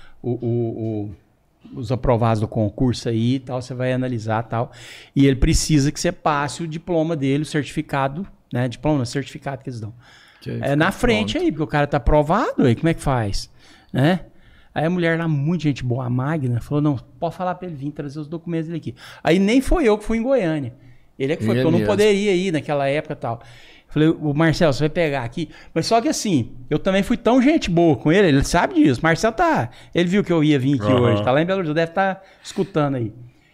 os aprovados do concurso aí e tal, você vai analisar e tal. E ele precisa que você passe o diploma dele, o certificado, né? Diploma, certificado que eles dão. Na frente aí, porque o cara tá aprovado, aí como é que faz? Né? Aí a mulher lá, muito gente boa, a Magna, falou, não, pode falar pra ele vir trazer os documentos dele aqui. Aí nem foi eu que fui em Goiânia. Ele é que foi, porque eu não poderia ir naquela época e tal. Falei, o Marcelo, você vai pegar aqui. Mas só que assim, eu também fui tão gente boa com ele sabe disso. Marcelo ele viu que eu ia vir aqui hoje, tá lá em Belo Horizonte, deve estar escutando aí.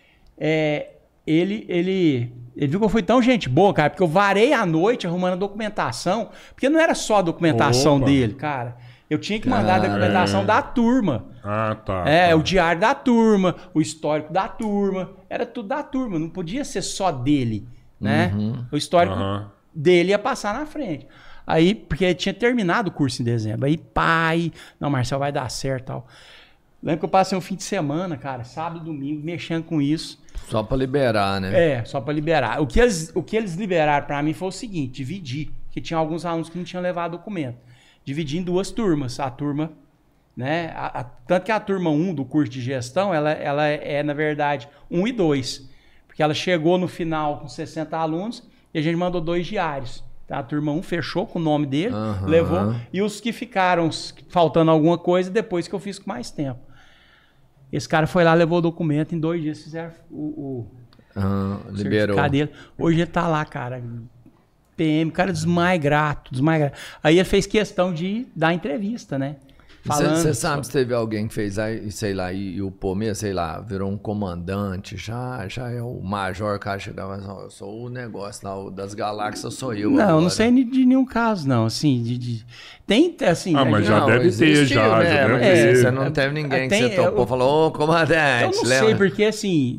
Ele viu que eu fui tão gente boa, cara, porque eu varei à noite arrumando a documentação, porque não era só a documentação dele, cara. Eu tinha que mandar a documentação da turma. Tá. O diário da turma, o histórico da turma. Era tudo da turma, não podia ser só dele, né? O histórico dele ia passar na frente. Aí, porque ele tinha terminado o curso em dezembro. Aí, não, Marcelo, vai dar certo e tal. Lembro que eu passei um fim de semana, cara, sábado, domingo, mexendo com isso. Só pra liberar, né? Só pra liberar. O que eles liberaram pra mim foi o seguinte, dividir. Que tinha alguns alunos que não tinham levado documento. Dividir em 2 turmas. A turma, né? Tanto que a turma 1 do curso de gestão, ela é, na verdade, 1 e 2. Porque ela chegou no final com 60 alunos e a gente mandou 2 diários. A turma 1 fechou com o nome dele, levou. E os que ficaram faltando alguma coisa, depois que eu fiz com mais tempo. Esse cara foi lá, levou o documento, em 2 dias fizeram o liberou. Dele. Hoje ele tá lá, cara. PM, cara desmaigrato. Aí ele fez questão de dar entrevista, né? Você sabe se teve alguém que fez aí, sei lá, e o pô mesmo, sei lá, virou um comandante, já é o major, o cara chegava assim, eu sou o negócio lá, o das galáxias sou eu. Não, agora. não sei de nenhum caso, não, assim, tem, assim... mas já deve ter, já deve ter. Você não teve ninguém que você topou e falou, ô, comandante, eu não sei, porque assim,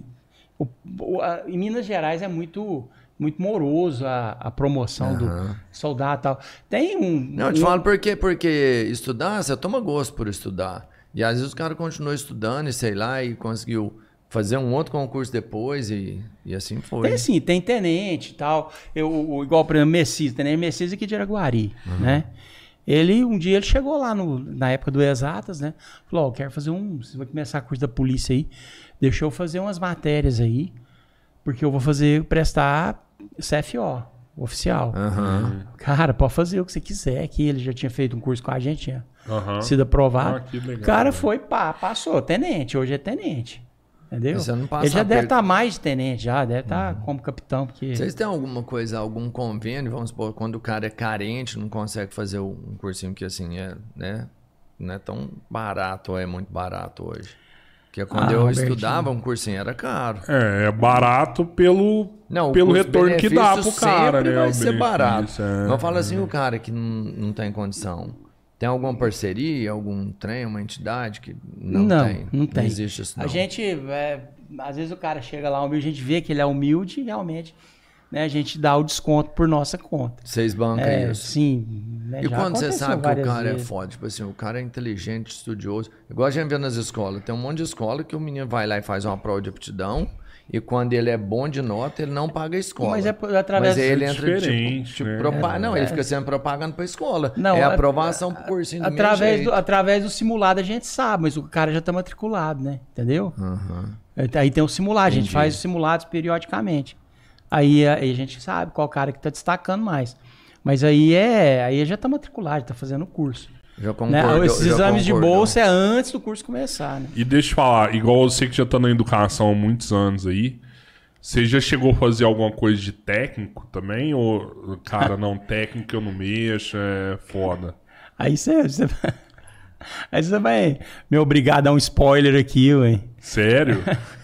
em Minas Gerais é muito moroso a promoção do soldado e tal. Tem Não, eu te falo porque estudar, você toma gosto por estudar. E às vezes o cara continua estudando e sei lá, e conseguiu fazer um outro concurso depois e assim foi. Tem sim, tem tenente e tal. Igual, por exemplo, Messias, tenente Messias aqui de Araguari, né? Um dia ele chegou lá na época do Exatas, né? Falou, quero fazer você vai começar a curso da polícia aí, deixa eu fazer umas matérias aí, porque eu vou prestar CFO, oficial. Cara, pode fazer o que você quiser aqui. Ele já tinha feito um curso com a gente, tinha sido aprovado. O cara foi, passou, tenente, hoje é tenente. Entendeu? Ele já deve estar mais de tenente, já deve estar como capitão. Porque... Vocês têm alguma coisa, algum convênio, vamos supor, quando o cara é carente, não consegue fazer um cursinho que assim, né? Não é tão barato, ou é muito barato hoje? Porque quando eu estudava, um cursinho era caro. É barato pelo retorno que dá pro cara, né? Vai ser barato. Mas fala assim, o cara que não tem condição, tem alguma parceria, algum trem, uma entidade que não tem? Não existe isso, não. A gente, às vezes o cara chega lá, a gente vê que ele é humilde, realmente, né? A gente dá o desconto por nossa conta. Vocês bancam isso? Sim. Né? E quando você sabe que o cara é foda, tipo assim, o cara é inteligente, estudioso, igual a gente vê nas escolas, tem um monte de escola que o menino vai lá e faz uma prova de aptidão, e quando ele é bom de nota, ele não paga a escola. Mas através Mas ele entra né? Ele fica sendo propaganda pra escola. Não, é aprovação pro cursinho do através do simulado a gente sabe, mas o cara já tá matriculado, né? Entendeu? Aí tem o simulado, a gente faz os simulados periodicamente. Aí a gente sabe qual cara que tá destacando mais. Mas aí já tá matriculado, já tá fazendo o curso. Já concordou, Esses exames de bolsa é antes do curso começar, né? E deixa eu falar, igual você que já tá na educação há muitos anos aí, você já chegou a fazer alguma coisa de técnico também? Ou, cara, não, técnico eu não mexo, é foda. Aí você vai me obrigar a dar um spoiler aqui, ué. Sério?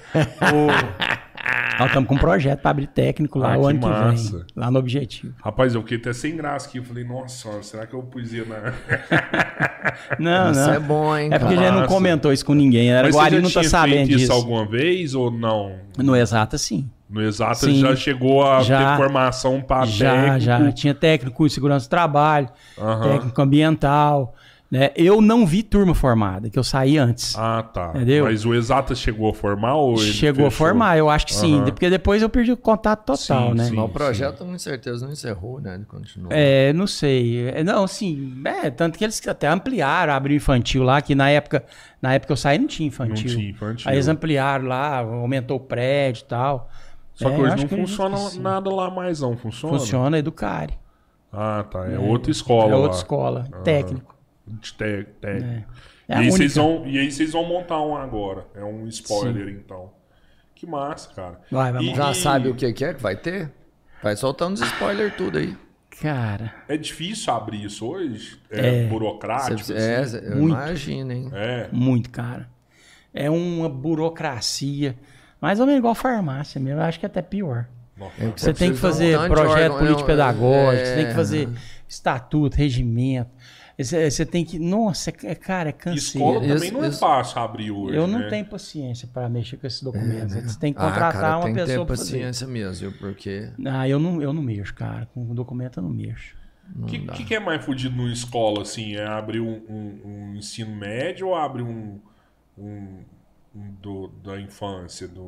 Nós estamos com um projeto para abrir técnico lá o ano que vem. Lá no Objetivo. Rapaz, eu fiquei até sem graça aqui. Eu falei, nossa, será que eu pus na... Não. Isso é bom, hein, cara? É porque a gente não comentou isso com ninguém. Araguari não tá sabendo disso. Mas você já tinha feito isso alguma vez ou não? No Exata, sim. No Exata já chegou a ter formação para técnico? Já. Tinha técnico em segurança do trabalho, técnico ambiental... Né? Eu não vi turma formada, que eu saí antes. Ah, tá. Entendeu? Mas o Exata chegou a formar ou ele chegou a formar, eu acho que sim. Porque depois eu perdi o contato total, né? Mas o projeto, com certeza, não encerrou, né? Ele continuou. Não sei. Não, sim. Tanto que eles até ampliaram, abriu infantil lá, que na época eu saí não tinha infantil. Não tinha infantil. Aí eles ampliaram lá, aumentou o prédio e tal. Só que hoje não funciona nada lá mais, não. Funciona? Funciona, Educare. Ah, tá. É outra escola lá. É outra escola. Técnico. De técnico. E aí vocês vão montar um agora. É um spoiler, então. Que massa, cara. Já sabe o que é que vai ter? Vai soltando os spoilers tudo aí. Cara... É difícil abrir isso hoje? É burocrático? Eu imagino, hein? Muito, cara. É uma burocracia. Mais ou menos igual farmácia mesmo. Eu acho que é até pior. Você tem que fazer projeto político-pedagógico, você tem que fazer estatuto, regimento. Você tem que... Nossa, cara, é canseiro. Escola também não é fácil abrir hoje, eu não tenho paciência para mexer com esses documentos. Você tem que contratar uma pessoa para fazer. Tem que ter paciência mesmo, porque... Eu não mexo, cara. Com documento eu não mexo. O que é mais fodido numa escola, assim? É abrir um ensino médio ou abrir da infância?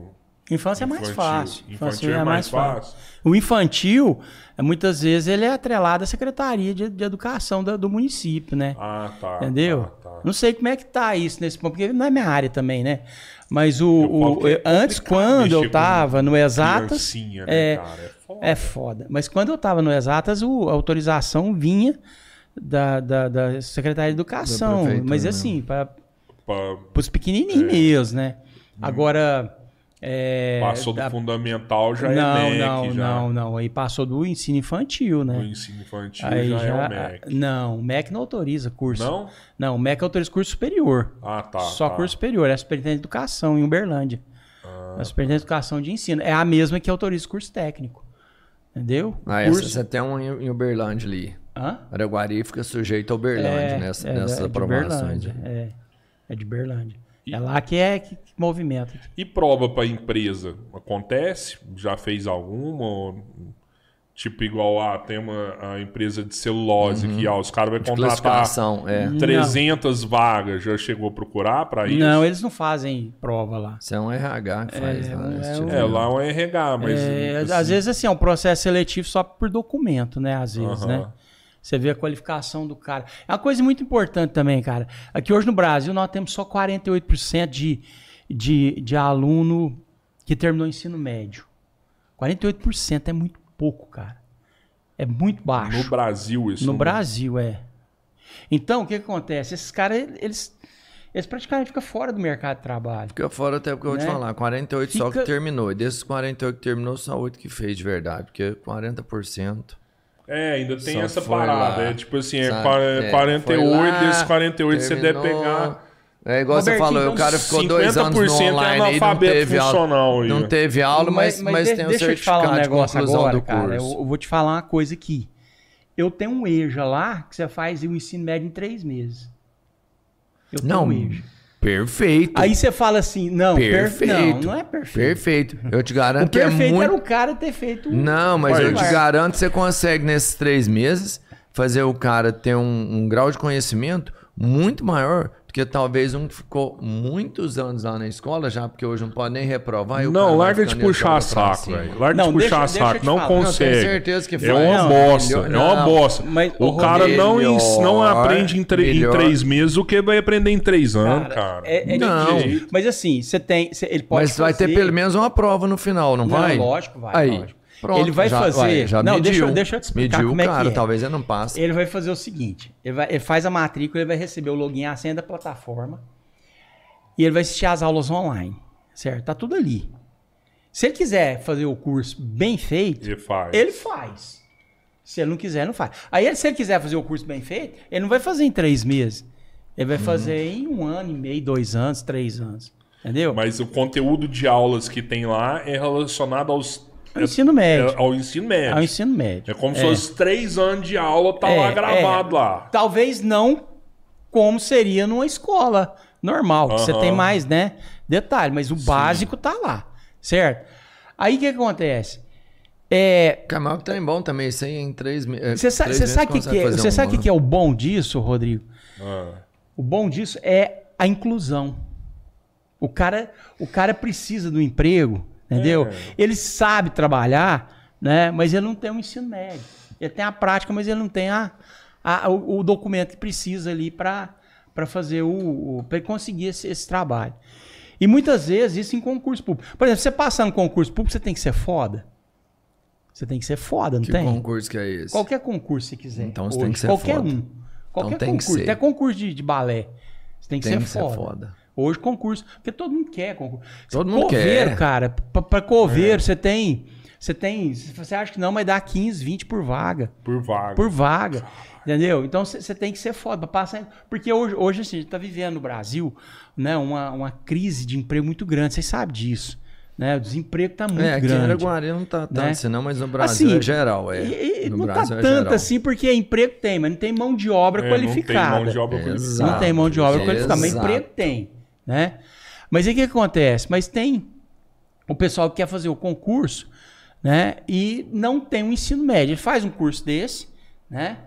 Infância é mais fácil. Infantil é mais fácil. O infantil, muitas vezes, ele é atrelado à Secretaria de Educação do município, né? Ah, tá. Entendeu? Tá. Não sei como é que tá isso nesse ponto, porque não é minha área também, né? Mas antes, quando eu tava no Exatas... Né, cara? É foda. Mas quando eu tava no Exatas, a autorização vinha da Secretaria de Educação. Mas assim, para os pequenininhos, né? Agora... passou do fundamental, já não, MEC. Não. Aí passou do ensino infantil, né? O ensino infantil aí já é o MEC. Não, o MEC não autoriza curso. Não? Não, o MEC autoriza curso superior. Ah, tá. Só curso superior. É a Superintendência de Educação em Uberlândia. A Superintendência de Educação de Ensino. É a mesma que autoriza curso técnico. Entendeu? Você tem um em Uberlândia ali. Araguari fica sujeito a Uberlândia nessas aprovações. É de Uberlândia. É lá que movimenta. E prova para empresa? Acontece? Já fez alguma? Tipo, igual tem a empresa de celulose que os caras vão contratar 300 vagas. Já chegou a procurar para isso? Não, eles não fazem prova lá. Isso é um RH que faz. Lá é um RH, mas... assim, às vezes, assim, é um processo seletivo só por documento, né? Às vezes, né? Você vê a qualificação do cara. É uma coisa muito importante também, cara. Aqui hoje no Brasil nós temos só 48% de aluno que terminou o ensino médio. 48% é muito pouco, cara. É muito baixo. No Brasil isso? No Brasil, Então, o que acontece? Esses caras, eles praticamente ficam fora do mercado de trabalho. Fica fora até porque eu vou te falar. 48 só que terminou. E desses 48 que terminou, só 8 que fez de verdade. Porque 40%... ainda tem essa parada. Tipo assim, 48, desses 48 você deve pegar... É igual você falou, o cara ficou 2 anos no online e não teve aula, mas tem um certificado de conclusão do curso. Cara, eu vou te falar uma coisa aqui. Eu tenho um EJA lá que você faz o ensino médio em 3 meses. Eu tenho um EJA. Perfeito. Aí você fala assim, não, perfeito. Não é perfeito. Perfeito. Eu te garanto que perfeito era o cara ter feito... Não, mas eu te garanto que você consegue nesses 3 meses fazer o cara ter um grau de conhecimento muito maior do que talvez um que ficou muitos anos lá na escola já, porque hoje não pode nem reprovar. Não, larga de puxar saco, velho. Larga de puxar saco, não consegue. Tenho certeza que é uma bosta, é uma bosta. O cara não aprende em 3 meses o que vai aprender em 3 anos, cara. Não. Mas assim, ele pode Mas vai ter pelo menos uma prova no final, não vai? Lógico, vai. Aí. Lógico. Pronto, ele vai fazer... Não, mediu, deixa eu te explicar como é que é. Talvez ele não passe. Ele vai fazer o seguinte, ele faz a matrícula, ele vai receber o login e a senha da plataforma e ele vai assistir as aulas online, certo? Tá tudo ali. Se ele quiser fazer o curso bem feito, ele faz. Se ele não quiser, não faz. Aí, se ele quiser fazer o curso bem feito, ele não vai fazer em 3 meses. Ele vai fazer em 1 ano e meio, 2 anos, 3 anos. Entendeu? Mas o conteúdo de aulas que tem lá é relacionado ao ensino médio. Ao ensino médio. Ao ensino médio. É como se fosse 3 anos de aula, lá gravado lá. Talvez não como seria numa escola normal, que você tem mais, né? Detalhe, mas o básico tá lá, certo? Aí o que acontece? Camargo tá bom também, isso aí em 3 meses. Você sabe o que é o bom disso, Rodrigo? O bom disso é a inclusão. O cara precisa do emprego, entendeu? Ele sabe trabalhar, né? Mas ele não tem um ensino médio. Ele tem a prática, mas ele não tem o documento que precisa ali para fazer para ele conseguir esse trabalho. E muitas vezes isso em concurso público. Por exemplo, você passar no concurso público, você tem que ser foda. Você tem que ser foda, não tem? Que concurso que é esse? Qualquer concurso que você quiser. Então você tem que ser qualquer foda. Qualquer então concurso. Até concurso de balé. Você tem que ser foda. Hoje concurso. Porque todo mundo quer concurso. Todo mundo coveiro, quer. Cara, para coveiro, você tem... Você acha que não, mas dá 15, 20 por vaga. Por vaga. Entendeu? Então você tem que ser foda pra passar. Porque hoje assim, a gente tá vivendo no Brasil, né, uma crise de emprego muito grande. Vocês sabem disso. Né? O desemprego tá muito grande. Aqui em Araguari não tá tanto, né? Senão, mas no Brasil assim, é geral. No não Brasil tá tanto assim, porque emprego tem, mas não tem mão de obra qualificada. Não tem mão de obra qualificada. Não tem mão de obra qualificada, mas emprego tem. Né? Mas aí o que acontece? Mas tem o pessoal que quer fazer o concurso, né? E não tem um ensino médio. Ele faz um curso desse, né?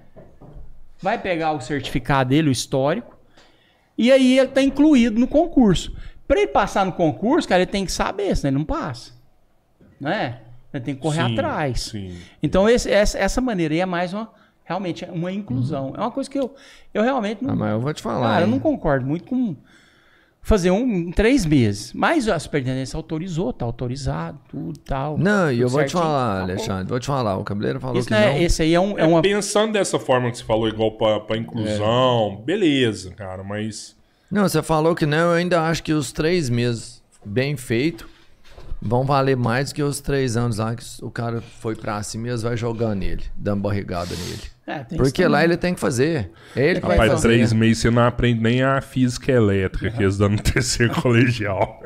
Vai pegar o certificado dele, o histórico, e aí ele está incluído no concurso. Para ele passar no concurso, cara, ele tem que saber, senão ele não passa. Não é? Ele tem que correr atrás. Sim. Então, essa maneira aí é mais realmente uma inclusão. É uma coisa que eu realmente não... mas eu vou te falar. Cara, eu não concordo muito com fazer em 3 meses. Mas a superintendência autorizou, tá autorizado, tudo tal. Não, e eu vou te falar, Alexandre, vou te falar. O Cabeleiro falou que não. Esse aí é uma... Pensando dessa forma que você falou, igual pra inclusão, beleza, cara, mas... Não, você falou que não, eu ainda acho que os 3 meses bem feito vão valer mais do que os 3 anos lá que o cara foi pra cima e vai jogando nele, dando barrigada nele. Porque lá ele tem que fazer. Ele que vai fazer. 3 meses você não aprende nem a física elétrica que eles dão no 3º colegial.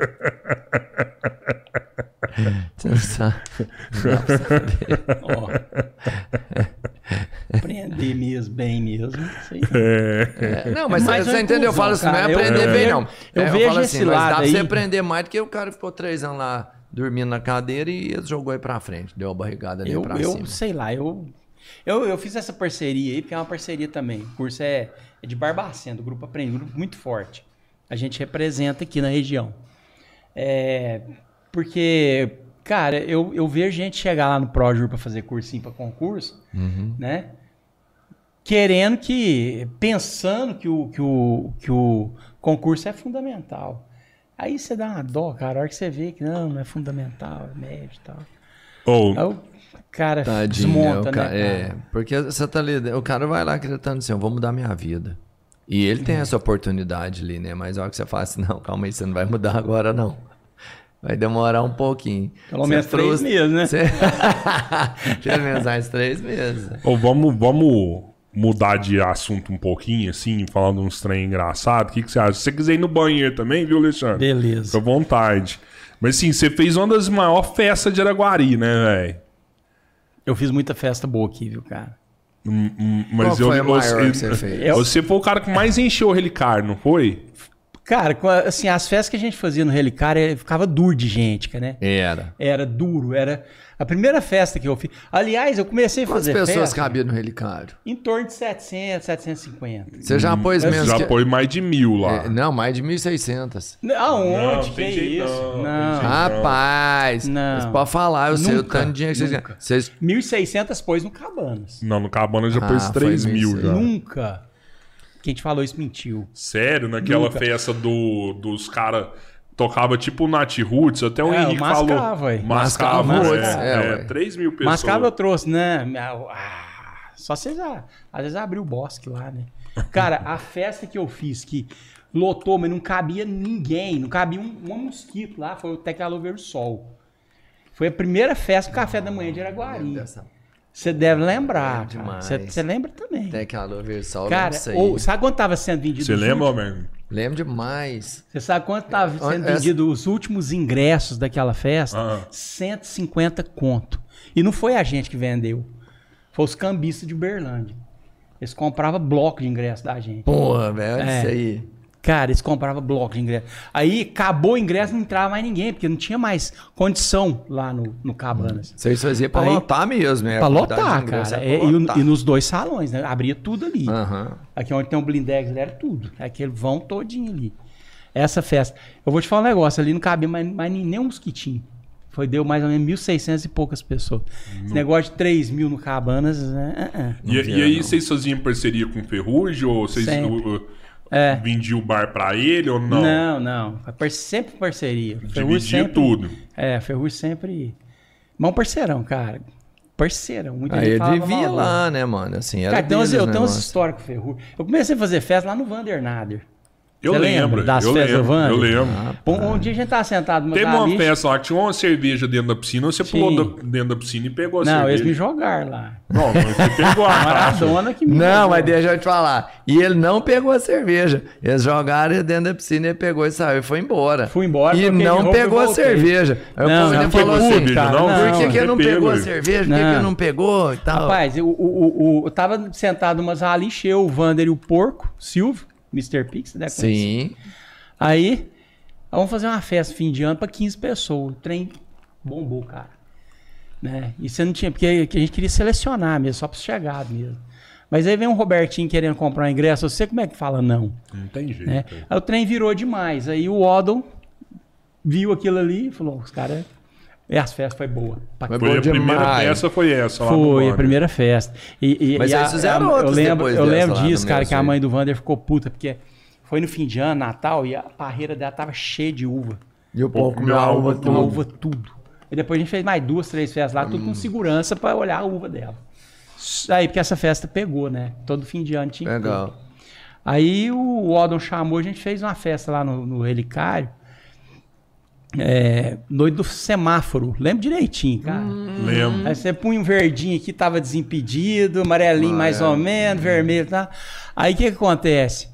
Você não sabe. Aprender mesmo, bem mesmo. Não, mas você entendeu? Eu falo assim, não é aprender bem, não. Eu vejo falo esse assim, lado mas dá pra aí. você aprender mais do que o cara ficou 3 anos lá dormindo na cadeira e ele jogou aí pra frente. Deu a barrigada nele pra cima. Eu sei lá, eu fiz essa parceria aí, porque é uma parceria também. O curso é de Barbacena, do Grupo Aprende, um grupo muito forte. A gente representa aqui na região. Porque, cara, eu vejo gente chegar lá no Projur para fazer cursinho para concurso, né? Pensando que o concurso é fundamental. Aí você dá uma dó, cara, a hora que você vê que não é fundamental, é médio e tal. Aí o cara desmonta, né, cara? Porque você tá ali, o cara vai lá acreditando assim, eu vou mudar minha vida. E ele tem essa oportunidade ali, né? Mas a hora que você fala assim, não, calma aí, você não vai mudar agora, não. Vai demorar um pouquinho. Pelo menos 3 meses, né? Pelo menos mais 3 meses. Vamos mudar de assunto um pouquinho, assim, falando uns trem engraçado. O que você acha? Se você quiser ir no banheiro também, viu, Alexandre? Beleza. Fica à vontade. Mas assim, você fez uma das maiores festas de Araguari, né, velho? Eu fiz muita festa boa aqui, viu, cara? Qual Mas foi a maior que você fez? Você foi o cara que mais encheu o relicário, não foi? Cara, assim, as festas que a gente fazia no relicário ficava duro de gente, né? Era duro, era... A primeira festa que eu fiz... Aliás, eu comecei a fazer festa... Quantas pessoas cabiam no relicário? Em torno de 700, 750. Você já pôs menos Já pôs mais de 1.000 lá. Não, mais de 1.600. Aonde? Que isso? Não. Rapaz, você pode falar, eu sei o tanto de dinheiro que vocês... 1.600 pôs no Cabanas. Não, no Cabanas já pôs 3.000 já. Nunca. Quem te falou isso mentiu. Sério? Naquela festa dos caras... Tocava tipo o Nath Roots, até o Henrique falou. Mascava, 3 mil pessoas. Mascava eu trouxe, né? Só você já... Às vezes abriu o bosque lá, né? Cara, a festa que eu fiz, que lotou, mas não cabia ninguém, não cabia um mosquito lá, foi o Tecalô Verde Sol. Foi a primeira festa com café da manhã de Araguari. Você deve lembrar, cara. Você lembra também. Tecalô Verde Sol, cara, sabe quanto estava sendo vendido? Você lembra, mesmo? Lembro demais. Você sabe quanto estava sendo vendido os últimos ingressos daquela festa? 150 conto. E não foi a gente que vendeu. Foi os cambistas de Uberlândia. Eles compravam bloco de ingresso da gente. Porra, velho, isso aí. Cara, eles compravam bloco de ingresso. Aí acabou o ingresso, não entrava mais ninguém, porque não tinha mais condição lá no Cabanas. Vocês faziam pra lotar mesmo, né? Pra lotar, cara. E nos 2 salões, né? Abria tudo ali. Aqui onde tem um blindex, era tudo. Aquele vão todinho ali. Essa festa. Eu vou te falar um negócio, ali não cabia mais nem um mosquitinho. Deu mais ou menos 1.600 e poucas pessoas. Esse negócio de 3.000 no Cabanas... E aí vocês faziam parceria com o Ferrugem? Ou vocês vendiam o bar pra ele ou não? Não. Sempre parceria. Dividia tudo. Ferrugem sempre... Mas um parceirão, cara. Parceirão. Muita gente falava vivia mal, lá, né, mano? Assim, era cara, eu tenho umas histórias com o Ferrugem. Eu comecei a fazer festa lá no Vander Nader. Eu lembro das festas do Vander? Eu lembro. Um dia a gente tava sentado no Teve uma festa lá que tinha uma cerveja dentro da piscina, você pulou dentro da piscina e pegou a cerveja. Não, eles me jogaram lá. Não, você pegou a Maradona que me jogou. Mas deixa eu te falar. E ele não pegou a cerveja. Eles jogaram dentro da piscina, ele pegou e saiu e foi embora. Fui embora. E não pegou a cerveja. Aí não falou assim, por que ele não pegou a cerveja? Por que ele não pegou e tal? Rapaz, eu tava sentado numa sala, encheu o Vander e o porco, Silvio, Mr. Pix, né? Sim. Aí, vamos fazer uma festa fim de ano pra 15 pessoas. O trem bombou, cara. Né? E você não tinha... Porque a gente queria selecionar mesmo, só pra chegar mesmo. Mas aí vem um Robertinho querendo comprar um ingresso. Você como é que fala não? Não tem jeito. Né? Aí o trem virou demais. Aí o Odom viu aquilo ali e falou, os caras... E as festas foi boa. Foi a primeira festa, foi essa lá. Foi a primeira festa. Mas eles fizeram outros depois eu lembro disso, cara, que a mãe do Wander ficou puta, porque foi no fim de ano, Natal, e a parreira dela tava cheia de uva. E o povo comeu a uva tudo. E depois a gente fez mais 2, 3 festas lá, tudo com segurança pra olhar a uva dela. Aí, porque essa festa pegou, né? Todo fim de ano tinha que ter. Aí o Odon chamou, a gente fez uma festa lá no Relicário. Noite do semáforo, lembro direitinho, cara. Lembro. Aí você punha um verdinho aqui, tava desimpedido, amarelinho mais ou menos, vermelho e tal. Aí o que acontece?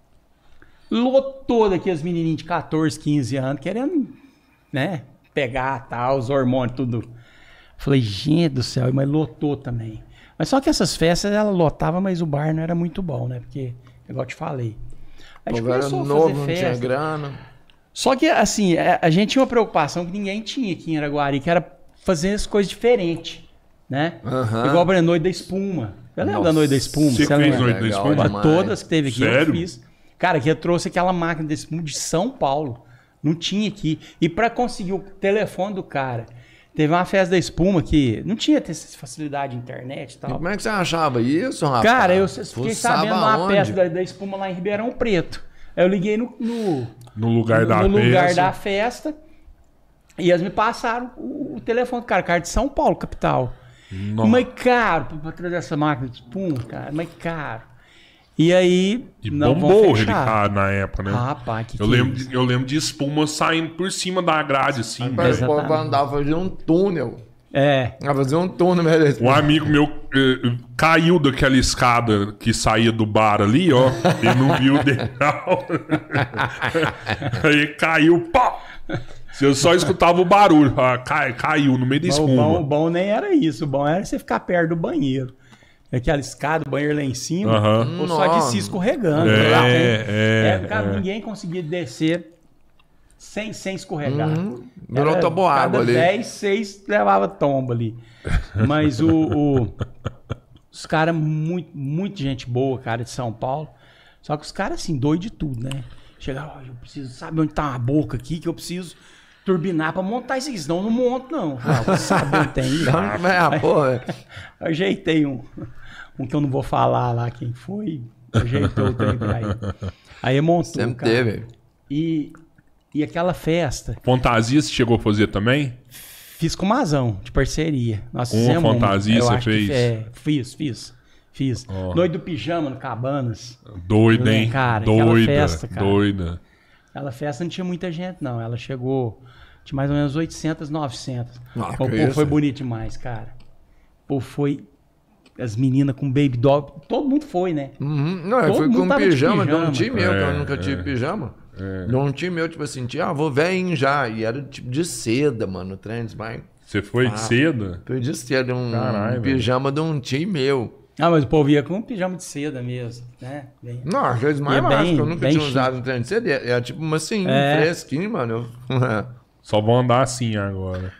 Lotou daqui as menininhas de 14, 15 anos, querendo, né, pegar tal, os hormônios, tudo. Falei, gente do céu, mas lotou também. Mas só que essas festas, ela lotava, mas o bar não era muito bom, né? Porque, igual eu te falei. A gente começou a fazer festa. Não tinha grana. Só que, assim, a gente tinha uma preocupação que ninguém tinha aqui em Araguari, que era fazer as coisas diferentes, né? Igual a Noite da Espuma. Eu lembro da Noite da Espuma. Você fez Noite da Espuma? Todas que teve aqui, Sério? eu fiz. Cara, que eu trouxe aquela máquina de espuma de São Paulo. Não tinha aqui. E para conseguir o telefone do cara, teve uma festa da espuma que não tinha essa facilidade de internet e tal. E como é que você achava isso, rapaz? Cara, eu fiquei sabendo uma festa da espuma lá em Ribeirão Preto. Aí eu liguei no lugar da festa e eles me passaram o telefone do cara de São Paulo, capital. Nossa. Mas caro pra trazer essa máquina de espuma, cara, mas caro. E aí, não bombou o Relicário na época, né? Rapaz, eu lembro de espuma saindo por cima da grade, assim. Mas o povo andava fazendo um túnel. Fazer um túnel mesmo. Um amigo meu caiu daquela escada que saía do bar ali, ó. Ele não viu o degrau. Aí caiu, pá! Eu só escutava o barulho. Caiu no meio da espuma. O bom nem era isso. O bom era você ficar perto do banheiro. Aquela escada, o banheiro lá em cima, ou só de si escorregando. Cara, ninguém conseguia descer sem escorregar. Virou toboágua ali. 10, 6 levava tomba ali. Mas os caras, muito gente boa, cara, de São Paulo. Só que os caras, assim, doido de tudo, né? Chegaram, eu preciso, sabe onde tá uma boca aqui que eu preciso turbinar pra montar isso aqui, senão eu não monto, não. Você sabe onde tem isso. Eu ajeitei um que eu não vou falar lá quem foi, ajeitou o trem pra ele. Aí montou, sempre cara. Teve. E aquela festa... Fantasia você chegou a fazer também? Fiz com Mazão, de parceria. Nós fizemos fantasia você fez? Fiz. Noite do Pijama, no Cabanas. Doida, hein? Cara, doida, aquela festa, cara. Doida. Aquela festa não tinha muita gente, não. Ela chegou... Tinha mais ou menos 800, 900. O povo foi bonito demais, cara. O povo foi... As meninas com baby doll. Todo mundo foi, né? Não, eu fui com pijama de um time meu, que eu nunca tive pijama. De um time meu, tipo assim, vou velhinho já. E era tipo de seda, mano, o trem. Você foi de seda? Foi de seda, um pijama de um time meu. Mas o povo ia com pijama de seda mesmo, né? Não, às vezes mais baixo, eu nunca tinha usado um trem de seda. Era tipo assim, fresquinho, mano. Só vão andar assim agora.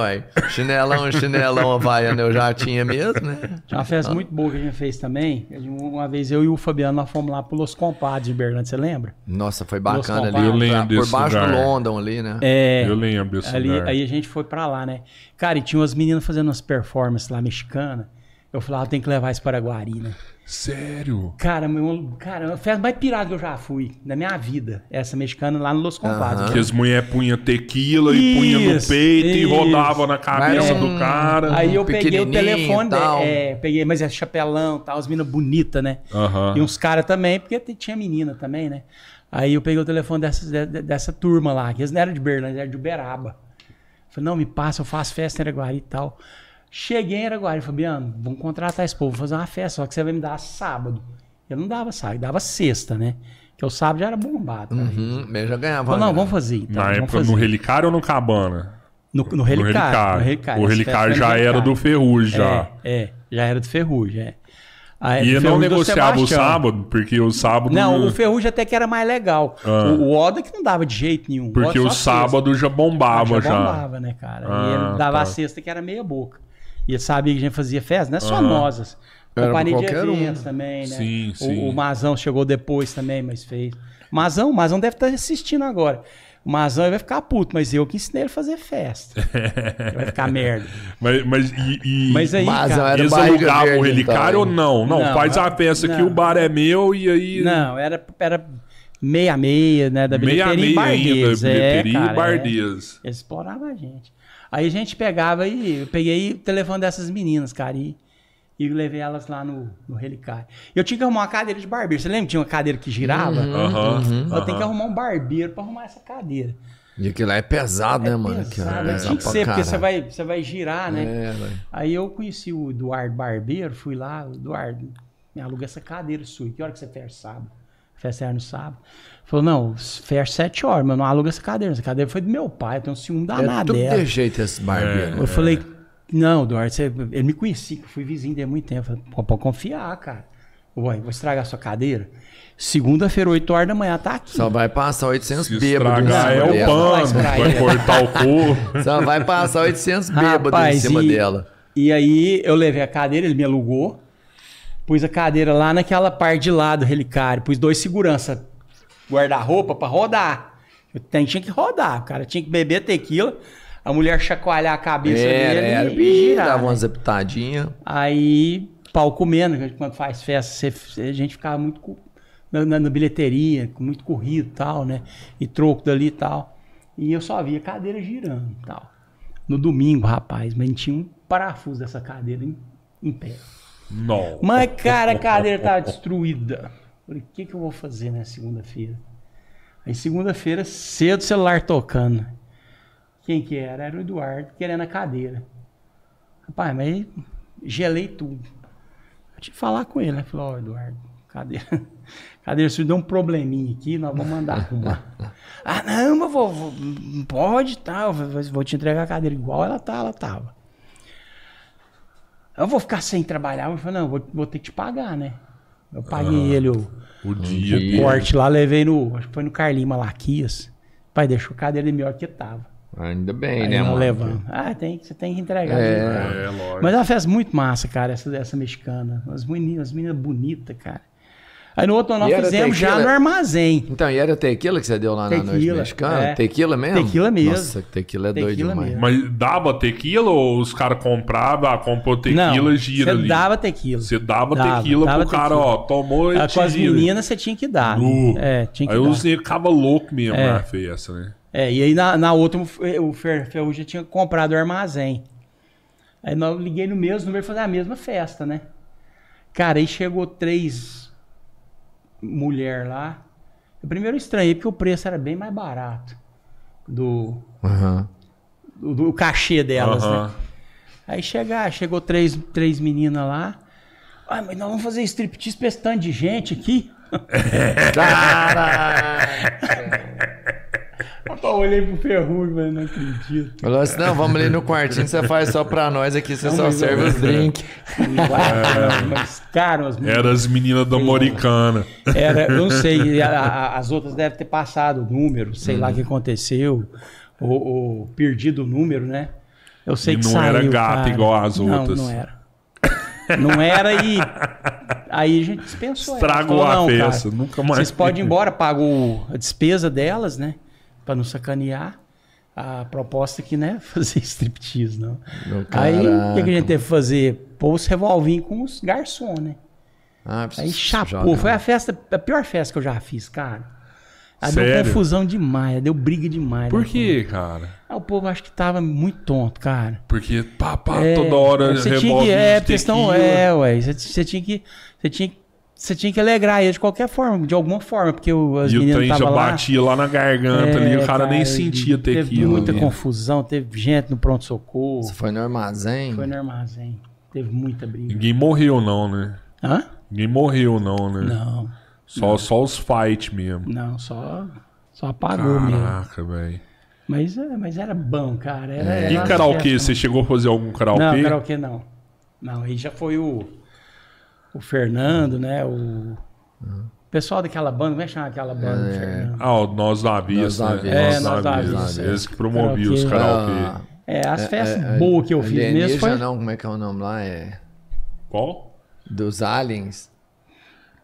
Chinelão havaiano eu já tinha mesmo, né? Tinha uma festa muito boa que a gente fez também. Uma vez eu e o Fabiano, nós fomos lá pro Los Compadres de Berlândia, você lembra? Nossa, foi bacana ali. Eu lembro por baixo do London ali, né? Eu lembro desse lugar. Aí a gente foi pra lá, né? Cara, e tinha umas meninas fazendo umas performances lá, mexicanas. Eu falava, tem que levar isso para Guari, né? Sério? Cara, a festa mais pirada que eu já fui na minha vida. Essa mexicana lá no Los Compadres. Que as mulheres punham tequila e punham no peito e rodavam na cabeça do cara. Aí eu peguei o telefone dela. Mas é chapelão, tal, as meninas bonitas, né? E uns caras também, porque tinha menina também, né? Aí eu peguei o telefone dessa turma lá, que eles não eram de Berlândia, eles eram de Uberaba. Falei, não, me passa, eu faço festa em Araguari e tal. Cheguei em Araguari, Fabiano, vamos contratar esse povo, vou fazer uma festa, só que você vai me dar sábado. Eu não dava sábado, dava sexta, né? Porque o sábado já era bombado. Eu já ganhava. Falei, não, vamos fazer então. Na época, no Relicário ou no Cabana? No Relicário. O Relicário já era do Ferrugem, já. Já era do Ferrugem, E eu não negociava o sábado, porque o sábado... Não, o Ferrugem até que era mais legal. O Oda que não dava de jeito nenhum. Porque o sábado já bombava, já bombava, né, cara? E ele dava a sexta que era meia boca. E ele sabia que a gente fazia festa, não é só nós. Companhia de eventos também, né? Sim. O Mazão chegou depois também, mas fez. Mazão deve estar assistindo agora. O Mazão ele vai ficar puto, mas eu que ensinei ele a fazer festa. Vai ficar merda. Mas aí, cara, eles alugavam o relicário ou não? Não, faz a festa aqui, o bar é meu e aí... Não, era 6-6, né? Da bilheteria e Bardês. Bilheteria e Bardês. Eles exploravam a gente. Aí a gente pegava e... Eu peguei o telefone dessas meninas, cara, e levei elas lá no relicário. Eu tinha que arrumar uma cadeira de barbeiro. Você lembra que tinha uma cadeira que girava? Eu tenho que arrumar um barbeiro pra arrumar essa cadeira. E aquilo lá é pesado, né, mano? Pesado, tinha que ser, porque você vai girar, né? Aí eu conheci o Eduardo Barbeiro, fui lá, Eduardo, me aluga essa cadeira sua. Que hora que você fecha sábado? Festa era no sábado. Falou, não, fecha 7 horas, mas não aluga essa cadeira. Essa cadeira foi do meu pai, eu tenho um ciúme danado dela. Tudo de jeito esse barbeiro. Eu falei... Não, Eduardo, ele me conhecia, que eu fui vizinho dele há muito tempo. Eu falei, pode confiar, cara. Vou estragar a sua cadeira. Segunda-feira, 8 horas da manhã, tá aqui. Só vai passar 800 Se bêbados. Estragar é o pano, vai cortar o cu. Só vai passar 800 bêbados em cima dela. E aí eu levei a cadeira, ele me alugou. Pus a cadeira lá naquela parte de lá do relicário. Pus 2 segurança guarda-roupa pra rodar. Tinha que rodar, o cara tinha que beber tequila. A mulher chacoalhar a cabeça dele e girar. Dava umas pitadinhas. Aí, pau comendo, quando faz festa, a gente ficava muito na bilheteria, muito corrido e tal, né? E troco dali e tal. E eu só via a cadeira girando e tal. No domingo, rapaz, mas tinha um parafuso dessa cadeira em pé. Não. Mas, cara, a cadeira tava destruída. Falei, o que eu vou fazer na segunda-feira? Aí, segunda-feira, cedo, o celular tocando. Quem que era? Era o Eduardo, querendo a cadeira. Rapaz, mas gelei tudo. Eu tive que falar com ele, né? Falei, ó, Eduardo, cadeira, se deu um probleminha aqui, nós vamos mandar arrumar. Não, mas pode, tá, vou te entregar a cadeira igual ela tava. Eu vou ficar sem trabalhar. Eu falei, não, vou ter que te pagar, né? Eu paguei ele o dia. O corte lá, levei acho que foi no Carlinhos Malaquias. Pai, deixou a cadeira melhor que tava. Ainda bem, aí né, mano? Levando. Você tem que entregar. Lógico. Mas é uma festa muito massa, cara, essa mexicana. As meninas bonitas, cara. Aí no outro nós fizemos já no armazém. Então, e era tequila que você deu lá na noite mexicana? Tequila mesmo? Tequila mesmo. Nossa, tequila é doido demais. Mesmo. Mas dava tequila ou os caras compravam, comprou tequila e gira ali? Você dava tequila. Você dava tequila pro cara, ó, tomou e com as meninas você tinha que dar. Tinha que aí dar. os negros ficavam loucos mesmo na festa, né? E aí na outra o Ferrugem já tinha comprado o armazém. Aí eu liguei no mesmo número e fazer a mesma festa, né? Cara, aí chegou 3 mulheres lá. Eu primeiro estranhei porque o preço era bem mais barato do cachê delas, né? Aí chegou 3 meninas lá. Mas nós vamos fazer striptease pra esse tanto de gente aqui? Caraca! Eu olhei pro Ferrugem, mas não acredito. Falou assim, não, vamos ali no quartinho, você faz só pra nós aqui, você só serve os drinks. Mas, cara, era as meninas da Moricana. Eu não sei, as outras devem ter passado o número, sei lá o que aconteceu, ou perdido o número, né? Eu sei que não saiu, era gata cara. igual as outras. Não era. Não era e aí a gente dispensou. Estragou a festa, nunca mais. Vocês podem ir embora, pagou a despesa delas, né? Pra não sacanear. A proposta aqui, né? Fazer striptease, não. Aí o que a gente teve que fazer? Pôr os revolvinhos com os garçons, né? Aí chapou. Foi a pior festa que eu já fiz, cara. Deu confusão demais, deu briga demais. Por quê, cara? O povo acho que tava muito tonto, cara. Porque toda hora revolve você tinha que alegrar ele de qualquer forma, de alguma forma, porque as meninas estavam lá. E o trem já batia lá na garganta ali, o cara nem sentia tequila. Teve muita confusão, teve gente no pronto-socorro. Você foi no armazém? Foi no armazém. Teve muita briga. Ninguém morreu não, né? Hã? Ninguém morreu não, né? Não. Só os fights mesmo. Não, só apagou mesmo. Caraca, velho. Mas era bom, cara. E karaokê? Você chegou a fazer algum karaokê? Não, karaokê não. Não, aí já foi o Fernando, né? O pessoal daquela banda, como é que chama aquela banda? Fernando? O Nós Navios, né? Nós Navios. Eles que promoviam os karaokê. As festas boas que eu fiz mesmo foi... Não, como é que é o nome lá? Qual? Dos aliens.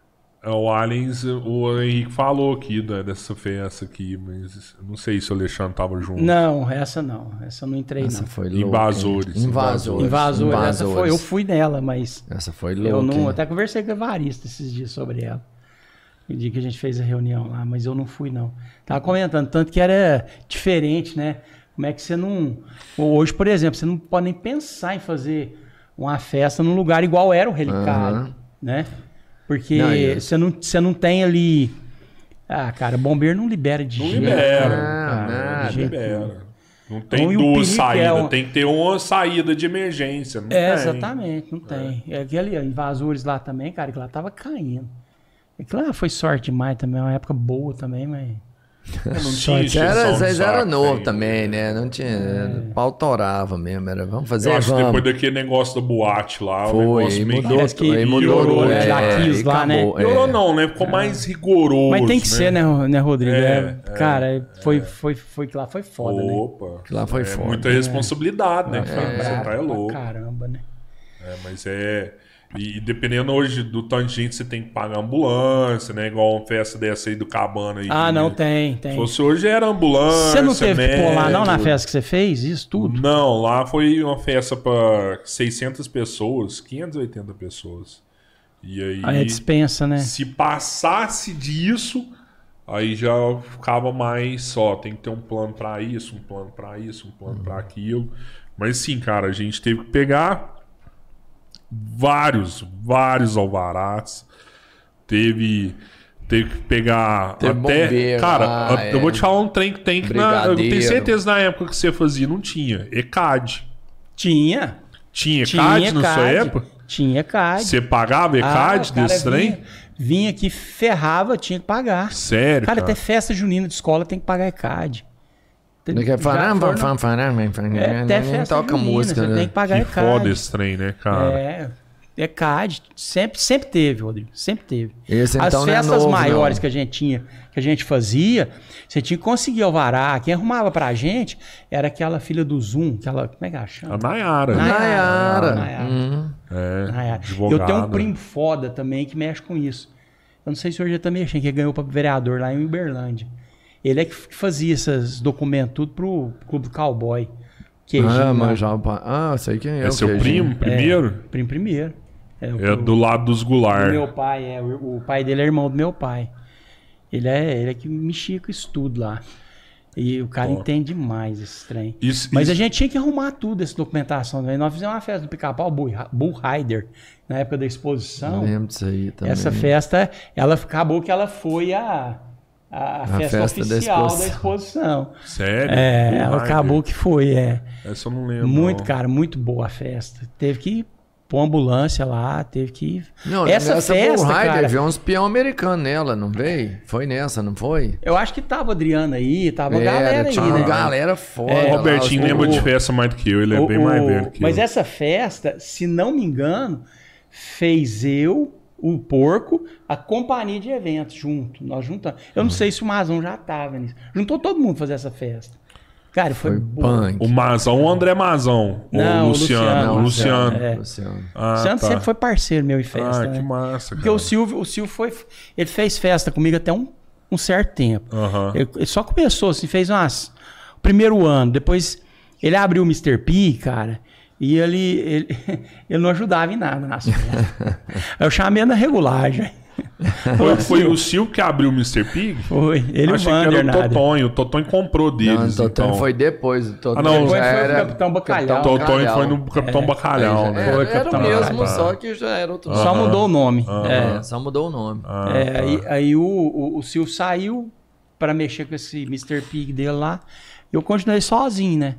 O Aliens, o Henrique falou aqui dessa festa aqui, mas não sei se o Alexandre tava junto. Não, essa não. Essa eu não entrei, essa não. Foi louca. Invasores. Essa foi, eu fui nela, mas... Essa foi louca. Eu não, até conversei com a Evarista esses dias sobre ela. O dia que a gente fez a reunião lá, mas eu não fui, não. Tava comentando, tanto que era diferente, né? Como é que você não... Hoje, por exemplo, você não pode nem pensar em fazer uma festa num lugar igual era o Relicário, né? Porque você não tem ali... Ah, cara, bombeiro não libera de jeito. Não libera. Não tem então, duas saídas, tem que ter uma saída de emergência. Não tem. Exatamente, não tem. Aquele invasores lá também, cara, que lá tava caindo. Aquilo lá foi sorte demais também, uma época boa também, mas... Não tinha vocês eram novos também, né? Não tinha. Pau torava mesmo. Era, vamos fazer. Eu acho que depois daquele negócio da boate lá, foi, o negócio aí mudou. Lá, né? Piorou não, né? Ficou mais rigoroso. Mas tem que ser, né, Rodrigo? Cara, foi que lá foi foda, Opa, né? Que lá foi foda. Muita responsabilidade, né? Você tá louco. Caramba, né? Mas E dependendo hoje do tanto de gente, você tem que pagar ambulância, né? Igual uma festa dessa aí do Cabana. Aí, não, tem. Se fosse hoje era ambulância. Você não teve que pular não na festa que você fez? Isso tudo? Não, lá foi uma festa para 600 pessoas, 580 pessoas. E aí... Aí dispensa, né? Se passasse disso, aí já ficava mais só. Tem que ter um plano para isso, um plano para isso, um plano para aquilo. Mas sim, cara, a gente teve que pegar... vários alvarás. Teve que pegar até... bombeiro, cara, eu vou te falar um trem que tem que... eu tenho certeza na época que você fazia, não tinha. ECAD. Tinha ECAD na sua época? Tinha ECAD. Você pagava ECAD desse trem? Vinha aqui, ferrava, tinha que pagar. Sério, cara? Até festa junina de escola tem que pagar ECAD. Até festa toca junina, música, você né? tem que pagar Que ECAD. foda esse trem, né, cara? ECAD. Sempre teve, Rodrigo. Sempre teve. Esse, as então, festas não é novo, maiores não. que a gente tinha, que a gente fazia, você tinha que conseguir alvará. Quem arrumava pra gente era aquela filha do Zoom, aquela... Como é que ela chama? A Nayara. Nayara. Advogada. Eu tenho um primo foda também que mexe com isso. Eu não sei se hoje ele tá mexendo, que ele ganhou pra vereador lá em Uberlândia. Ele é que fazia esses documentos tudo pro Clube do Cowboy. Mas já... sei quem é. É seu primo primeiro? Primo primeiro. Do lado dos Goulart. Meu pai, o pai dele é irmão do meu pai. Ele é que mexia com isso tudo lá. E o cara entende demais esse trem. Mas a gente tinha que arrumar tudo, essa documentação. Né? Nós fizemos uma festa do Pica-Pau, Bull Rider, na época da exposição. Eu lembro disso aí também. Essa festa, ela acabou que ela foi a festa oficial da exposição. Sério? Ela acabou que foi, Essa eu não lembro. Cara, muito boa a festa. Teve que pôr ambulância lá, teve que... Não, essa festa, Bull Rider, cara... veio uns peão americano nela, não veio? Foi nessa, não foi? Eu acho que tava o Adriano aí, tava a galera aí, tinha uma né? galera foda. O Robertinho lembra de festa mais do que eu, ele é bem mais velho que eu. Mas essa festa, se não me engano, fez eu, o Porco, a companhia de eventos junto. Nós juntamos. Eu não sei se o Mazão já tava nisso. Juntou todo mundo pra fazer essa festa. Cara, foi punk. O Mazão, o André Mazão. Não, o Luciano. o Luciano. O Luciano sempre foi parceiro meu em festa. Que né? massa, Porque cara. o Silvio foi... Ele fez festa comigo até um certo tempo. Ele só começou, assim, fez o primeiro ano. Depois ele abriu o Mr. P, cara... E ele não ajudava em nada nas festas. Eu chamei na regulagem. Foi o Silvio que abriu o Mr. Pig? Foi. Ele Achei e o Vander, que era o Totonho. O Totonho comprou deles. Não, o Totonho então. foi depois. O Totonho não, depois já foi era o Capitão Bacalhau. O Totonho foi no Capitão Bacalhau, né? Foi era Capitão o mesmo, Bacalhau. só que já era outro Só mudou o nome. Só mudou o nome. Aí o Silvio saiu pra mexer com esse Mr. Pig dele lá. Eu continuei sozinho, né?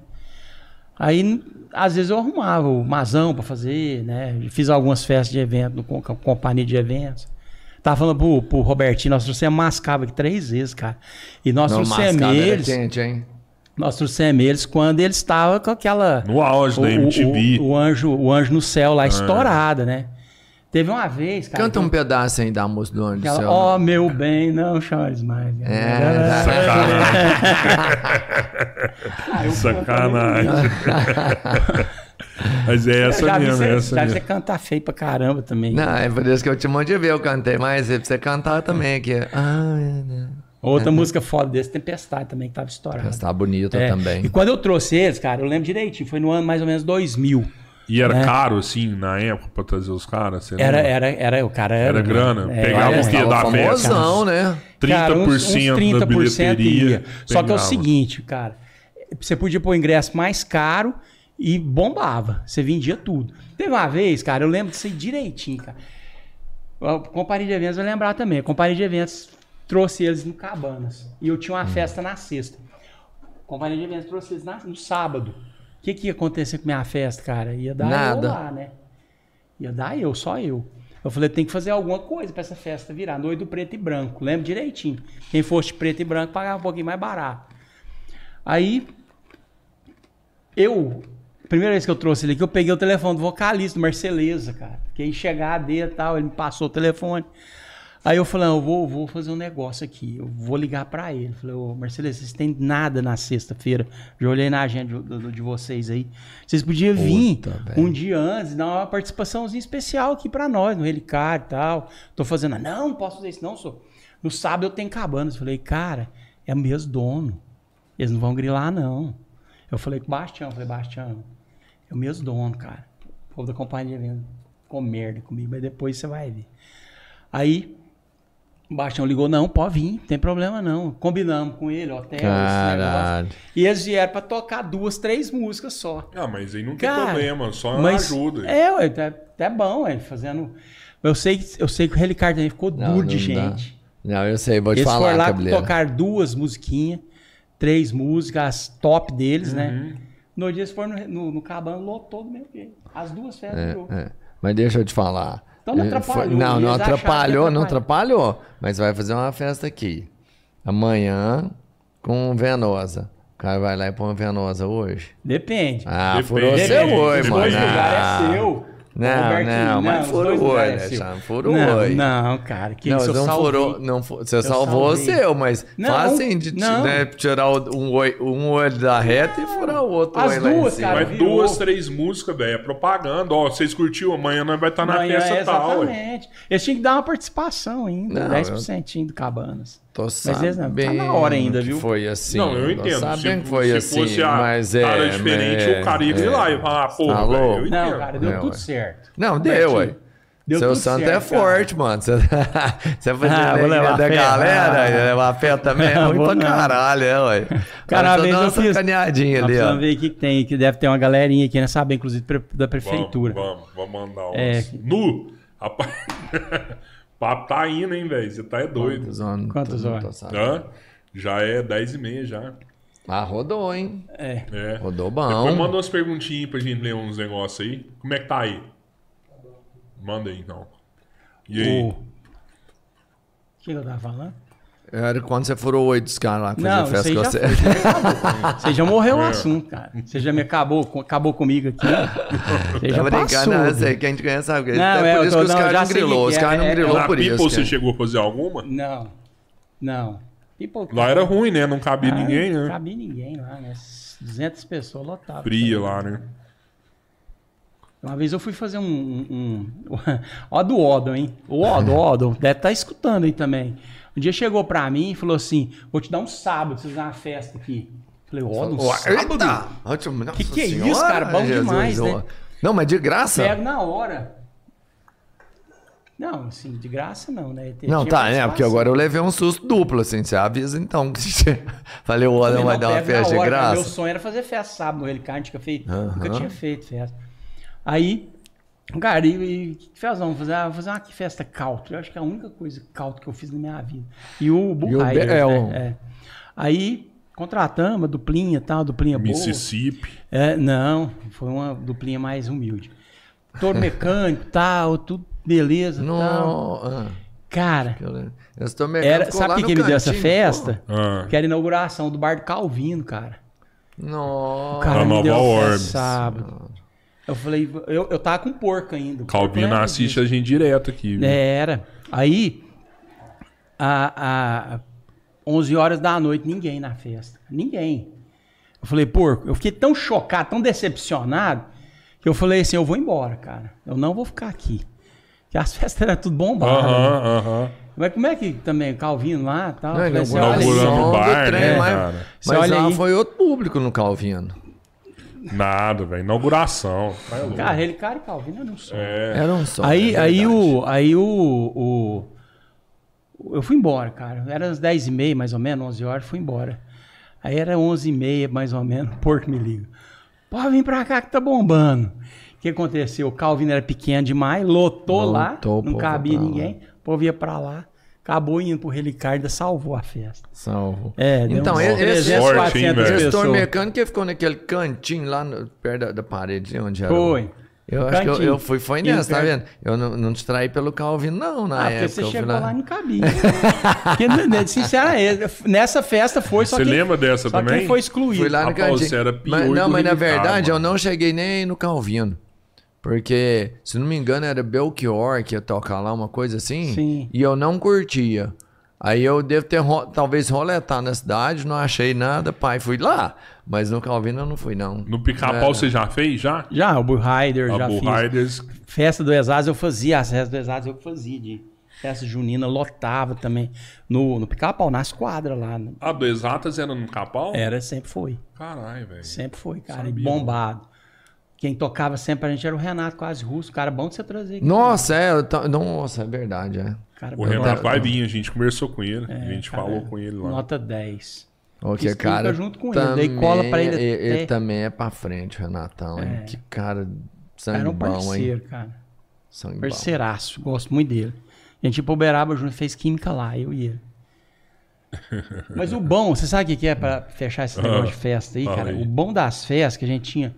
Aí, às vezes, eu arrumava o Mazão pra fazer, né? Fiz algumas festas de evento, com companhia de eventos. Tava falando pro Robertinho, nós trouxemos Mascava aqui 3 vezes, cara. E nós trouxemos eles... quente, hein? Nós trouxemos eles quando eles estavam com aquela... No auge da MTV. O anjo no céu lá, estourada, né? Teve uma vez, cara... Canta um pedaço aí da música do Anjo do Céu. Ó, meu bem, não chores mais. Sacanagem. Mas é essa mesmo, é essa mesmo. Você cantar feio pra caramba também. Não, é por isso que eu te mandei ver, eu cantei, mas é pra você cantar também aqui. Outra música foda desse, Tempestade também, que tava estourada. Tempestade bonita também. E quando eu trouxe eles, cara, eu lembro direitinho, foi no ano mais ou menos 2000. E era caro, assim, na época, pra trazer os caras? O cara era grana. Pegava o quê da festa? Famosão, né? 30% cara, uns 30% da bilheteria. Só que é o seguinte, cara, você podia pôr o ingresso mais caro e bombava. Você vendia tudo. Teve uma vez, cara, eu lembro disso aí direitinho, cara. A Companhia de Eventos vai lembrar também. A Companhia de Eventos trouxe eles no Cabanas. E eu tinha uma festa na sexta. A Companhia de Eventos trouxe eles no sábado. O que ia acontecer com minha festa, cara? Ia dar nada. Eu lá, né? Ia dar só eu. Eu falei, tem que fazer alguma coisa pra essa festa virar. Noite do preto e branco. Lembro direitinho. Quem fosse preto e branco pagava um pouquinho mais barato. Aí, primeira vez que eu trouxe ele aqui, eu peguei o telefone do vocalista, do Marceleza, cara. Fiquei chegar dele e tal, ele me passou o telefone. Aí eu falei, eu vou fazer um negócio aqui, eu vou ligar pra ele. Eu falei, ô Marceleza, vocês têm nada na sexta-feira? Já olhei na agenda de vocês aí. Vocês podiam vir um dia antes e dar uma participaçãozinha especial aqui pra nós, no Relicário e tal. Tô fazendo, não posso fazer isso não, sou. No sábado eu tenho Cabanas. Eu falei, cara, é o mesmo dono. Eles não vão grilar, não. Eu falei com o Bastião, é o mesmo dono, cara. O povo da companhia vem com merda comigo, mas depois você vai ver. Aí, o Bastião ligou, não, pode vir, não tem problema não. Combinamos com ele, hotel, esse negócio. E eles vieram pra tocar 2, 3 músicas só. Ah, mas aí não tem problema, só ajuda. Até bom, fazendo... Eu sei que o Relicário também ficou duro de gente. Não, eu sei, vou te falar, eles foram lá tocar 2 musiquinhas, 3 músicas, top deles, né? No dia eles foram no Cabana, lotou do mesmo jeito. As 2 festas virou. Mas deixa eu te falar. Então não atrapalhou. Não atrapalhou. Mas vai fazer uma festa aqui. Amanhã com Venosa. O cara vai lá e põe Venosa hoje? Depende. Furou seu oi, mano. O lugar é seu. Não, mas furou oi, né, Chama? Furou oi. Não, cara. Você salvou o seu, mas faz assim, tirar um olho da reta e furar o outro oi lá em cima. Mas 2, 3 músicas, velho, é propaganda. Ó, vocês curtiu, amanhã nós vai estar na festa tal. Exatamente. Eles tinham que dar uma participação ainda, 10% do Cabanas. Tô sabendo tá na hora ainda, viu? Foi assim. Não, eu entendo. Sabendo que foi assim, fosse cara diferente, o cara ia grilar e falar, porra, velho, não, cara, deu tudo certo. Não, deu, ué. Seu santo é forte, mano. Você vai fazer alegria da galera, levar a fé também é ruim pra caralho, ué. Cara, eu fiz caneadinha ali, ó. Vamos ver o que tem, que deve ter uma galerinha aqui, né? Saber, inclusive, da prefeitura. Vamos mandar uns... Rapaz... O papo tá indo, hein, velho? Você tá doido. Quantas horas? Já é 10h30 já. Rodou, hein? Rodou bom. Depois manda umas perguntinhas pra gente ler uns negócios aí. Como é que tá aí? Manda aí, então. E aí? O que eu tava falando? Era quando você furou o olho dos caras lá que fazia festa com você. Você já morreu o assunto, cara. Você já me acabou comigo aqui. Você já passou. Não, sei, quem te conhece sabe. É por isso que os caras não grilou. Os caras não grilou por isso. People você chegou a fazer alguma? Não. Lá era ruim, né? Não cabia ninguém, né? Não cabia ninguém lá, né? 200 pessoas lotavam. Fria lá, né? Uma vez eu fui fazer Ó do Odom, hein? O Odom deve estar escutando aí também. Um dia chegou pra mim e falou assim, vou te dar um sábado pra você fazer uma festa aqui. Falei, Odom, sábado? Que é isso, cara? Bom demais, né? Não, mas de graça? Pego na hora. Não, assim, de graça não, né? Não, tá, porque agora eu levei um susto duplo, assim, você avisa então. Falei, o Odom vai dar uma festa de graça. Meu sonho era fazer festa sábado no Relicário, nunca tinha feito festa. Aí, cara, e que fez? Vamos fazer uma festa country. Eu acho que é a única coisa country que eu fiz na minha vida. E o Bull Riders, né? Aí, contratamos a duplinha e tal, duplinha boa. Mississippi. Não, foi uma duplinha mais humilde. Touro mecânico, tal, tudo beleza, tal. Cara, sabe o que me deu essa festa? Que era a inauguração do bar do Calvino, cara. Nossa. O cara me deu festa sábado. Eu falei, eu tava com porco ainda. Calvino assiste a gente direto aqui. Viu? Era. Aí, a 11 horas da noite, ninguém na festa. Ninguém. Eu falei, porco, eu fiquei tão chocado, tão decepcionado, Eu falei assim, eu vou embora, cara. Eu não vou ficar aqui. Porque as festas eram tudo bombadas. Mas como é que também, o Calvino lá e tal? Inaugurando o bar, né, cara? Mas lá foi outro público no Calvino. Nada, velho. Inauguração. Cara, ele, cara e Calvino era um som. Era um som. Eu fui embora, cara. Era às 10h30, mais ou menos, 11 horas, fui embora. Aí era 11h30, mais ou menos, o Porco me liga. Pode vir pra cá que tá bombando. O que aconteceu? O Calvino era pequeno demais, lotou lá, não cabia ninguém. O povo ia pra lá, acabou indo pro Relicário, salvou a festa. Salvou. Então, esse 400 gestor mecânico que ficou naquele cantinho lá perto da parede, onde era? Foi. Eu acho que eu foi nessa, tá vendo? Eu não te traí pelo Calvino, não, na época. Porque você chegou lá e não cabia. Porque, sinceramente, nessa festa foi só Você lembra dessa só também? Quem foi excluído. Fui lá no cantinho. Você era pior mas na verdade, eu não cheguei nem no Calvino. Porque, se não me engano, era Belchior que ia tocar lá, uma coisa assim. Sim. E eu não curtia. Aí eu devo ter, talvez, roletar na cidade, não achei nada, pai, fui lá. Mas no Calvino eu não fui, não. No Pica-Pau você já fez, já? Já, o Bull Rider, já Bull fiz. Riders. Festa do Exato eu fazia, as festas do Exato eu fazia, de festa junina, lotava também. No Pica-Pau, nas quadras lá. A do Exatas era no Capau? Era, sempre foi. Caralho, velho. Sempre foi, cara, Sabia, e bombado. Quem tocava sempre pra gente era o Renato Quase Russo, cara bom de você trazer aqui. Nossa, nossa, é verdade, é. Cara, o Renato vai vir, a gente conversou com ele, a gente falou com ele lá. Nota 10. Ok, cara, junto com ele, daí cola pra ele. Ele também é pra frente, Renatão, hein? Que cara, sangue era um bom, parceiro, hein? cara. Sangue Parceiraço, gosto muito dele. A gente ia pro Uberaba junto, fez química lá, eu e ele. Mas o bom, você sabe o que é pra fechar esse negócio de festa aí, cara? O bom das festas que a gente tinha...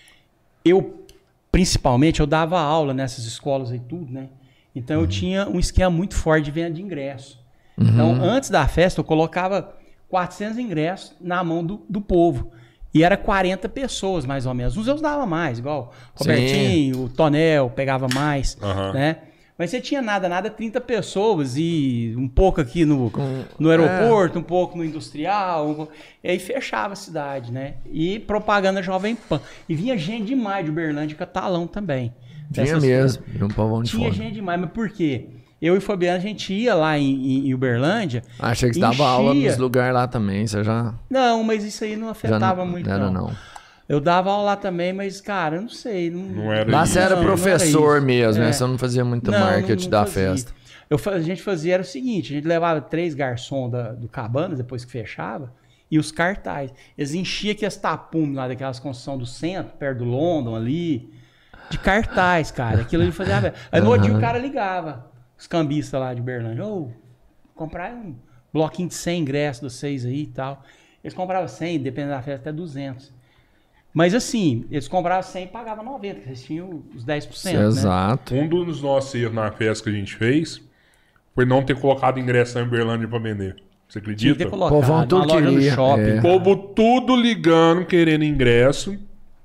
Principalmente, eu dava aula nessas escolas aí tudo, né? Então eu tinha um esquema muito forte de venda de ingresso. Então, antes da festa, eu colocava 400 ingressos na mão do povo. E era 40 pessoas, mais ou menos. Uns eu dava mais, igual o Robertinho, o Tonel, pegava mais, né? Mas você tinha nada, 30 pessoas e um pouco aqui no aeroporto, um pouco no industrial, e aí fechava a cidade, né? E propaganda Jovem Pan. E vinha gente demais de Uberlândia e Catalão também. Tinha mesmo, um povão de Tinha fora. gente demais, mas por quê? Eu e o Fabiano, a gente ia lá em Uberlândia. Achei que você dava aula nos lugares lá também, você já... Não, mas isso aí não afetava muito, não. Eu dava aula lá também, mas, cara, eu não sei. Não era lá isso. você era professor mesmo, né? É. Você não fazia muito marketing da festa. A gente fazia era o seguinte, a gente levava 3 garçons do Cabanas, depois que fechava, e os cartazes. Eles enchiam aqui as tapumes lá daquelas construções do centro, perto do London ali, de cartaz, cara. Aquilo ele fazia... Aí no outro dia o cara ligava, os cambistas lá de Uberlândia. Comprar um bloquinho de 100 ingressos dos 6 aí e tal. Eles compravam 100, dependendo da festa, até 200. Mas assim, eles compravam 100 e pagavam 90, porque eles tinham os 10%, né? Exato. Um dos nossos erros na festa que a gente fez foi não ter colocado ingresso na Uberlândia pra vender. Você acredita? Tinha que ter colocado Povão tudo loja no queria, shopping. O povo tudo ligando, querendo ingresso.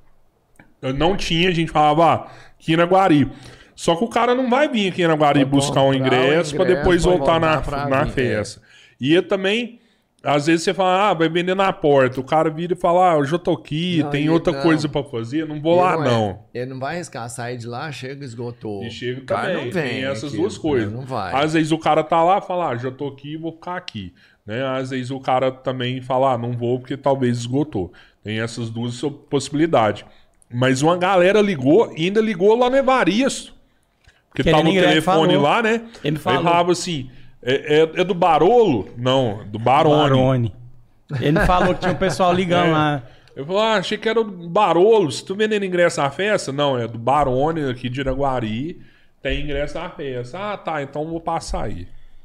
Eu não tinha, a gente falava, aqui na Guari. Só que o cara não vai vir aqui na Guari buscar um ingresso pra depois voltar na festa. E também... Às vezes você fala, vai vender na porta. O cara vira e fala, eu já tô aqui, tem outra coisa pra fazer, não vou lá não. Ele não vai arriscar, sair de lá, chega, esgotou. E chega cara também, não vem tem essas aqui, duas coisas. Não vai. Às vezes o cara tá lá e fala, já tô aqui, vou ficar aqui. Né? Às vezes o cara também fala, não vou porque talvez esgotou. Tem essas duas possibilidades. Mas uma galera ligou, e ainda ligou lá no Evaristo. Porque tava o telefone lá, né? Ele Aí falava assim... É do Barolo? Não, do Barone. Ele falou que tinha um pessoal ligando lá. Eu falei, achei que era do Barolo. Se tu vendendo ingresso na festa? Não, é do Barone aqui de Iraguari. Tem ingresso na festa. Ah, tá, então vou passar aí.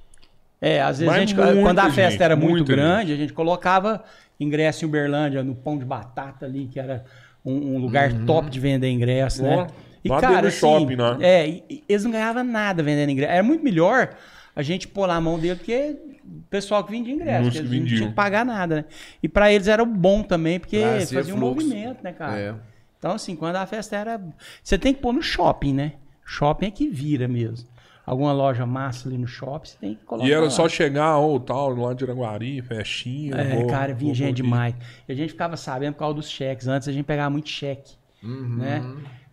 Às vezes quando a festa era muito grande, a gente colocava ingresso em Uberlândia, no Pão de Batata ali, que era um lugar top de vender ingresso, né? E cara, assim, shopping, né? Eles não ganhavam nada vendendo ingresso. Era muito melhor a gente pôr na mão dele, porque o pessoal que vendia ingresso, eles não tinham que pagar nada, né? E pra eles era bom também, porque fazia um movimento, né, cara? Então, assim, quando a festa era... Você tem que pôr no shopping, né? Shopping é que vira mesmo. Alguma loja massa ali no shopping, você tem que colocar. E era lá. Só chegar, tal, lá de Iraguari, festinha. Cara, vinha gente demais. E a gente ficava sabendo por causa dos cheques. Antes a gente pegava muito cheque, né?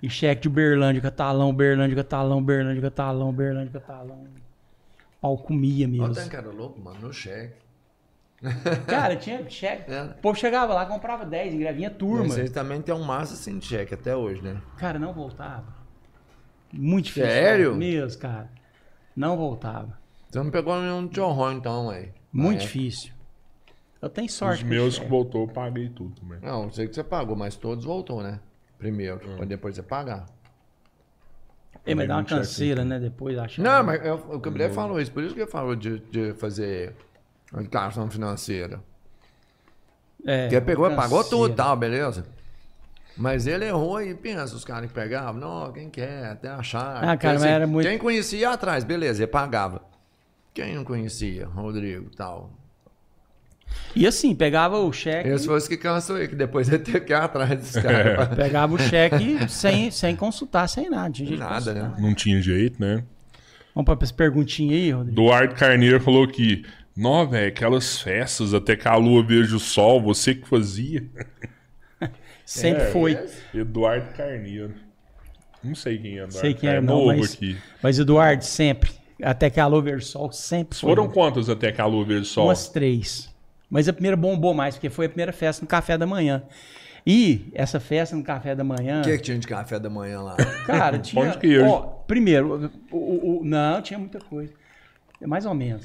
E cheque de Uberlândia, Catalão, Uberlândia, Catalão, Uberlândia, Catalão, Uberlândia, Catalão. Pau comia mesmo. Olha o cara louco, mano, no cheque. Cara, tinha cheque. O povo chegava lá, comprava 10 ingressos, vinha turma. Vocês também tem um massa sem cheque até hoje, né? Cara, não voltava. Muito difícil. Sério? Mesmo, cara. Não voltava. Você não pegou nenhum tchorrão, então, aí. Muito difícil. Eu tenho sorte. Os meus que voltou, eu paguei tudo também. Não sei que você pagou, mas todos voltou, né? Primeiro, pra depois você pagar. Mas dá uma canseira, né? Depois acho. Não, mas o Gabriel falou isso, por isso que ele falou de fazer educação financeira. Porque ele pegou e pagou tudo e tal, beleza? Mas ele errou e pensa, os caras que pegavam, não, quem quer, até achar. Cara, mas era muito... Quem conhecia ia atrás, beleza, ele pagava. Quem não conhecia, Rodrigo e tal. E assim, pegava o cheque... Esse foi os que cansou aí, que depois ele teve que ir atrás desses caras. Pegava o cheque sem consultar, sem nada. Tinha jeito nada, né? Não tinha jeito, né? Vamos para essa perguntinha aí, Rodrigo. Duarte Carneiro falou que, não, velho, aquelas festas até que a lua veja o sol, você que fazia. Sempre foi. Eduardo Carneiro. Não sei quem é Eduardo. Sei quem é, não, mas Eduardo sempre. Até que a lua veja o sol, sempre foi. Foram quantas até que a lua veja o sol? Umas 3. Mas a primeira bombou mais, porque foi a primeira festa no café da manhã. E essa festa no café da manhã... O que tinha de café da manhã lá? Cara, tinha... Pão de queijo. Ó, primeiro, não, tinha muita coisa. Mais ou menos.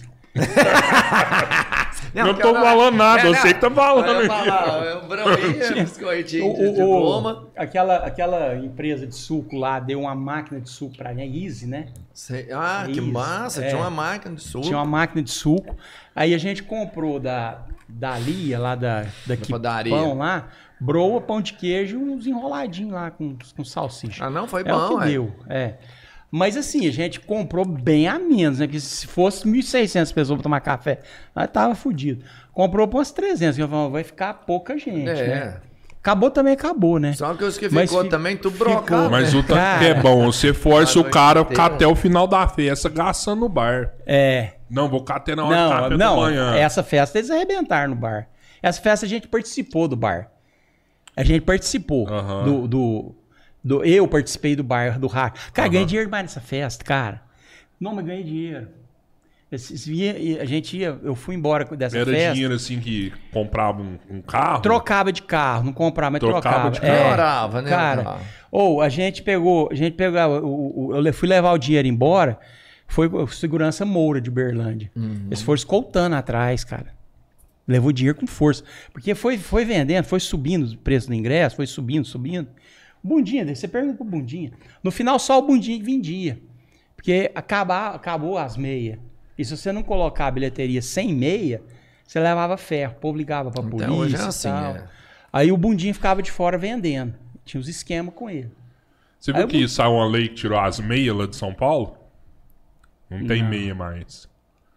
Não tô falando nada, eu sei que tá falando. Biscoitinho de goma. Aquela empresa de suco lá deu uma máquina de suco pra mim, Easy, né? Que massa, tinha uma máquina de suco. Tinha uma máquina de suco. Aí a gente comprou da Lia, lá da Pão lá, broa, pão de queijo, uns enroladinhos lá com salsicha. Ah, não? Foi bom, o que deu, Mas assim, a gente comprou bem a menos, né? Porque se fosse 1.600 pessoas pra tomar café, nós tava fudido. Comprou por umas 300, eu falei, vai ficar pouca gente, né? Acabou também, acabou, né? Só que os que ficou também, tu brocado. Mas o tanto que é bom, você força o cara ficar até o final da festa gastando no bar. Não, vou ficar até na hora do café da manhã. Essa festa eles arrebentaram no bar. Essa festa a gente participou do bar. A gente participou eu participei do bar do hack. Cara, ganhei dinheiro mais nessa festa, cara. Não, mas ganhei dinheiro. Eu fui embora dessa festa. Era dinheiro assim que comprava um carro? Trocava de carro, não comprava, mas trocava. Melhorava, né? Cara, a gente pegou, eu fui levar o dinheiro embora, foi o segurança Moura de Uberlândia. Eles foram escoltando atrás, cara. Levou dinheiro com força. Porque foi vendendo, foi subindo o preço do ingresso, foi subindo. Bundinha, você pergunta pro Bundinha. No final, só o Bundinha que vendia. Porque acabou as meias. E se você não colocar a bilheteria sem meia, você levava ferro. O povo ligava pra polícia hoje é assim, e tal. Aí o Bundinha ficava de fora vendendo. Tinha uns esquemas com ele. Você viu que saiu uma lei que tirou as meias lá de São Paulo? Não tem meia mais.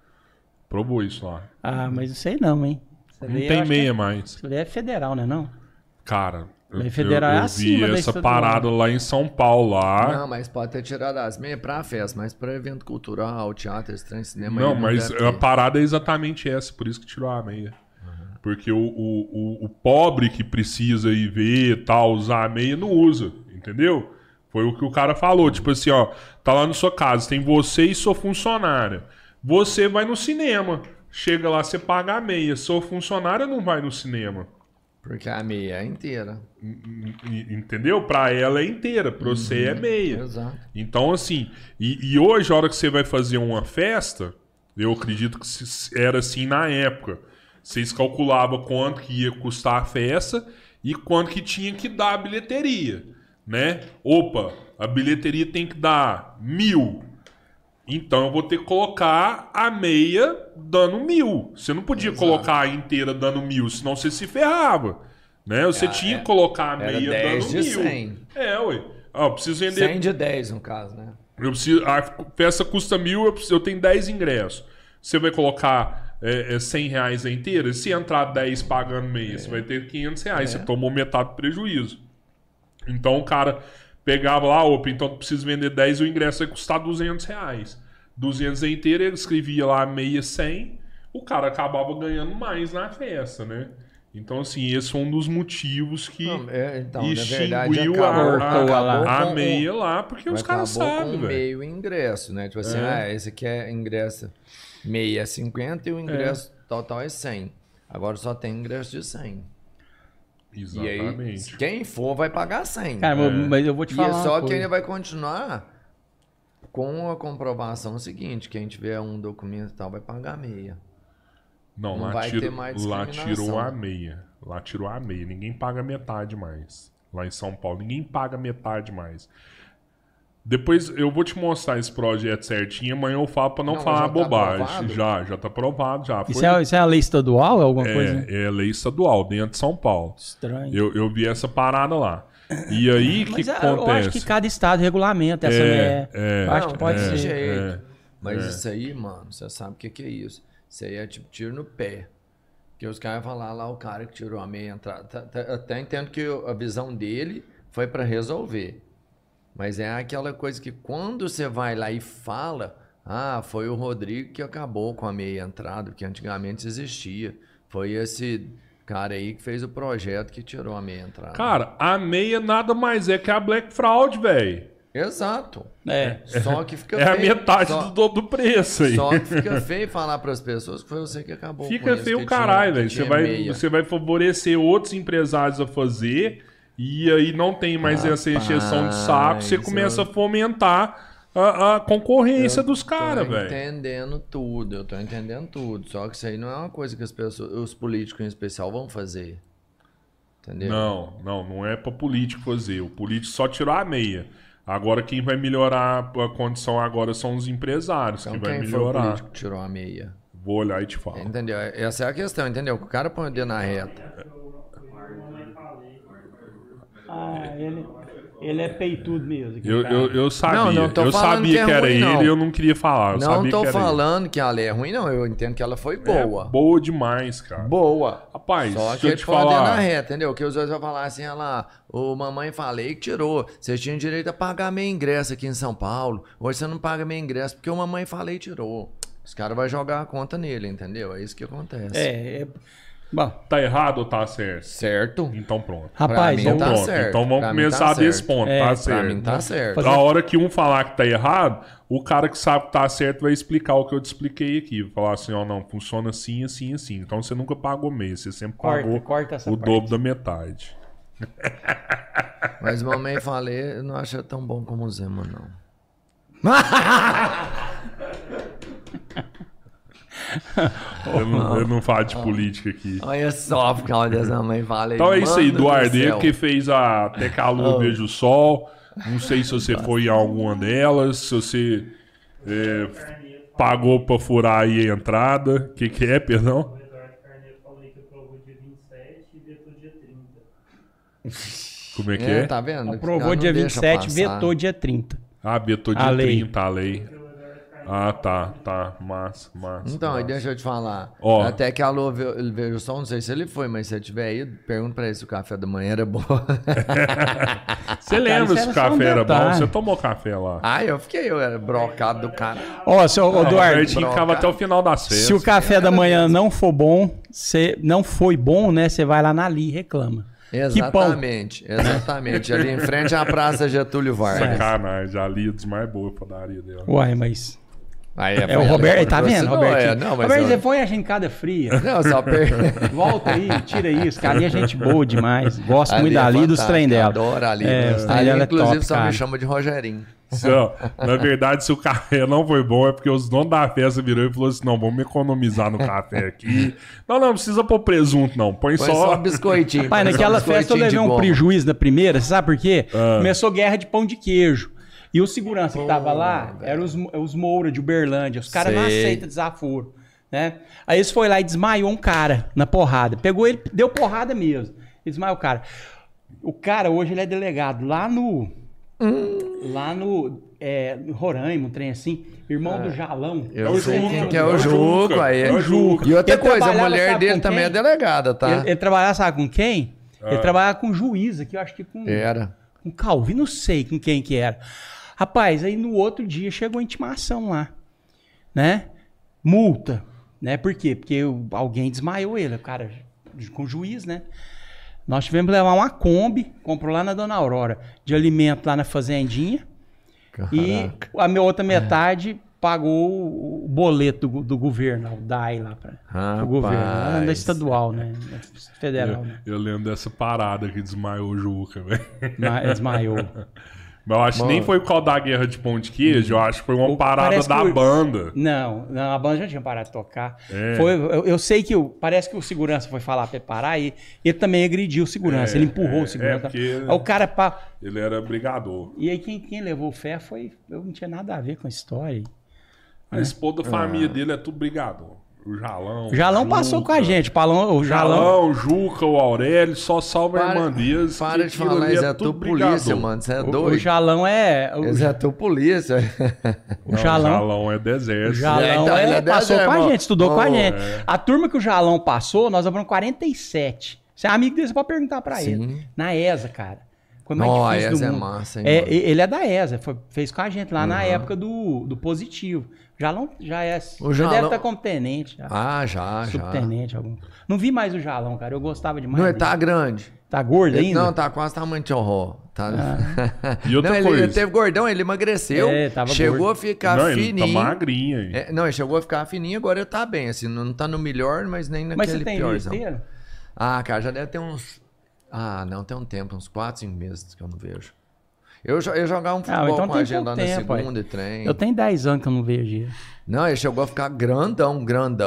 Provou isso lá. Mas não sei não, hein? Não tem meia mais. Isso é federal, né não? Cara... Eu vi essa parada lá em São Paulo, lá. Não, mas pode ter tirado as meias pra festa, mas pra evento cultural, teatro, estranho, cinema... Não, mas a parada é exatamente essa, por isso que tirou a meia. Porque o pobre que precisa ir ver, tal, usar a meia, não usa, entendeu? Foi o que o cara falou, tipo assim, ó, tá lá na sua casa, tem você e sua funcionária. Você vai no cinema, chega lá, você paga a meia, sua funcionária não vai no cinema. Porque a meia é inteira. Entendeu? Pra ela é inteira, pra você é meia. Exato. Então, assim, e hoje, a hora que você vai fazer uma festa, eu acredito que era assim na época. Vocês calculavam quanto que ia custar a festa e quanto que tinha que dar a bilheteria, né? Opa, a bilheteria tem que dar 1.000. Então eu vou ter que colocar a meia dando 1.000. Você não podia colocar a inteira dando 1.000, senão você se ferrava. Né? Você tinha que colocar a meia dando 1.000. 100. Ué. Eu preciso vender... 100 de 10, no caso, né? A peça custa 1.000, eu tenho 10 ingressos. Você vai colocar R$100 a inteira? Se entrar 10 pagando meia, você vai ter R$500. Você tomou metade do prejuízo. Então o cara... Pegava lá, então tu precisa vender 10, o ingresso vai custar R$200. 200 a inteira, ele escrevia lá meia 100, o cara acabava ganhando mais na festa, né? Então, assim, esse foi um dos motivos que extinguiu a meia lá, porque os caras sabem, velho. Meio ingresso, né? Tipo assim, esse aqui é ingresso meia é 50 e o ingresso total é 100. Agora só tem ingresso de 100. Exatamente. E aí, quem for vai pagar 100. Cara, mas eu vou te falar. Só que ele vai continuar com a comprovação seguinte: quem tiver um documento e tal vai pagar meia. Não vai ter mais discriminação. Lá tirou a meia. Lá tirou a meia. Ninguém paga metade mais. Lá em São Paulo, ninguém paga metade mais. Depois eu vou te mostrar esse projeto certinho, amanhã eu falo pra não falar bobagem. Já tá aprovado. Já. Isso é a lei estadual? É alguma coisa? É lei estadual, dentro de São Paulo. Estranho. Eu vi essa parada lá. E aí, o que acontece? Eu acho que cada estado regulamenta essa eu acho que pode ser. Jeito. Mas isso aí, mano, você sabe o que é isso. Isso aí é tipo tiro no pé. Porque os caras vão falar lá, o cara que tirou a meia entrada. Até entendo que a visão dele foi pra resolver. Mas é aquela coisa que quando você vai lá e fala, foi o Rodrigo que acabou com a meia entrada, que antigamente existia. Foi esse cara aí que fez o projeto que tirou a meia entrada. Cara, a meia nada mais é que a Black Fraud, velho. Exato. Só que fica feio. É a metade do preço aí. Só que fica feio falar para as pessoas que foi você que acabou com isso. Fica feio o caralho, velho. Você vai favorecer outros empresários a fazer... E aí não tem mais essa encheção de saco, você começa a fomentar a concorrência dos caras, velho. Eu tô entendendo tudo. Só que isso aí não é uma coisa que os políticos em especial vão fazer. Entendeu? Não é pra político fazer. O político só tirou a meia. Agora quem vai melhorar a condição agora são os empresários que vai melhorar. Quem foi o político que tirou a meia? Vou olhar e te falo. Entendeu? Essa é a questão, entendeu? O cara põe o dedo na reta. Ele é peitudo mesmo. Eu sabia. Eu sabia que era ele e eu não queria falar. Não tô falando que ela é ruim, não. Eu entendo que ela foi boa. Boa demais, cara. Boa. Rapaz, só que ele pode na reta, entendeu? Que os dois vão falar assim, olha lá, o mamãe falei que tirou. Vocês tinham direito a pagar meio ingresso aqui em São Paulo. Hoje você não paga meio ingresso porque o mamãe falei tirou. Os caras vão jogar a conta nele, entendeu? É isso que acontece. Bom. Tá errado ou tá certo? Certo. Então pronto. Rapaz, então pronto. Certo. Então vamos começar desse ponto. Tá certo. Pra mim tá certo. Na hora que um falar que tá errado, o cara que sabe que tá certo vai explicar o que eu te expliquei aqui. Vai falar assim, não, funciona assim, assim, assim. Então você nunca pagou meio, você sempre pagou o dobro da metade. Mas mamãe falei, eu não acho tão bom como o Zema, não. Eu não falo de política aqui. Olha só, por causa dessa mãe falei. Então é isso aí, Eduardo. Ele que fez a Até Calor Vejo o Sol. Não sei se você foi em alguma delas, se você pagou pra furar aí a entrada. O que é, perdão? O Eduardo Carneiro falou que aprovou dia 27 e vetou dia 30. Como é que é? Tá vendo? Aprovou dia 27 e vetou dia 30. Vetou dia 30, a lei. Tá. Massa. Então, massa. Deixa eu te falar. Até que alô, vejo só, não sei se ele foi, mas se ele tiver aí, pergunta pra ele se o café da manhã era bom. Você lembra se o café era bom? Você tomou café lá? Eu era brocado do cara. Seu Eduardo, ficava até o final das festas. Se o café da manhã não for bom, não foi bom, né? Você vai lá na Ali e reclama. Exatamente. Ali em frente à Praça Getúlio Vargas. Sacanagem, ali é dos mais boa padaria dela. Uai, mas... o Roberto, tá vendo, Roberto? Roberto, você foi a gencada fria. Não, só Volta aí, tira isso, cara. Ali é gente boa demais. Gosto muito dali, dos trem dela. Adoro ali. Ela inclusive, top, só cara. me chama de Rogerinho. Na verdade, se o café não foi bom, é porque os donos da festa virou e falou assim: não, vamos economizar no café aqui. Não precisa pôr presunto, não. Põe só biscoitinho. Pai, naquela festa eu levei um prejuízo na primeira, você sabe por quê? Começou guerra de pão de queijo. E o segurança que tava lá eram os Moura de Uberlândia. Os caras não aceitam desaforo, né? Aí eles foi lá e desmaiou um cara na porrada. Pegou ele, deu porrada mesmo. Ele desmaiou o cara. O cara hoje ele é delegado lá no Roraima, um trem assim. Irmão do Jalão. Eu sei quem que é o Juco. É o Juco. E outra coisa, a mulher dele também é delegada, tá? Ele trabalhava, sabe com quem? Ele trabalhava com juíza, que eu acho que com... Com Calvi, não sei com quem que era. Rapaz, aí no outro dia chegou a intimação lá, né? Multa, né? Por quê? Porque alguém desmaiou ele, o cara com o juiz, né? Nós tivemos que levar uma Kombi, comprou lá na Dona Aurora, de alimento lá na fazendinha. Caraca. E a minha outra metade pagou o boleto do governo, o DAI lá para o governo. Lá da estadual, né? Federal. Eu lembro dessa parada que desmaiou o Juca, velho. Desmaiou. Mas eu acho que nem foi por causa da guerra de pão de queijo, eu acho que foi uma parada da banda. Não, a banda já tinha parado de tocar. Eu sei que parece que o segurança foi falar pra ele parar e ele também agrediu o segurança, ele empurrou o segurança. Aí o cara... Ele era brigador. E aí quem levou fé foi... Eu não tinha nada a ver com a história. A esposa da família dele é tudo brigador. O Jalão. O Jalão Juca, passou com a gente. O Jalão, Juca, o Aurélio, só salva a irmã deles. Para de falar, isso é tudo polícia, mano. Você é doido. O Jalão é. Isso é tudo polícia. O Jalão é do exército. O Jalão passou com a gente, estudou com a gente. A turma que o Jalão passou, nós abrimos 47. Você é amigo dele, você pode perguntar pra ele. Na ESA, cara. Foi mais difícil a ESA do mundo. É massa, hein, ele é da ESA, fez com a gente lá na época do positivo. Jalão já é. Já deve estar como tenente. Já. Subtenente. Algum. Não vi mais o Jalão, cara. Eu gostava demais. Não, ele tá grande. Tá gordo ainda? Não, tá quase tamanho de horror. Tá... E outra coisa. Ele teve gordão, ele emagreceu. Tava chegou gordo. A ficar fininho. Ele tá magrinho aí. Ele chegou a ficar fininho, agora ele tá bem. Assim, não tá no melhor, mas nem naquele piorzão. Mas você tem inteiro? Cara, já deve ter uns... não, tem um tempo, uns 4, 5 meses que eu não vejo. Eu jogava um futebol então com a gente lá na segunda e trem. Eu tenho 10 anos que eu não vejo ele. Não, ele chegou a ficar grandão.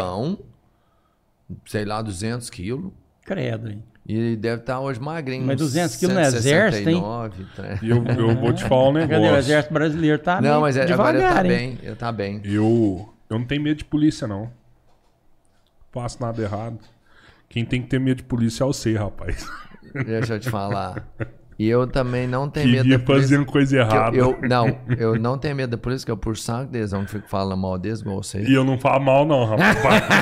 Sei lá, 200 quilos. Credo, hein? E deve estar hoje magrinho. Mas 200 quilos no exército, hein? E eu vou te falar um negócio. Cadê? O exército brasileiro tá não, mas devagar, agora ele tá bem. Eu não tenho medo de polícia, não. Não faço nada errado. Quem tem que ter medo de polícia é você, rapaz. Deixa eu te falar. E eu também não tenho medo da polícia. Fazendo coisa errada. Eu não tenho medo da polícia, que eu puxo sangue deles, eu não fico falando mal deles, igual você. E eu não falo mal, não, rapaz.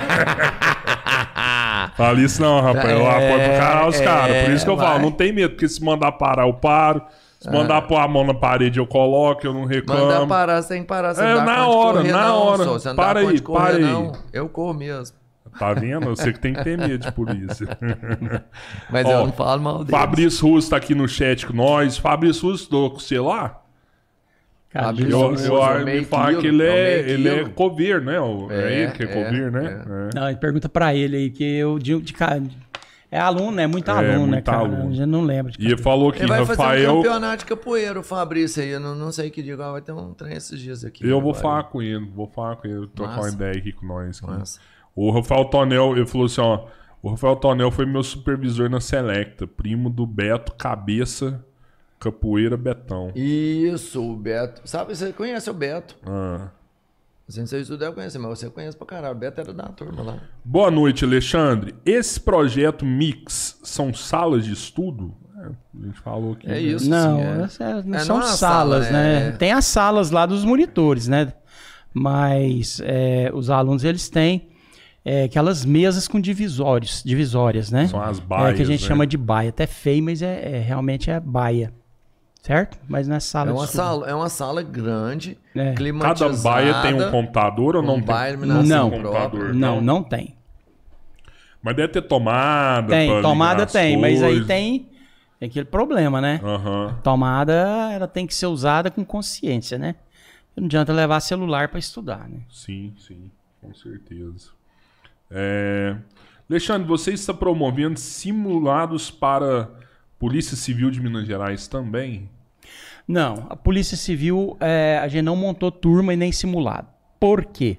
Fala isso não, rapaz. Eu apoio pro caralho os caras. Por isso que eu falo, não tem medo, porque se mandar parar, eu paro. Se mandar pôr a mão na parede, eu coloco, eu não reclamo. Mandar parar, você tem que parar. Você não dá na conta hora, de correr, na não, hora. Você não para dá aí, conta de correr, para aí. não. Eu corro mesmo. Tá vendo? Eu sei que tem que ter medo de polícia. Mas eu não falo mal deles. Fabrício Russo tá aqui no chat com nós. Fabrício Russo, estudou com você lá? Eu me falo que ele é coveiro, né? É ele que é coveiro, né? Não, ele pergunta pra ele aí, que eu de cara. É aluno, é muito aluno, né, cara? A gente não lembra. E ele falou que ele vai Rafael... fazer um campeonato de capoeira, o Fabrício aí. Eu não sei que dia vai ter um trem esses dias aqui. Eu vou falar com ele, trocar uma ideia aqui com nós. O Rafael Tonel, ele falou assim, ó. O Rafael Tonel foi meu supervisor na Selecta, primo do Beto Cabeça Capoeira Betão. Isso, o Beto. Sabe, você conhece o Beto? Assim, você deve conhecer, mas você conhece pra caralho. O Beto era da turma lá. Boa noite, Alexandre. Esse projeto Mix são salas de estudo? A gente falou aqui. É isso. Não, não são salas, né? Tem as salas lá dos monitores, né? Mas os alunos, eles têm aquelas mesas com divisórias, né? São as baias, que a gente chama de baia. Até feio, mas realmente é baia. Certo? Mas não é sala de estudo. É uma sala grande, climatizada. Cada baia tem um computador ou não tem? Não tem. Mas deve ter tomada. Tem, tomada tem, mas aí tem aquele problema, né? Tomada, ela tem que ser usada com consciência, né? Não adianta levar celular para estudar, né? Sim, com certeza. Alexandre, você está promovendo simulados para Polícia Civil de Minas Gerais também? Não, a Polícia Civil, a gente não montou turma e nem simulado. Por quê?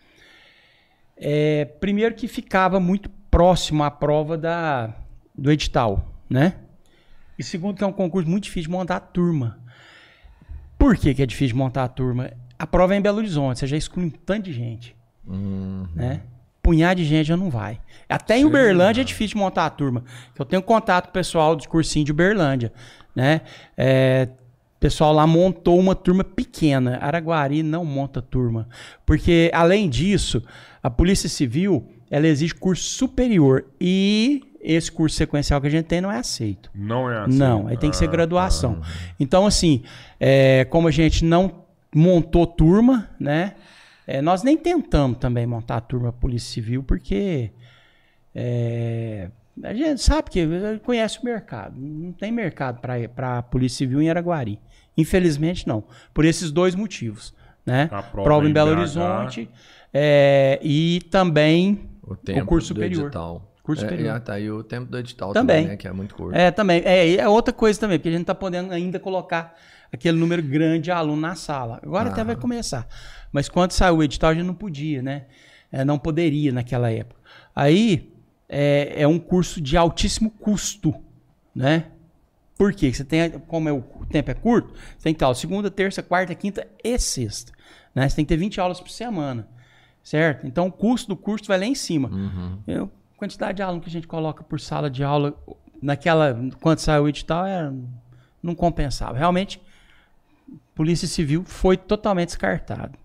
Primeiro que ficava muito próximo à prova do edital, né? E segundo que é um concurso muito difícil de montar a turma. Por que é difícil de montar a turma? A prova é em Belo Horizonte, você já exclui um tanto de gente, né? Punhado de gente já não vai. Até em Uberlândia é difícil de montar a turma. Eu tenho contato com o pessoal do cursinho de Uberlândia, né? O pessoal lá montou uma turma pequena. Araguari não monta turma. Porque, além disso, a Polícia Civil, ela exige curso superior. E esse curso sequencial que a gente tem não é aceito. Não é aceito? Não, aí tem que ser graduação. Então, assim, como a gente não montou turma, né? Nós nem tentamos também montar a turma Polícia Civil, porque A gente sabe que conhece o mercado. Não tem mercado para a Polícia Civil em Araguari. Infelizmente, não. Por esses 2 motivos. Né? Prova em Belo Horizonte e também o curso superior. Curso superior. Tá aí o tempo do edital também, né? Que é muito curto. Também. É outra coisa também, porque a gente não está podendo ainda colocar aquele número grande de aluno na sala. Agora até vai começar. Mas quando saiu o edital, a gente não podia, né? Não poderia naquela época. Aí é um curso de altíssimo custo, né? Por quê? Você tem, como o tempo é curto, você tem que ter aula segunda, terça, quarta, quinta e sexta. Né? Você tem que ter 20 aulas por semana. Certo? Então o custo do curso vai lá em cima. A quantidade de aluno que a gente coloca por sala de aula, quando saiu o edital, não compensava. Realmente, Polícia Civil foi totalmente descartado.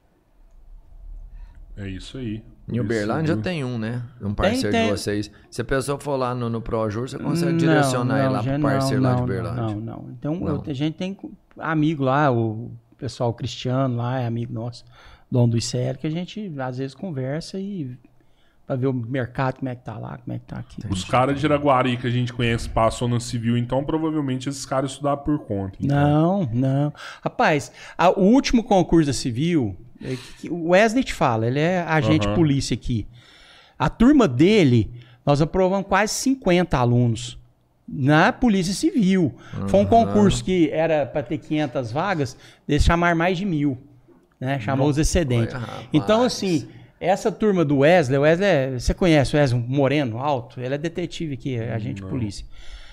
É isso aí. Em Uberlândia tem um, né? Um parceiro de vocês. Se a pessoa for lá no ProJur, você consegue direcionar ele lá pro parceiro lá de Uberlândia. Não. Então, a gente tem amigo lá, o pessoal Cristiano lá, é amigo nosso, dono do ICL, que a gente às vezes conversa e pra ver o mercado, como é que tá lá, como é que tá aqui. Os caras de Araguari que a gente conhece passou no civil, então provavelmente esses caras estudaram por conta. Então. Não. Rapaz, o último concurso da civil, o Wesley te fala, ele é agente de polícia aqui. A turma dele, nós aprovamos quase 50 alunos na Polícia Civil. Foi um concurso que era para ter 500 vagas, eles chamaram mais de 1.000, né? Chamou os excedentes. Então, assim, essa turma do Wesley, você conhece o Wesley Moreno, alto? Ele é detetive aqui, é agente de polícia.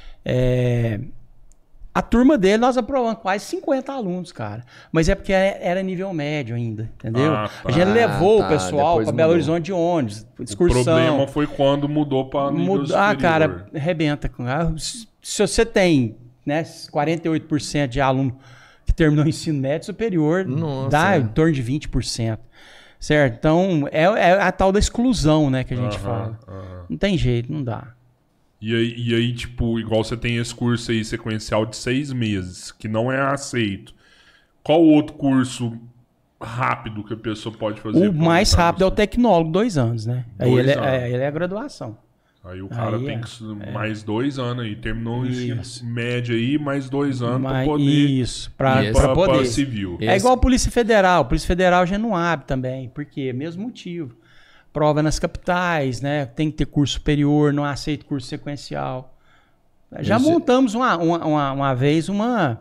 A turma dele, nós aprovamos quase 50 alunos, cara. Mas é porque era nível médio ainda, entendeu? A gente levou o pessoal para Belo Horizonte de ônibus, excursão. O problema foi quando mudou para nível superior. Cara, arrebenta. Se você tem, né, 48% de aluno que terminou o ensino médio superior, dá em torno de 20%. Certo? Então, é a tal da exclusão, né, que a gente fala. Não tem jeito, não dá. E aí, tipo, igual você tem esse curso aí sequencial de 6 meses, que não é aceito. Qual outro curso rápido que a pessoa pode fazer? O mais rápido é o tecnólogo, 2 anos, né? Aí ele é a graduação. Aí o cara tem que mais 2 anos aí. Terminou o ensino médio aí, mais 2 anos para poder... Isso, para poder. Pra civil. É igual a Polícia Federal. A Polícia Federal já não abre também. Por quê? Mesmo motivo. Prova nas capitais, né? Tem que ter curso superior, não aceita curso sequencial. Já montamos uma vez uma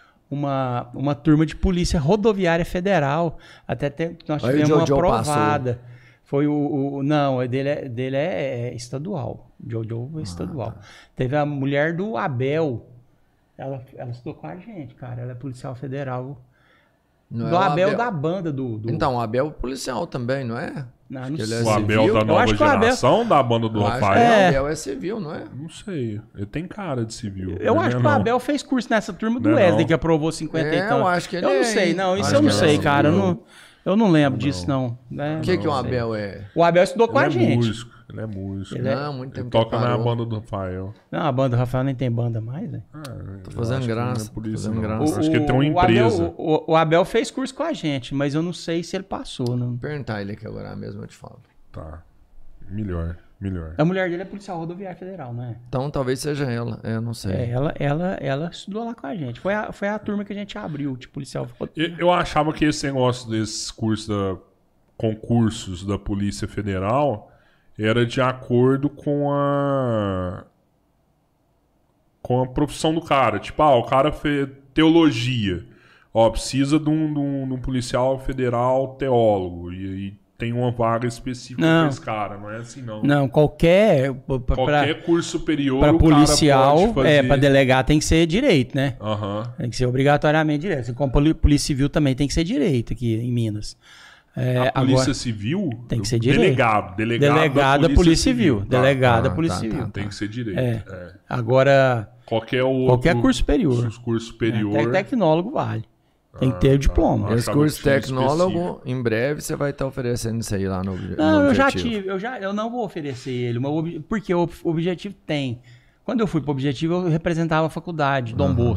turma de polícia rodoviária federal. Nós tivemos uma aprovada. Foi não, dele é estadual. Jojo é estadual. Teve a mulher do Abel. Ela estudou com a gente, cara. Ela é policial federal. Do Abel da banda do... Então, o Abel é policial também, não é? Não sei. O Abel da nova geração da banda do Rafael? O Abel é civil, não é? Não sei. Ele tem cara de civil. Eu acho que o Abel fez curso nessa turma do Wesley, que aprovou 50 e tanto. Eu acho que ele não sei, não. Isso eu não sei, cara. Eu não lembro disso, não. O que o Abel é? O Abel estudou com a gente. Ele é músico. Muito tempo ele toca na banda do Rafael. Não, a banda do Rafael nem tem banda mais, né? Tô fazendo graça. Acho que ele tem uma empresa. O Abel fez curso com a gente, mas eu não sei se ele passou. Não. Vou perguntar ele aqui agora mesmo, eu te falo. Tá. Melhor. A mulher dele é policial rodoviária federal, né? Então talvez seja ela, eu não sei. Ela estudou lá com a gente. Foi a turma que a gente abriu de policial rodoviário. Eu achava que esse negócio desses cursos concursos da Polícia Federal era de acordo com a profissão do cara. Tipo, o cara fez teologia. Precisa de um policial federal teólogo. E aí tem uma vaga específica para esse cara. Não é assim, não. Não, qualquer curso superior para policial, pode fazer... para delegar tem que ser direito, né? Tem que ser obrigatoriamente direito. Como Polícia Civil também tem que ser direito aqui em Minas. A Polícia Civil tem que ser direito. Delegado da Polícia Civil. Delegado da Polícia Civil. Tem que ser direito. Agora, qualquer curso superior. Curso superior. Até tecnólogo vale. Tem que ter o diploma. Esse curso tecnólogo, em breve você vai estar oferecendo isso aí lá no Objetivo. Não, eu já tive. Eu não vou oferecer ele. Porque o Objetivo tem. Quando eu fui para o Objetivo, eu representava a faculdade, Dom Bosco.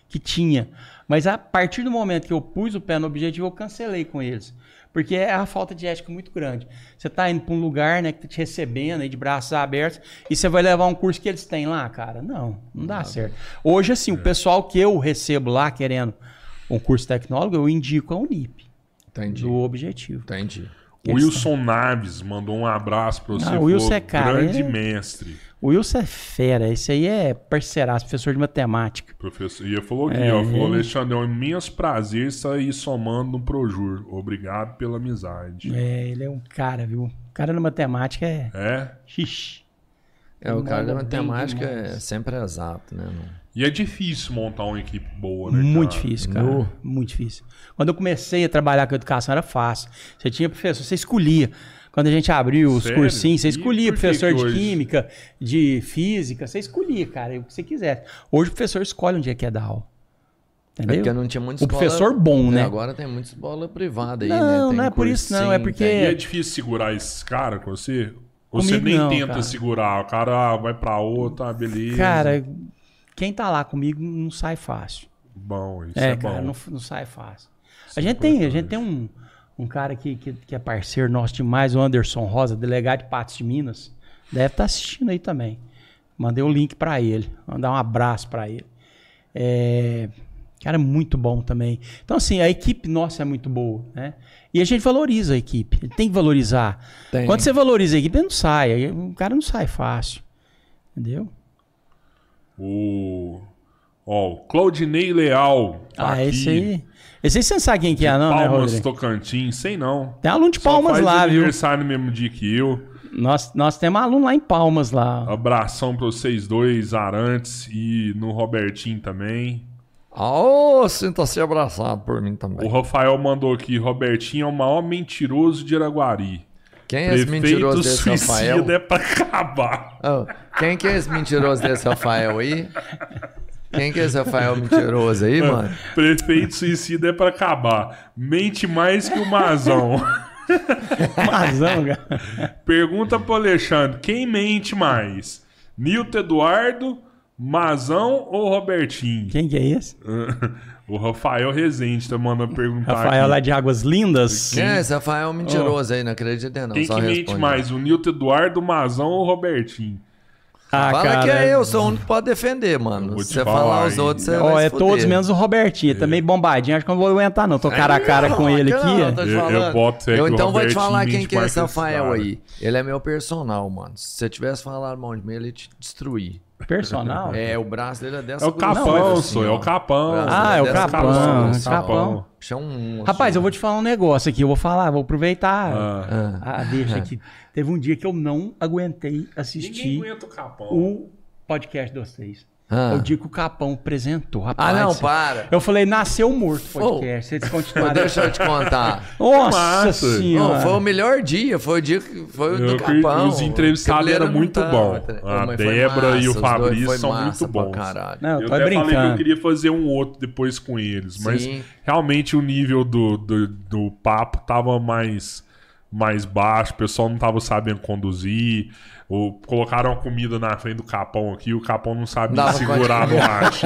que tinha. Mas a partir do momento que eu pus o pé no objetivo, eu cancelei com eles. Porque é a falta de ética muito grande. Você tá indo para um lugar, né, que tá te recebendo aí de braços abertos, e você vai levar um curso que eles têm lá, cara? Não dá certo. Hoje, assim, o pessoal que eu recebo lá querendo um curso tecnólogo, eu indico a Unip. Entendi. Do objetivo. Entendi. O Wilson Naves mandou um abraço para você. O Wilson é cara, grande mestre. O Wilson é fera. Esse aí é parceiraço, professor de matemática. Professor. E ele falou aqui, ó. Falou, Alexandre, é um imenso prazer sair somando no Projur. Obrigado pela amizade. Ele é um cara, viu? O cara na matemática é... Xixi. O cara da matemática é sempre exato, né? E é difícil montar uma equipe boa, né, Muito difícil, cara. Muito difícil. Quando eu comecei a trabalhar com educação era fácil. Você tinha professor, você escolhia. Quando a gente abriu os cursinhos, você escolhia professor de química, de física, você escolhia, cara, o que você quisesse. Hoje o professor escolhe onde é que é dar aula. Entendeu? É porque não tinha muita escola... O professor bom, né? Agora tem muita escola privada aí, né? Não é por isso não, é porque... E é difícil segurar esse cara com você? Ou você nem tenta segurar? O cara vai pra outra, beleza. Cara, quem tá lá comigo não sai fácil. Bom, isso é bom. Cara, não sai fácil. A gente tem um cara que é parceiro nosso demais, o Anderson Rosa, delegado de Patos de Minas. Deve estar assistindo aí também. Mandei o link pra ele. Mandar um abraço pra ele. Cara, muito bom também. Então, assim, a equipe nossa é muito boa, né? E a gente valoriza a equipe. Ele tem que valorizar. Quando você valoriza a equipe, ele não sai. O cara não sai fácil. Entendeu? O Claudinei Leal. Tá esse aí. Esse aí você não sabe quem que é, não, né, Palmas, Tocantins, sei não. Tem aluno de Palmas lá, viu? Aniversário no mesmo dia que eu. Nós temos aluno lá em Palmas lá. Abração pra vocês dois, Arantes, e no Robertinho também. Sinta-se abraçado por mim também. O Rafael mandou aqui, Robertinho é o maior mentiroso de Araguari. Quem é esse mentiroso desse Rafael? É pra acabar. Quem que é esse mentiroso desse Rafael aí? Quem que é esse Rafael mentiroso aí, mano? Prefeito suicida é pra acabar. Mente mais que o Mazão. Mazão, cara. Pergunta pro Alexandre, quem mente mais? Nilton Eduardo, Mazão ou Robertinho? Quem que é esse? O Rafael Rezende tá mandando perguntar Rafael aqui. Lá de Águas Lindas? Quem é esse Rafael mentiroso aí? Não acredita não. Quem que mente mais? O Nilton Eduardo, o Mazão ou o Robertinho? Fala, cara, que é eu, sou o único que pode defender, mano. Se você falar os outros, você vai se fuder. Todos menos o Robertinho. Também bombadinho, acho que eu não vou aguentar não. Tô cara a cara com ele aqui. Eu boto fé que o então vou te falar Robertinho quem que é esse Rafael aí. Ele é meu personal, mano. Se você tivesse falado mal de mim, ele ia te destruir. Personal? O braço dele é dessa. É o Capão, é o Capão. É o Capão. Rapaz, eu vou te falar um negócio aqui. Eu vou falar, vou aproveitar. Deixa aqui. Teve um dia que eu não aguentei assistir. Ninguém aguenta o Capão. O podcast de vocês. O dia que o Capão apresentou. Rapaz, não, para. Eu falei, nasceu morto o podcast. Vocês continuaram. Deixa eu te contar. Nossa senhora. Foi o melhor dia. Foi o dia que foi o do Capão. Os entrevistados eram muito bons. A Débora e o Fabrício são muito bons. Não, eu tô até brincando. falei que eu queria fazer um outro depois com eles. Mas realmente o nível do papo tava mais baixo. O pessoal não tava sabendo conduzir. Colocaram a comida na frente do Capão aqui, o Capão não sabia segurar no macho.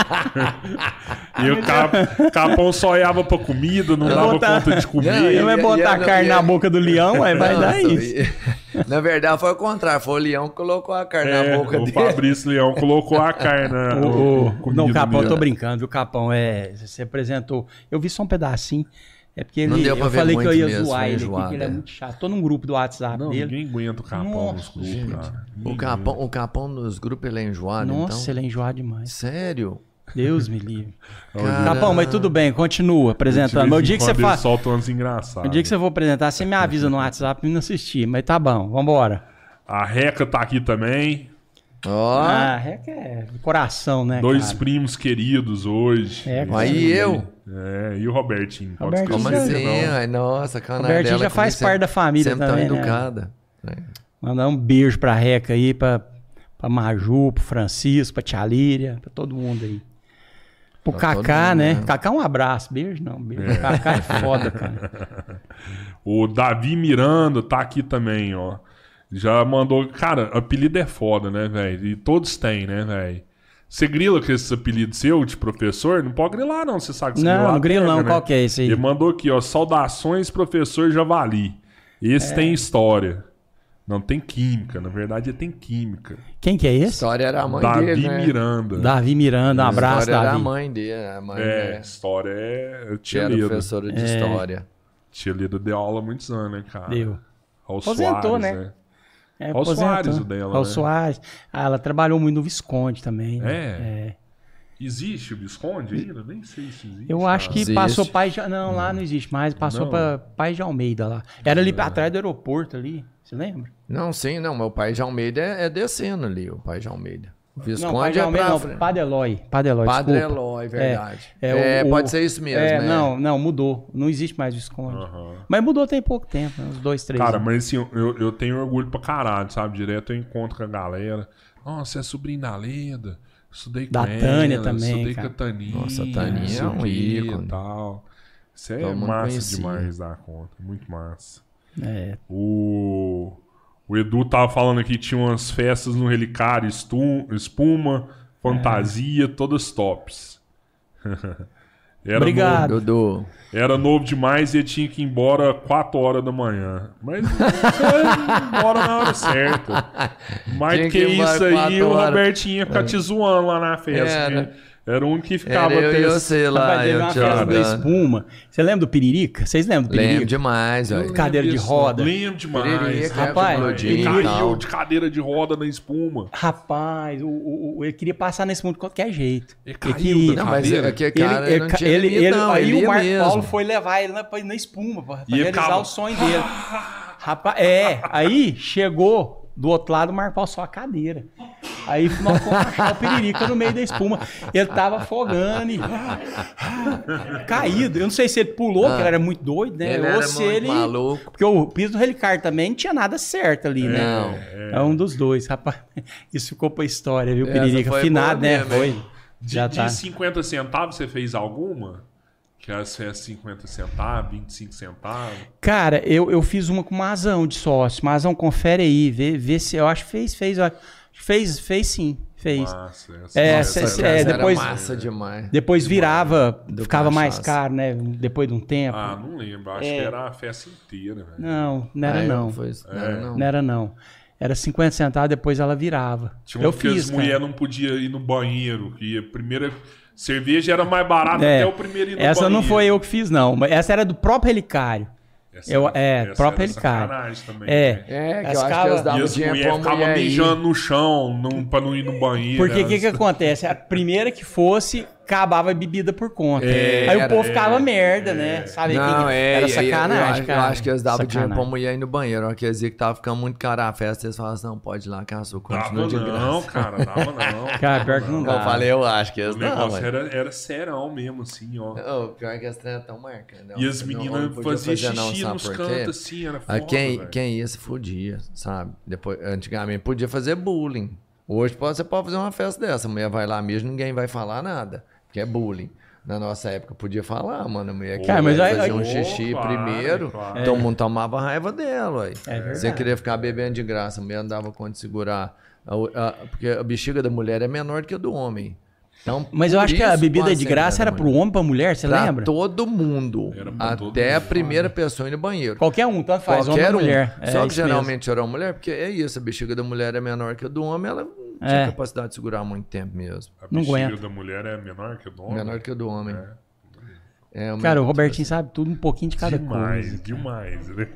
E o Capão só olhava pra comida, não dava conta de comer. Ele vai botar a carne na boca do leão, vai dar isso. Na verdade foi o contrário, foi o leão que colocou a carne na boca dele. O Fabrício Leão colocou a carne Não, o Capão, eu tô brincando, viu? O Capão você apresentou. Eu vi só um pedacinho. É porque eu falei que eu ia zoar ele aqui, que ele é muito chato. Tô num grupo do WhatsApp dele. Ninguém aguenta o Capão nos grupos, cara. O Capão nos grupos, ele é enjoado, Nossa, ele é enjoado demais. Sério? Deus me livre. Capão, mas tudo bem, continua apresentando. Mas o dia que você faz... solta umas engraçadas. O dia que você for apresentar, você me avisa no WhatsApp pra me não assistir. Mas tá bom, vambora. A Reca tá aqui também. A Reca é coração, né, Dois primos queridos hoje. Aí eu... e o Robertinho. Como assim? Nossa, cara. O Robertinho já faz parte da família sempre também, tão educada. Mandar um beijo pra Reca aí, pra Maju, pro Francisco, pra Tia Líria, pra todo mundo aí. Pro Cacá, né? Cacá, um abraço. Beijo não, beijo. Cacá é foda, cara. O Davi Miranda tá aqui também, ó. Já mandou... Cara, apelido é foda, né, velho? E todos têm, né, velho? Você grila com esse apelido seu de professor? Não pode grilar, não. Você sabe que você não grila não. Né? Qual que é esse aí? Ele mandou aqui, ó. Saudações, professor Javali. Esse tem história. Não, tem química. Na verdade, tem química. Quem que é esse? História era a mãe Davi dele, né? Miranda. Davi Miranda, um abraço, história Davi. Era a mãe dele. A mãe dele. História é... Que era professora de história. Tia Lida deu aula há muitos anos, né, cara? Deu. Aposentou, né? Olha o Soares, o dela, Olha o Soares. Ela trabalhou muito no Visconde também. Né? Existe o Visconde ainda? Nem sei se existe. Eu acho que passou pai... Não, lá não existe mais. Passou para Pai de Almeida lá. Era ali atrás do aeroporto ali. Você lembra? Não, sim, não. Mas o Pai de Almeida é descendo ali, o Pai de Almeida. O Visconde não, Pai de Almeida, pra... não. Padre Eloy, Padre Eloy, verdade. Pode ser isso mesmo. Não, mudou. Não existe mais Visconde. Mas mudou tem pouco tempo, uns 2, 3 anos. Cara, mas assim, eu tenho orgulho pra caralho, sabe? Direto eu encontro com a galera. Nossa, você é sobrinho da Leda. Estudei com ela. Tânia também, estudei cara. com a Taninha. Nossa, a Taninha é um ícone. Tal. Isso é massa demais dar conta. Muito massa. O Edu tava falando aqui que tinha umas festas no Relicário, espuma, fantasia, todas tops. Obrigado. Dudu. Era novo demais e ele tinha que ir embora 4 horas da manhã. Mas você ia embora na hora certa. Mais que isso aí, o Robertinho ia ficar te zoando lá na festa. Era um que ficava eu sei lá, eu te festa da espuma. Você lembra do Piririca? Vocês lembram do Piririca? Lembro demais, velho. Cadeira de roda. Lembro demais. Piririca, rapaz, ele caiu de cadeira de roda na espuma. Rapaz, ele queria passar nesse mundo de qualquer jeito. Ele caiu da cadeira. Mas aquele cara não tinha limite, não. Aí o Marco mesmo. Paulo foi levar ele na espuma pra realizar o sonho dele. Rapaz, aí chegou do outro lado o Marco Paulo só a cadeira. Aí nós fomos achar o Piririca no meio da espuma. Ele tava afogando e caído. Eu não sei se ele pulou, porque ele era muito doido, né? Ele ou era se muito ele. maluco. Porque o piso do Relicário também não tinha nada certo ali, né? Não. É um dos dois, rapaz. Isso ficou pra história, viu, Piririca? Afinado, né? Foi. De 50 centavos você fez alguma? Que as festas 50 centavos, 25 centavos. Cara, eu fiz uma com Mazão de sócio. Mazão, confere aí, vê se. Eu acho que fez sim. Fez. Massa, depois, era massa demais. Depois virava, ficava mais caro, né? Depois de um tempo. Ah, não lembro. Acho que era a festa inteira, velho. Não era não. Não era não. Era 50 centavos, depois ela virava. Eu fiz, as mulheres não podiam ir no banheiro. Que a primeira cerveja era mais barata até o primeiro ir no banheiro. Essa não foi eu que fiz, não. Essa era do próprio Relicário. Próprio Relicário. Também, que eu acho que eles davam dinheiro pra mulher ficava mijando no chão pra não ir no banheiro. Porque o que acontece? A primeira que fosse, acabava a bebida por conta. Aí o povo ficava merda, né? Sabe? Era sacanagem, cara. Eu acho que eles davam dinheiro pra mulher ir no banheiro. A hora que eles diziam que tava ficando muito cara a festa, eles falavam assim, não, pode ir lá que a sua continua de graça. Não, cara, dava não. Cara, pior que não dava. Eu falei, eu acho que eles davam. O negócio era serão mesmo, assim, ó. Pior que as três estão marcando. E as meninas faziam xixi nos cantos, assim, era foda, quem ia se fudia, sabe? Depois, antigamente podia fazer bullying. Hoje você pode fazer uma festa dessa. A mulher vai lá mesmo, ninguém vai falar nada. Que é bullying. Na nossa época podia falar, mano. A mulher que fazer um xixi primeiro, todo mundo tomava raiva dela. Aí. Você queria ficar bebendo de graça, a mulher não dava conta de segurar. Porque a bexiga da mulher é menor do que a do homem. Então, mas eu acho que a bebida de graça era pro homem, pra mulher, você lembra? Todo mundo. Até a primeira pessoa ir no banheiro. Qualquer um, tanto faz, homem ou mulher. Só que geralmente era uma mulher, porque é isso, a bexiga da mulher é menor que a do homem, ela não tinha capacidade de segurar muito tempo mesmo. A bexiga da mulher é menor que a do homem? Menor que a do homem. Cara, o Robertinho sabe tudo, um pouquinho de cada coisa. Demais, né?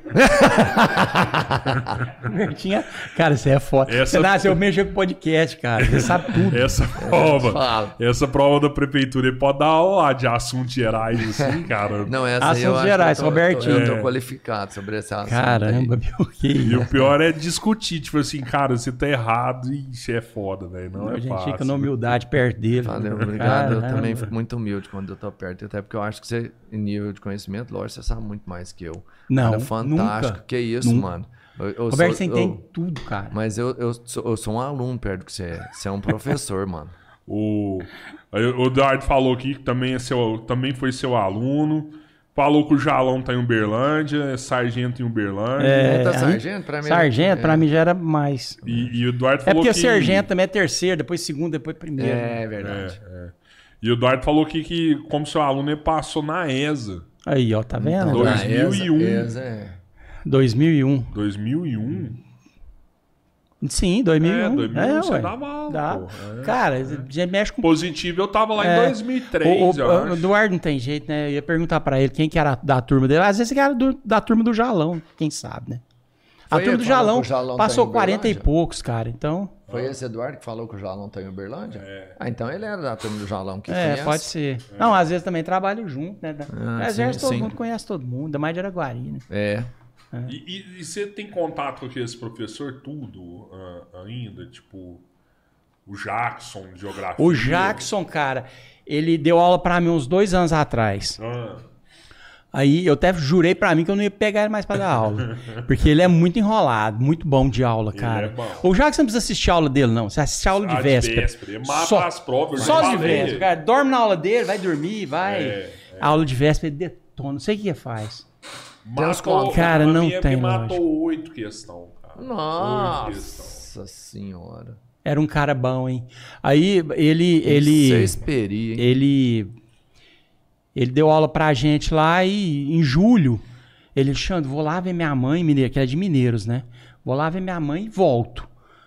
Robertinho, cara, você é foda. Você nasceu mexer com podcast, cara. Você sabe tudo. Essa prova da prefeitura, ele pode dar aula de assuntos gerais, assim, cara. Não, essa assuntos gerais, Robertinho. Eu tô qualificado sobre esse assunto. Caramba, meu, que isso. E o pior é discutir, tipo assim, cara, você tá errado e isso é foda, velho. Não é fácil. A gente fica na humildade perto dele. Valeu, obrigado. Eu também fico muito humilde quando eu tô perto, até porque eu acho que você, em nível de conhecimento, lógico, você sabe muito mais que eu. Não, cara, fantástico. Nunca. Que isso, mano. Roberto, você entende tudo, cara. Mas eu sou um aluno perto do que você é. Você é um professor, mano. O Eduardo falou aqui que também foi seu aluno. Falou que o Jalão tá em Uberlândia, Sargento em Uberlândia. Tá Sargento? Pra mim, Sargento, pra mim já era mais. E o Eduardo falou que... É porque Sargento também é terceiro, depois segundo, depois primeiro. É verdade. E o Eduardo falou que como seu aluno, ele passou na ESA. Aí, ó, tá vendo? Então, 2001. 2001. 2001? Sim, 2001. 2001 você dava aula, pô. Cara, já mexe com... Positivo, eu tava lá em 2003, eu acho. O Eduardo não tem jeito, né? Eu ia perguntar pra ele quem que era da turma dele. Às vezes que era da turma do Jalão, quem sabe, né? A turma do Jalão passou 40 e poucos, cara, então... Foi esse Eduardo que falou que o Jalão tá em Uberlândia? Então ele era da turma do Jalão que pode ser. Não, às vezes também trabalham junto, né? Todo mundo conhece todo mundo, ainda mais de Araguari, né? E você tem contato com aqueles professor tudo ainda? Tipo, o Jackson, de geografia? O Jackson, cara, ele deu aula pra mim uns 2 anos atrás. Aí eu até jurei pra mim que eu não ia pegar ele mais pra dar aula. Porque ele é muito enrolado, muito bom de aula, cara. Ele é bom. O Jackson não precisa assistir a aula dele, não. Você assiste a aula de véspera. Ele mata as provas. Só de véspera, cara. Dorme na aula dele, vai dormir, vai. A aula de véspera ele detona. Não sei o que ele faz. Cara, não tem. Ele matou 8 questões, cara. Nossa senhora. Era um cara bom, hein? Aí ele deu aula pra gente lá e em julho, ele, Alexandre, vou lá ver minha mãe, que é de Mineiros, né? Vou lá ver minha mãe e volto.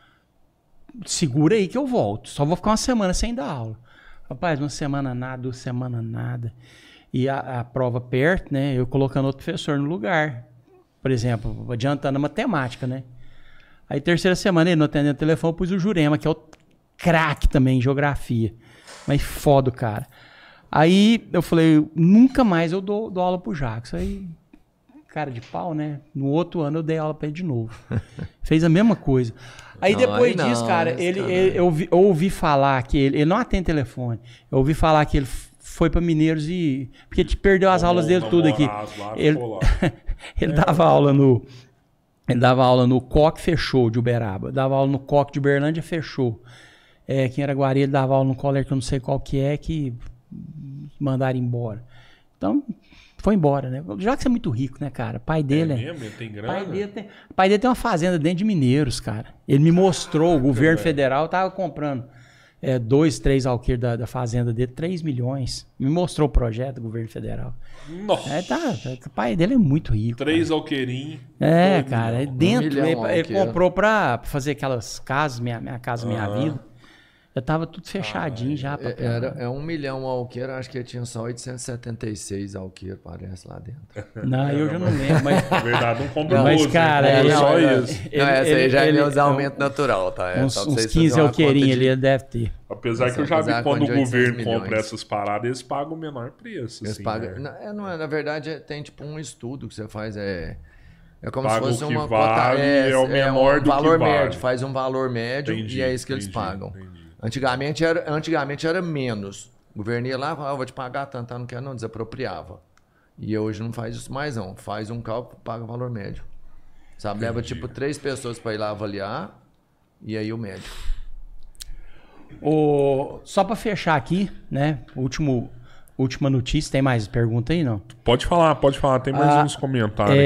Segura aí que eu volto. Só vou ficar uma semana sem dar aula. Rapaz, uma semana nada, 2 semanas nada. E a prova perto, né? Eu colocando outro professor no lugar. Por exemplo, adiantando a matemática, né? Aí 3ª semana, ele não atendendo o telefone, eu pus o Jurema, que é o craque também em geografia. Mas foda, cara. Aí eu falei, nunca mais eu dou aula pro Jackson. Aí, cara de pau, né? No outro ano eu dei aula pra ele de novo. Fez a mesma coisa. Aí depois disso, cara, eu ouvi falar que ele não atende telefone. Eu ouvi falar que ele foi pra Mineiros e... Porque ele perdeu as aulas dele tudo aqui. Ele dava aula no... Ele dava aula no COC, fechou, de Uberaba. Dava aula no COC de Uberlândia, fechou. Aqui em Araguari ele dava aula no colégio que eu não sei qual que é, que mandaram embora. Então, foi embora, né? O Jackson é muito rico, né, cara? Pai dele mesmo? Ele tem grana? Pai dele tem uma fazenda dentro de Mineiros, cara. Ele me mostrou, o governo federal tava comprando 2, 3 alqueires da fazenda dele, 3 milhões. Me mostrou o projeto do governo federal. Nossa! O pai dele é muito rico. 3 alqueirinhos. Cara, dentro, ele comprou pra fazer aquelas casas, minha casa, minha vida. Já tava tudo fechadinho já. Era 1 milhão alqueiro, acho que tinha só 876 alqueiro, parece, lá dentro. Não, eu já não lembro, mas... Na verdade, não compra mas, cara, só isso. Essa aí já é meus aumento natural, tá? Uns 15 alqueirinhos ali ele deve ter. Apesar que eu já vi quando o governo compra essas paradas, eles pagam o menor preço. Eles assim, pagam... né? Na verdade, tem tipo um estudo que você faz, É como paga se fosse o que uma vale, é o menor do valor que vale. médio, faz um valor médio e é isso que eles pagam. Antigamente era menos. O governo ia lá e falava, vou te pagar tanto, não quero não, desapropriava. E hoje não faz isso mais não. Faz um cálculo, paga o valor médio. Sabe, leva tipo 3 pessoas para ir lá avaliar e aí o médio. Só para fechar aqui, né, última notícia, tem mais pergunta aí, não? Pode falar, tem mais uns comentários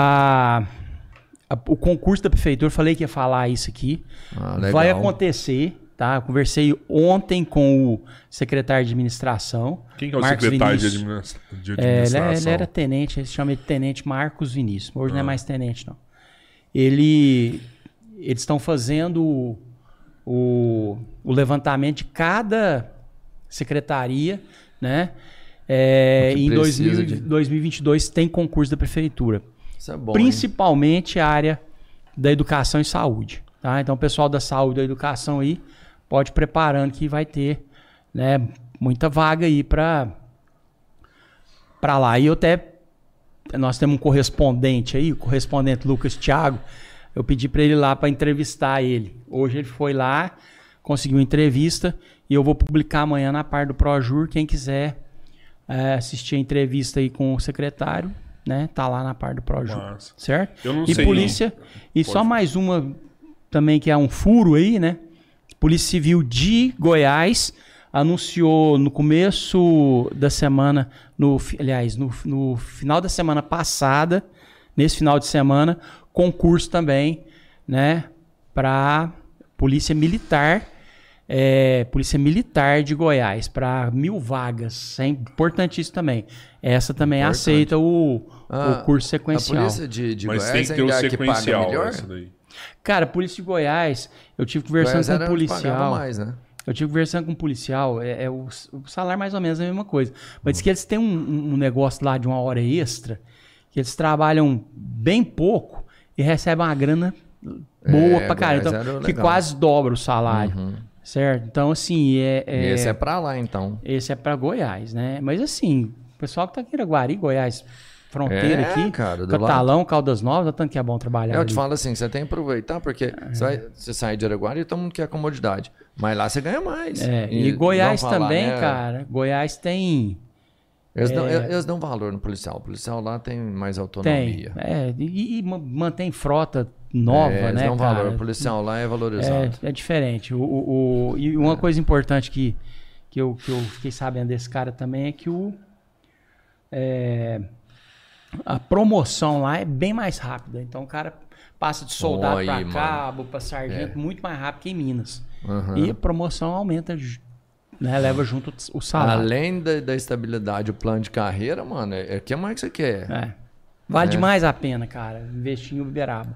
aqui. O concurso da prefeitura, falei que ia falar isso aqui, vai acontecer, tá? Eu conversei ontem com o secretário de administração. Quem que é o secretário de administração? Ele era tenente, ele se chama de tenente Marcos Vinícius, hoje não é mais tenente, não. Eles estão fazendo o levantamento de cada secretaria, né? Em 2022 tem concurso da prefeitura. Isso é bom, principalmente a área da educação e saúde. Tá? Então o pessoal da saúde e da educação aí pode ir preparando que vai ter, né, muita vaga aí para lá. E nós temos um correspondente aí, o correspondente Lucas Thiago. Eu pedi para ele ir lá para entrevistar ele. Hoje ele foi lá, conseguiu uma entrevista e eu vou publicar amanhã na parte do Projur. Quem quiser assistir a entrevista aí com o secretário, né, tá lá na parte do Projur. Nossa. Certo? Eu não sei. Polícia, e só mais uma também que é um furo aí, né? Polícia Civil de Goiás anunciou no começo da semana, no final da semana passada, nesse final de semana, concurso também, né, para Polícia Militar de Goiás, para 1.000 vagas. É importantíssimo também. Essa também aceita o curso sequencial. A Polícia de Mas Goiás tem que ter o sequencial, que melhor? essa daí. Cara, Polícia de Goiás, eu tive conversando com um policial. Mais, né? Eu tive conversando com um policial, o salário mais ou menos é a mesma coisa. Mas diz que eles têm um negócio lá de 1 hora extra, que eles trabalham bem pouco e recebem uma grana boa pra caramba. Então, que quase dobra o salário. Certo? Então, assim... esse é pra lá, então. Esse é pra Goiás, né? Mas, assim, o pessoal que tá aqui em Iraguari, Goiás, fronteira aqui, cara, Catalão, Caldas Novas, tanto que é bom trabalhar Eu ali. te falo assim, você tem que aproveitar, porque você sai de Iraguari e todo mundo quer comodidade. Mas lá você ganha mais. E Goiás também, né? Cara. Goiás tem... Eles dão valor no policial. O policial lá tem mais autonomia. E mantém frota nova, né, eles dão cara? valor. O policial lá é valorizado. É diferente. E uma coisa importante que eu fiquei sabendo desse cara também é que a promoção lá é bem mais rápida. Então o cara passa de soldado para cabo, para sargento, muito mais rápido que em Minas. E a promoção aumenta, né, leva junto o salário. Além da estabilidade, o plano de carreira, mano, o que mais que você quer? Vale demais a pena, cara, investir em Uberaba.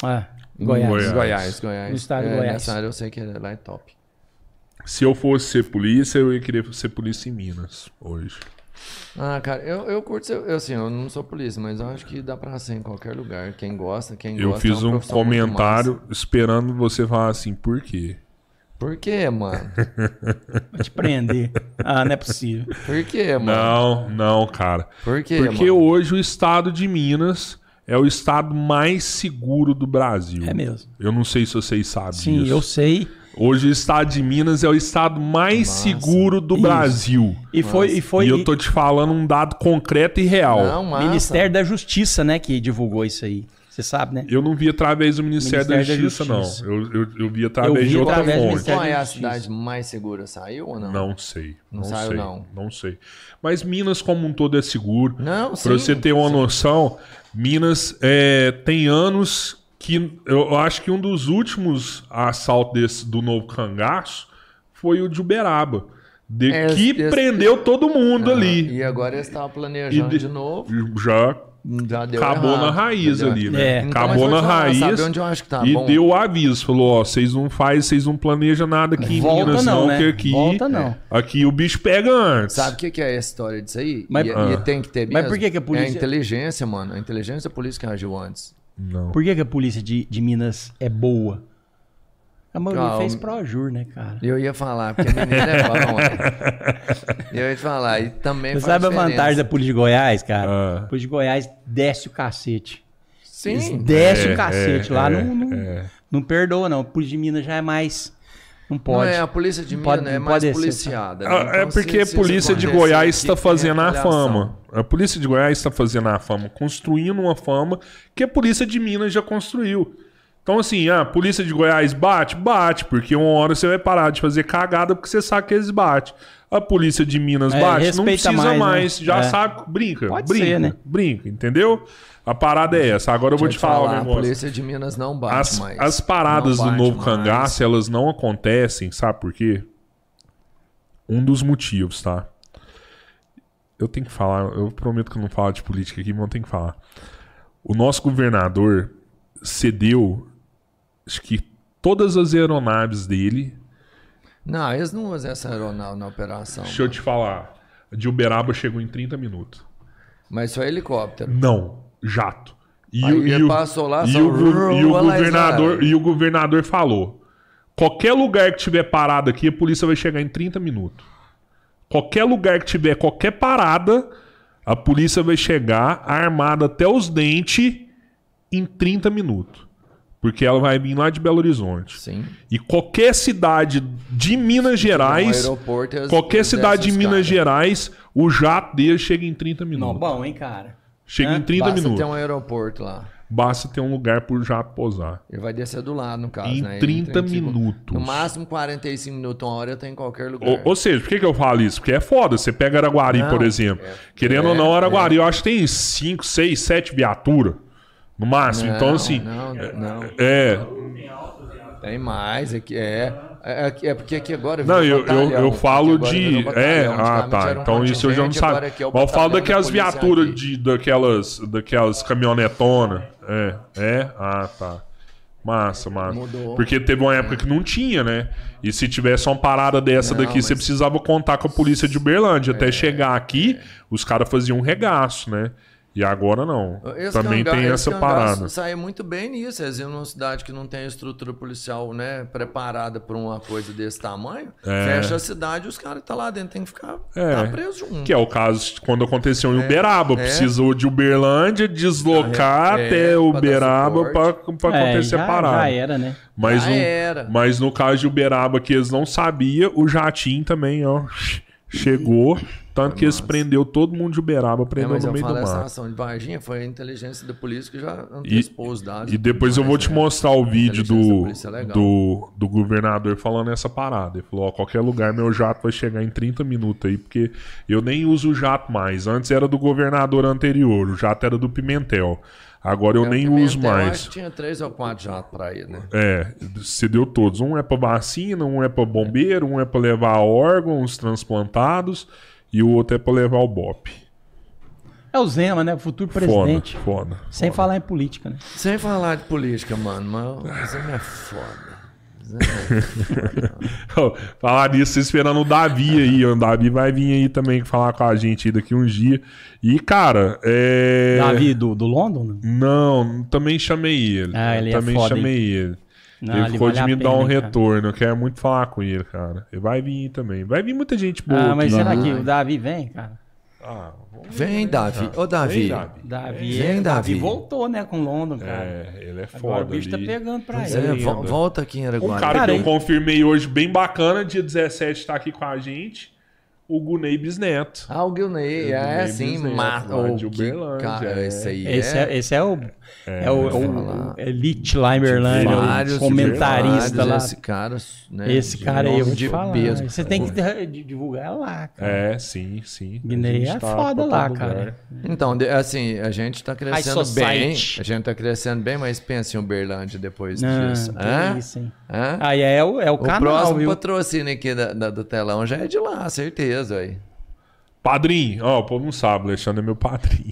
Goiás. No estado de Goiás. Nessa área eu sei que lá é top. Se eu fosse ser polícia, eu ia querer ser polícia em Minas hoje. Cara, eu curto ser, eu não sou polícia, mas eu acho que dá pra ser em qualquer lugar. Quem gosta, Eu fiz um comentário esperando você falar assim, por quê? Por quê, mano? Vai te prender. Não é possível. Por quê, mano? Não, cara. Por quê, Porque hoje o estado de Minas é o estado mais seguro do Brasil. É mesmo. Eu não sei se vocês sabem disso. Sim, eu sei. Hoje o estado de Minas é o estado mais seguro do Brasil. E eu tô te falando um dado concreto e real. Ministério da Justiça, né, que divulgou isso aí. Você sabe, né? Eu não vi através do Ministério da Justiça, não. Eu vi através de outra fonte. Qual é a cidade mais segura? Saiu ou não? Não sei. Não saiu, não. Não sei. Mas Minas como um todo é seguro. Não, Pra você ter uma noção, Minas tem anos que... Eu acho que um dos últimos assaltos do novo cangaço foi o de Uberaba. Que prendeu todo mundo ali. E agora eles estavam planejando de novo. Já deu acabou errado. na raiz ali, né? Então, acabou na raiz. Sabe onde eu acho que tá e bom? deu o aviso. Falou, vocês não planejam nada aqui em Minas, não. Né? Que aqui, Volta não. Aqui o bicho pega antes. Sabe o que é a história disso aí? Mas, e tem que ter mesmo. Mas por que a polícia... É a inteligência, mano. A inteligência da polícia que agiu antes. Não. Por que a polícia de Minas é boa? A maioria fez Projur, né, cara? Eu ia falar, porque menino é bom, né? Eu ia te falar, e também Você sabe a vantagem da Polícia de Goiás, cara? A Polícia de Goiás desce o cacete. Sim. Eles desce o cacete. Lá não perdoa, não. A Polícia de Minas já é mais... Não pode. Não, a Polícia de Minas é mais policiada. Né? Então, porque a Polícia de Goiás está fazendo a fama. A Polícia de Goiás está fazendo a fama, construindo uma fama que a Polícia de Minas já construiu. Então, assim, a Polícia de Goiás bate, porque uma hora você vai parar de fazer cagada porque você sabe que eles batem. A Polícia de Minas bate, não precisa mais, né? Já sabe, brinca, ser, né? Brinca, entendeu? A parada é essa. Agora eu vou te falar um negócio. A Polícia de Minas não bate mais. As paradas do novo cangaço, elas não acontecem, sabe por quê? Um dos motivos, tá? Eu tenho que falar, eu prometo que eu não falo de política aqui, mas eu tenho que falar. O nosso governador cedeu, acho que todas as aeronaves dele. Não, eles não usam essa aeronave na operação. Deixa eu te falar. A de Uberaba chegou em 30 minutos. Mas foi helicóptero. Não, jato. Passou lá, e o governador falou: qualquer lugar que tiver parado aqui, a polícia vai chegar em 30 minutos. Qualquer lugar que tiver qualquer parada, a polícia vai chegar armada até os dentes em 30 minutos. Porque ela vai vir lá de Belo Horizonte. Sim. E qualquer cidade de Minas Gerais, Gerais, o jato dele chega em 30 minutos. Não, bom, hein, cara? Chega em 30 minutos. Basta ter um aeroporto lá. Basta ter um lugar pro jato pousar. Ele vai descer do lado, no caso, em né? 30 minutos. No máximo 45 minutos, uma hora eu tenho em qualquer lugar. Ou seja, por que eu falo isso? Porque é foda. Você pega Araguari, por exemplo. Querendo ou não, Araguari, eu acho que tem 5, 6, 7 viaturas. No máximo. Não, então, assim... Não. Tem mais. É porque aqui agora... Não, eu falo de... Então isso eu já não sabia. Mas eu falo daquelas viaturas, daquelas caminhonetonas. Tá. Massa. Mudou. Porque teve uma época que não tinha, né? E se tivesse uma parada dessa daqui, você precisava contar com a polícia de Uberlândia. Até chegar aqui, os caras faziam um regaço, né? E agora não. Também tem essa parada. Sai muito bem nisso. Às vezes, numa cidade que não tem a estrutura policial, né, preparada para uma coisa desse tamanho, fecha a cidade e os caras que estão lá dentro tem que ficar presos junto. Que é o caso quando aconteceu em Uberaba. Precisou de Uberlândia deslocar até Uberaba para acontecer a parada. Já era, né? Mas no caso de Uberaba, que eles não sabiam, o jatinho também, ó, chegou. Tanto que eles prendeu todo mundo de Uberaba, prendeu no meio do mar. Essa ação de Varginha foi a inteligência da polícia que já antecipou os dados. E depois eu vou te mostrar o vídeo do governador falando essa parada. Ele falou, qualquer lugar meu jato vai chegar em 30 minutos aí, porque eu nem uso o jato mais. Antes era do governador anterior, o jato era do Pimentel. Agora eu nem uso mais. Eu acho que tinha 3 ou 4 jatos pra ir, né? Você deu todos. Um é pra vacina, um é pra bombeiro, um é pra levar órgãos transplantados e o outro é pra levar o BOP. É o Zema, né? O futuro presidente. Foda. Sem falar em política, né? Sem falar de política, mano. Mas o Zema é foda. Falar nisso, esperando o Davi aí. O Davi vai vir aí também falar com a gente aí daqui uns dias. E, cara, Davi do London? Não, também chamei ele. Ele também foda, chamei ele. Não, ele ficou vale de me dar um retorno. Cara. Eu quero muito falar com ele, cara. Ele vai vir também. Vai vir muita gente boa. Mas será que o Davi vem, cara? Vem, Davi. Ô, Davi. Davi voltou, né, com London, cara. Ele é foda. Agora o bicho tá pegando pra ele. Volta aqui em Araguari. Um cara que eu confirmei hoje, bem bacana, dia 17, tá aqui com a gente. O Gunei Bisneto. O Gunei, sim, mas de Uberlândia. Esse é o Elite lá em Uberlândia, o comentarista lá. Esse cara, né? Esse cara aí, eu vou te falar. Você tem que divulgar lá, cara. Sim. Guiné é foda lá, cara. Então, assim, a gente tá crescendo bem. A gente tá crescendo bem, mas pensa em Uberlândia depois disso. Isso, hein? Aí é o canal, o próximo viu? patrocínio aqui do telão já é de lá, certeza, aí. Padrinho, o povo não sabe, o Alexandre é meu padrinho.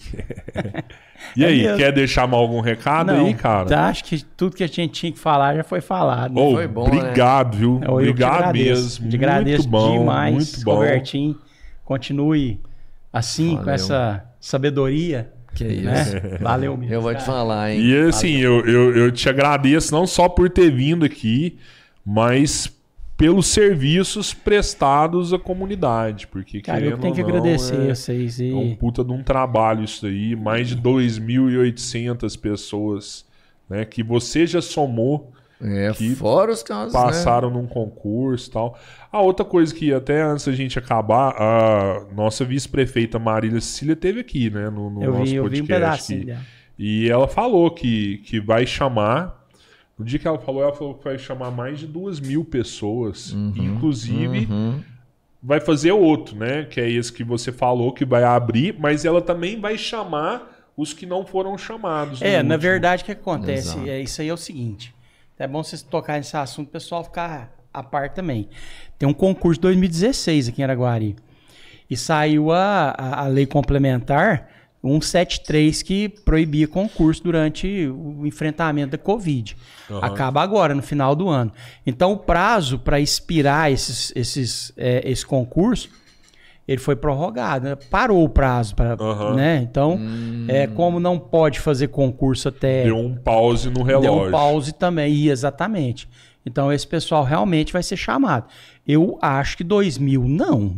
E aí, quer deixar mais algum recado aí, cara? Acho que tudo que a gente tinha que falar já foi falado. Foi bom, obrigado, né? Viu? Obrigado mesmo. Te agradeço demais, muito bom. Robertinho. Continue assim, com essa sabedoria. Que isso. Né? Valeu mesmo. Eu vou te falar, hein? E assim, eu te agradeço não só por ter vindo aqui, mas pelos serviços prestados à comunidade, porque cara, eu tenho que agradecer vocês. É um puta de um trabalho isso aí, mais de 2.800 pessoas, né, que você já somou, que fora os casos, passaram num concurso e tal. A outra coisa que até antes da gente acabar, a nossa vice-prefeita Marília Cecília esteve aqui, né, no nosso podcast. Eu vi um pedacinho. E ela falou que vai chamar. No dia que ela falou que vai chamar mais de 2.000 pessoas. Inclusive, vai fazer outro, né? Que é esse que você falou, que vai abrir, mas ela também vai chamar os que não foram chamados. Na verdade, o que acontece? Isso aí é o seguinte. É bom vocês tocarem nesse assunto, o pessoal ficar a par também. Tem um concurso de 2016 aqui em Araguari. E saiu a lei complementar 173 que proibia concurso durante o enfrentamento da Covid. Acaba agora, no final do ano. Então, o prazo para expirar esse concurso, ele foi prorrogado. Né? Parou o prazo. Né? Então, como não pode fazer concurso até... Deu um pause no relógio. Deu um pause também, exatamente. Então, esse pessoal realmente vai ser chamado. Eu acho que 2.000, não.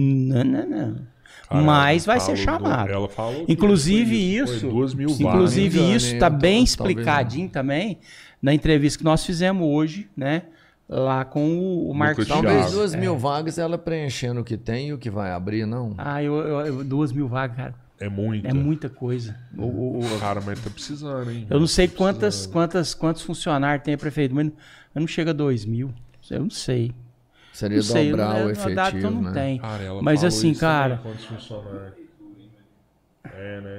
Caramba, mas vai ser chamado. Ela falou inclusive isso, 2.000 vagas. Inclusive isso está bem explicadinho também na entrevista que nós fizemos hoje, né? Lá com o Marcos. Talvez 2.000 vagas ela preenchendo o que tem e o que vai abrir, não? 2.000 vagas, cara. É muita. É muita coisa. Cara, mas tá precisando, hein? Eu não sei quantos funcionários tem a prefeitura, mas não chega a 2.000. Eu não sei. Seria dobrar o efetivo, que eu não tenho. Cara, mas assim, cara... Quantos funcionários? Né?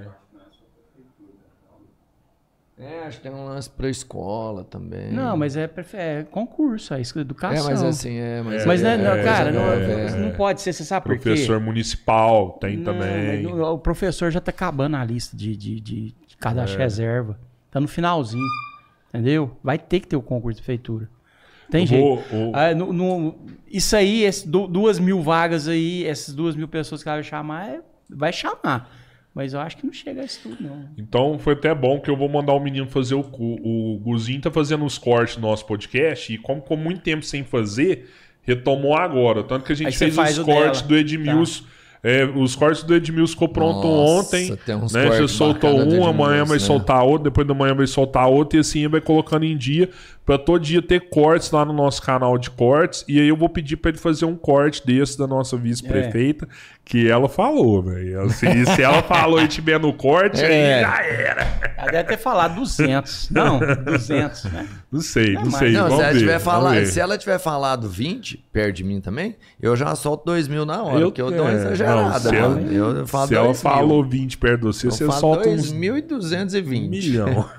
Acho que tem um lance pra escola também. Não, mas é concurso, é educação. Mas assim, Mas cara, não pode ser, você sabe por quê? Professor municipal tem também. O professor já tá acabando a lista de cadastro reserva. Tá no finalzinho, entendeu? Vai ter que ter o concurso de prefeitura. Tem jeito. Isso aí, 2.000 vagas aí, essas 2.000 pessoas que ela vai chamar. Mas eu acho que não chega a isso tudo, não. Então foi até bom que eu vou mandar o menino fazer o Guzinho tá fazendo os cortes do nosso podcast e como ficou muito tempo sem fazer, retomou agora. Tanto que a gente fez os cortes do Edmilson. Tá. Os cortes do Edmilson ficou pronto ontem. Né? Já soltou amanhã vai soltar outro, depois da manhã vai soltar outro, e assim vai colocando em dia pra todo dia ter cortes lá no nosso canal de cortes. E aí eu vou pedir pra ele fazer um corte desse da nossa vice-prefeita, que ela falou, velho. Assim, se ela falou e tiver no corte, aí já era. Ela deve ter falado 200. Não, 200, né? Não sei. Não, se ela tiver falado 20, perto de mim também, eu já solto 2.000 na hora, porque eu dou uma exagerada. Se ela falou 20 perto de você, você solta uns 2.220 milhão.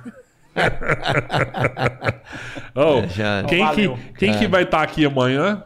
Quem que vai estar aqui amanhã?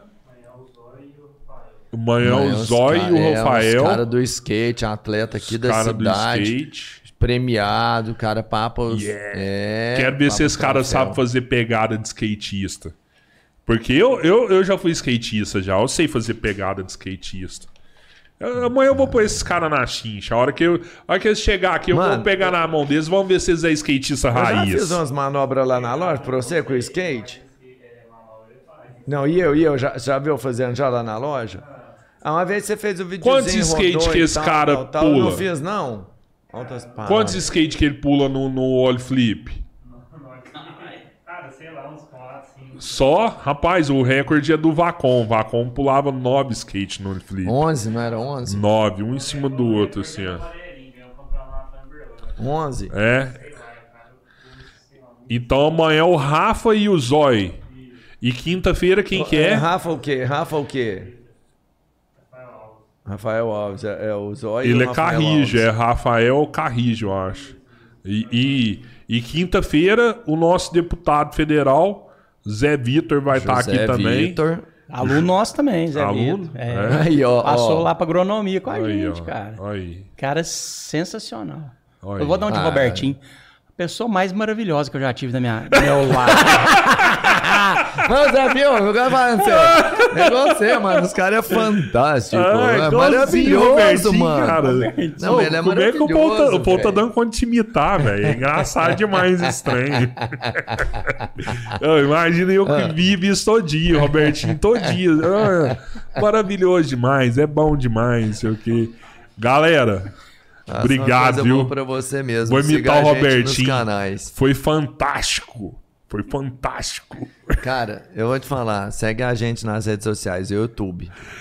Amanhã o Zóio e o Rafael. Os caras do skate, atleta aqui da cidade. Premiado, cara, papo. Quero ver se esse cara sabe fazer pegada de skatista. Porque eu já fui skatista já. Eu sei fazer pegada de skatista. Amanhã eu vou pôr esses caras na chincha. A hora que eles chegar aqui, eu vou pegar na mão deles. Vamos ver se eles é skatista raiz. Eu já fiz umas manobras lá na loja pra você com o skate? Não, e eu já viu fazendo já lá na loja? Uma vez você fez o videozinho. Quantos skate que esse cara pula? Eu não fiz, não. Quantos skate que ele pula no wall flip? Cara, sei lá, uns 4, 5. Só? Rapaz, o recorde é do Vacon. O Vacon pulava 9 skate no wall flip. 11, não era 11? 9, um em cima do outro, assim, ó. 11? Então amanhã o Rafa e o Zói. E quinta-feira quem que é? Rafa o quê? Rafael Alves, o Zóio. Ele é Carrijo, é Rafael Carrijo, eu acho. E quinta-feira, o nosso deputado federal, Zé Vitor, vai estar aqui também. Vitor. Aluno nosso também, Zé Vitor. Aí, passou lá pra agronomia com a gente, cara. Aí. Cara, sensacional. Eu vou dar um de Robertinho. A pessoa mais maravilhosa que eu já tive no meu lado. Não, Zé, viu? Eu quero falar sério. É você, mano. Os caras é fantástico. É maravilhoso, mano. Cara. Não, ele é maravilhoso. Como é que o povo tá dando conta de imitar, velho? É engraçado demais esse trem. Imagina eu que vivo isso todo dia, o Robertinho todo dia. Maravilhoso demais, é bom demais, sei o quê. Galera, obrigado, viu? Pra você mesmo. Vou imitar o Robertinho. Foi fantástico. Foi fantástico. Cara, eu vou te falar, segue a gente nas redes sociais, YouTube.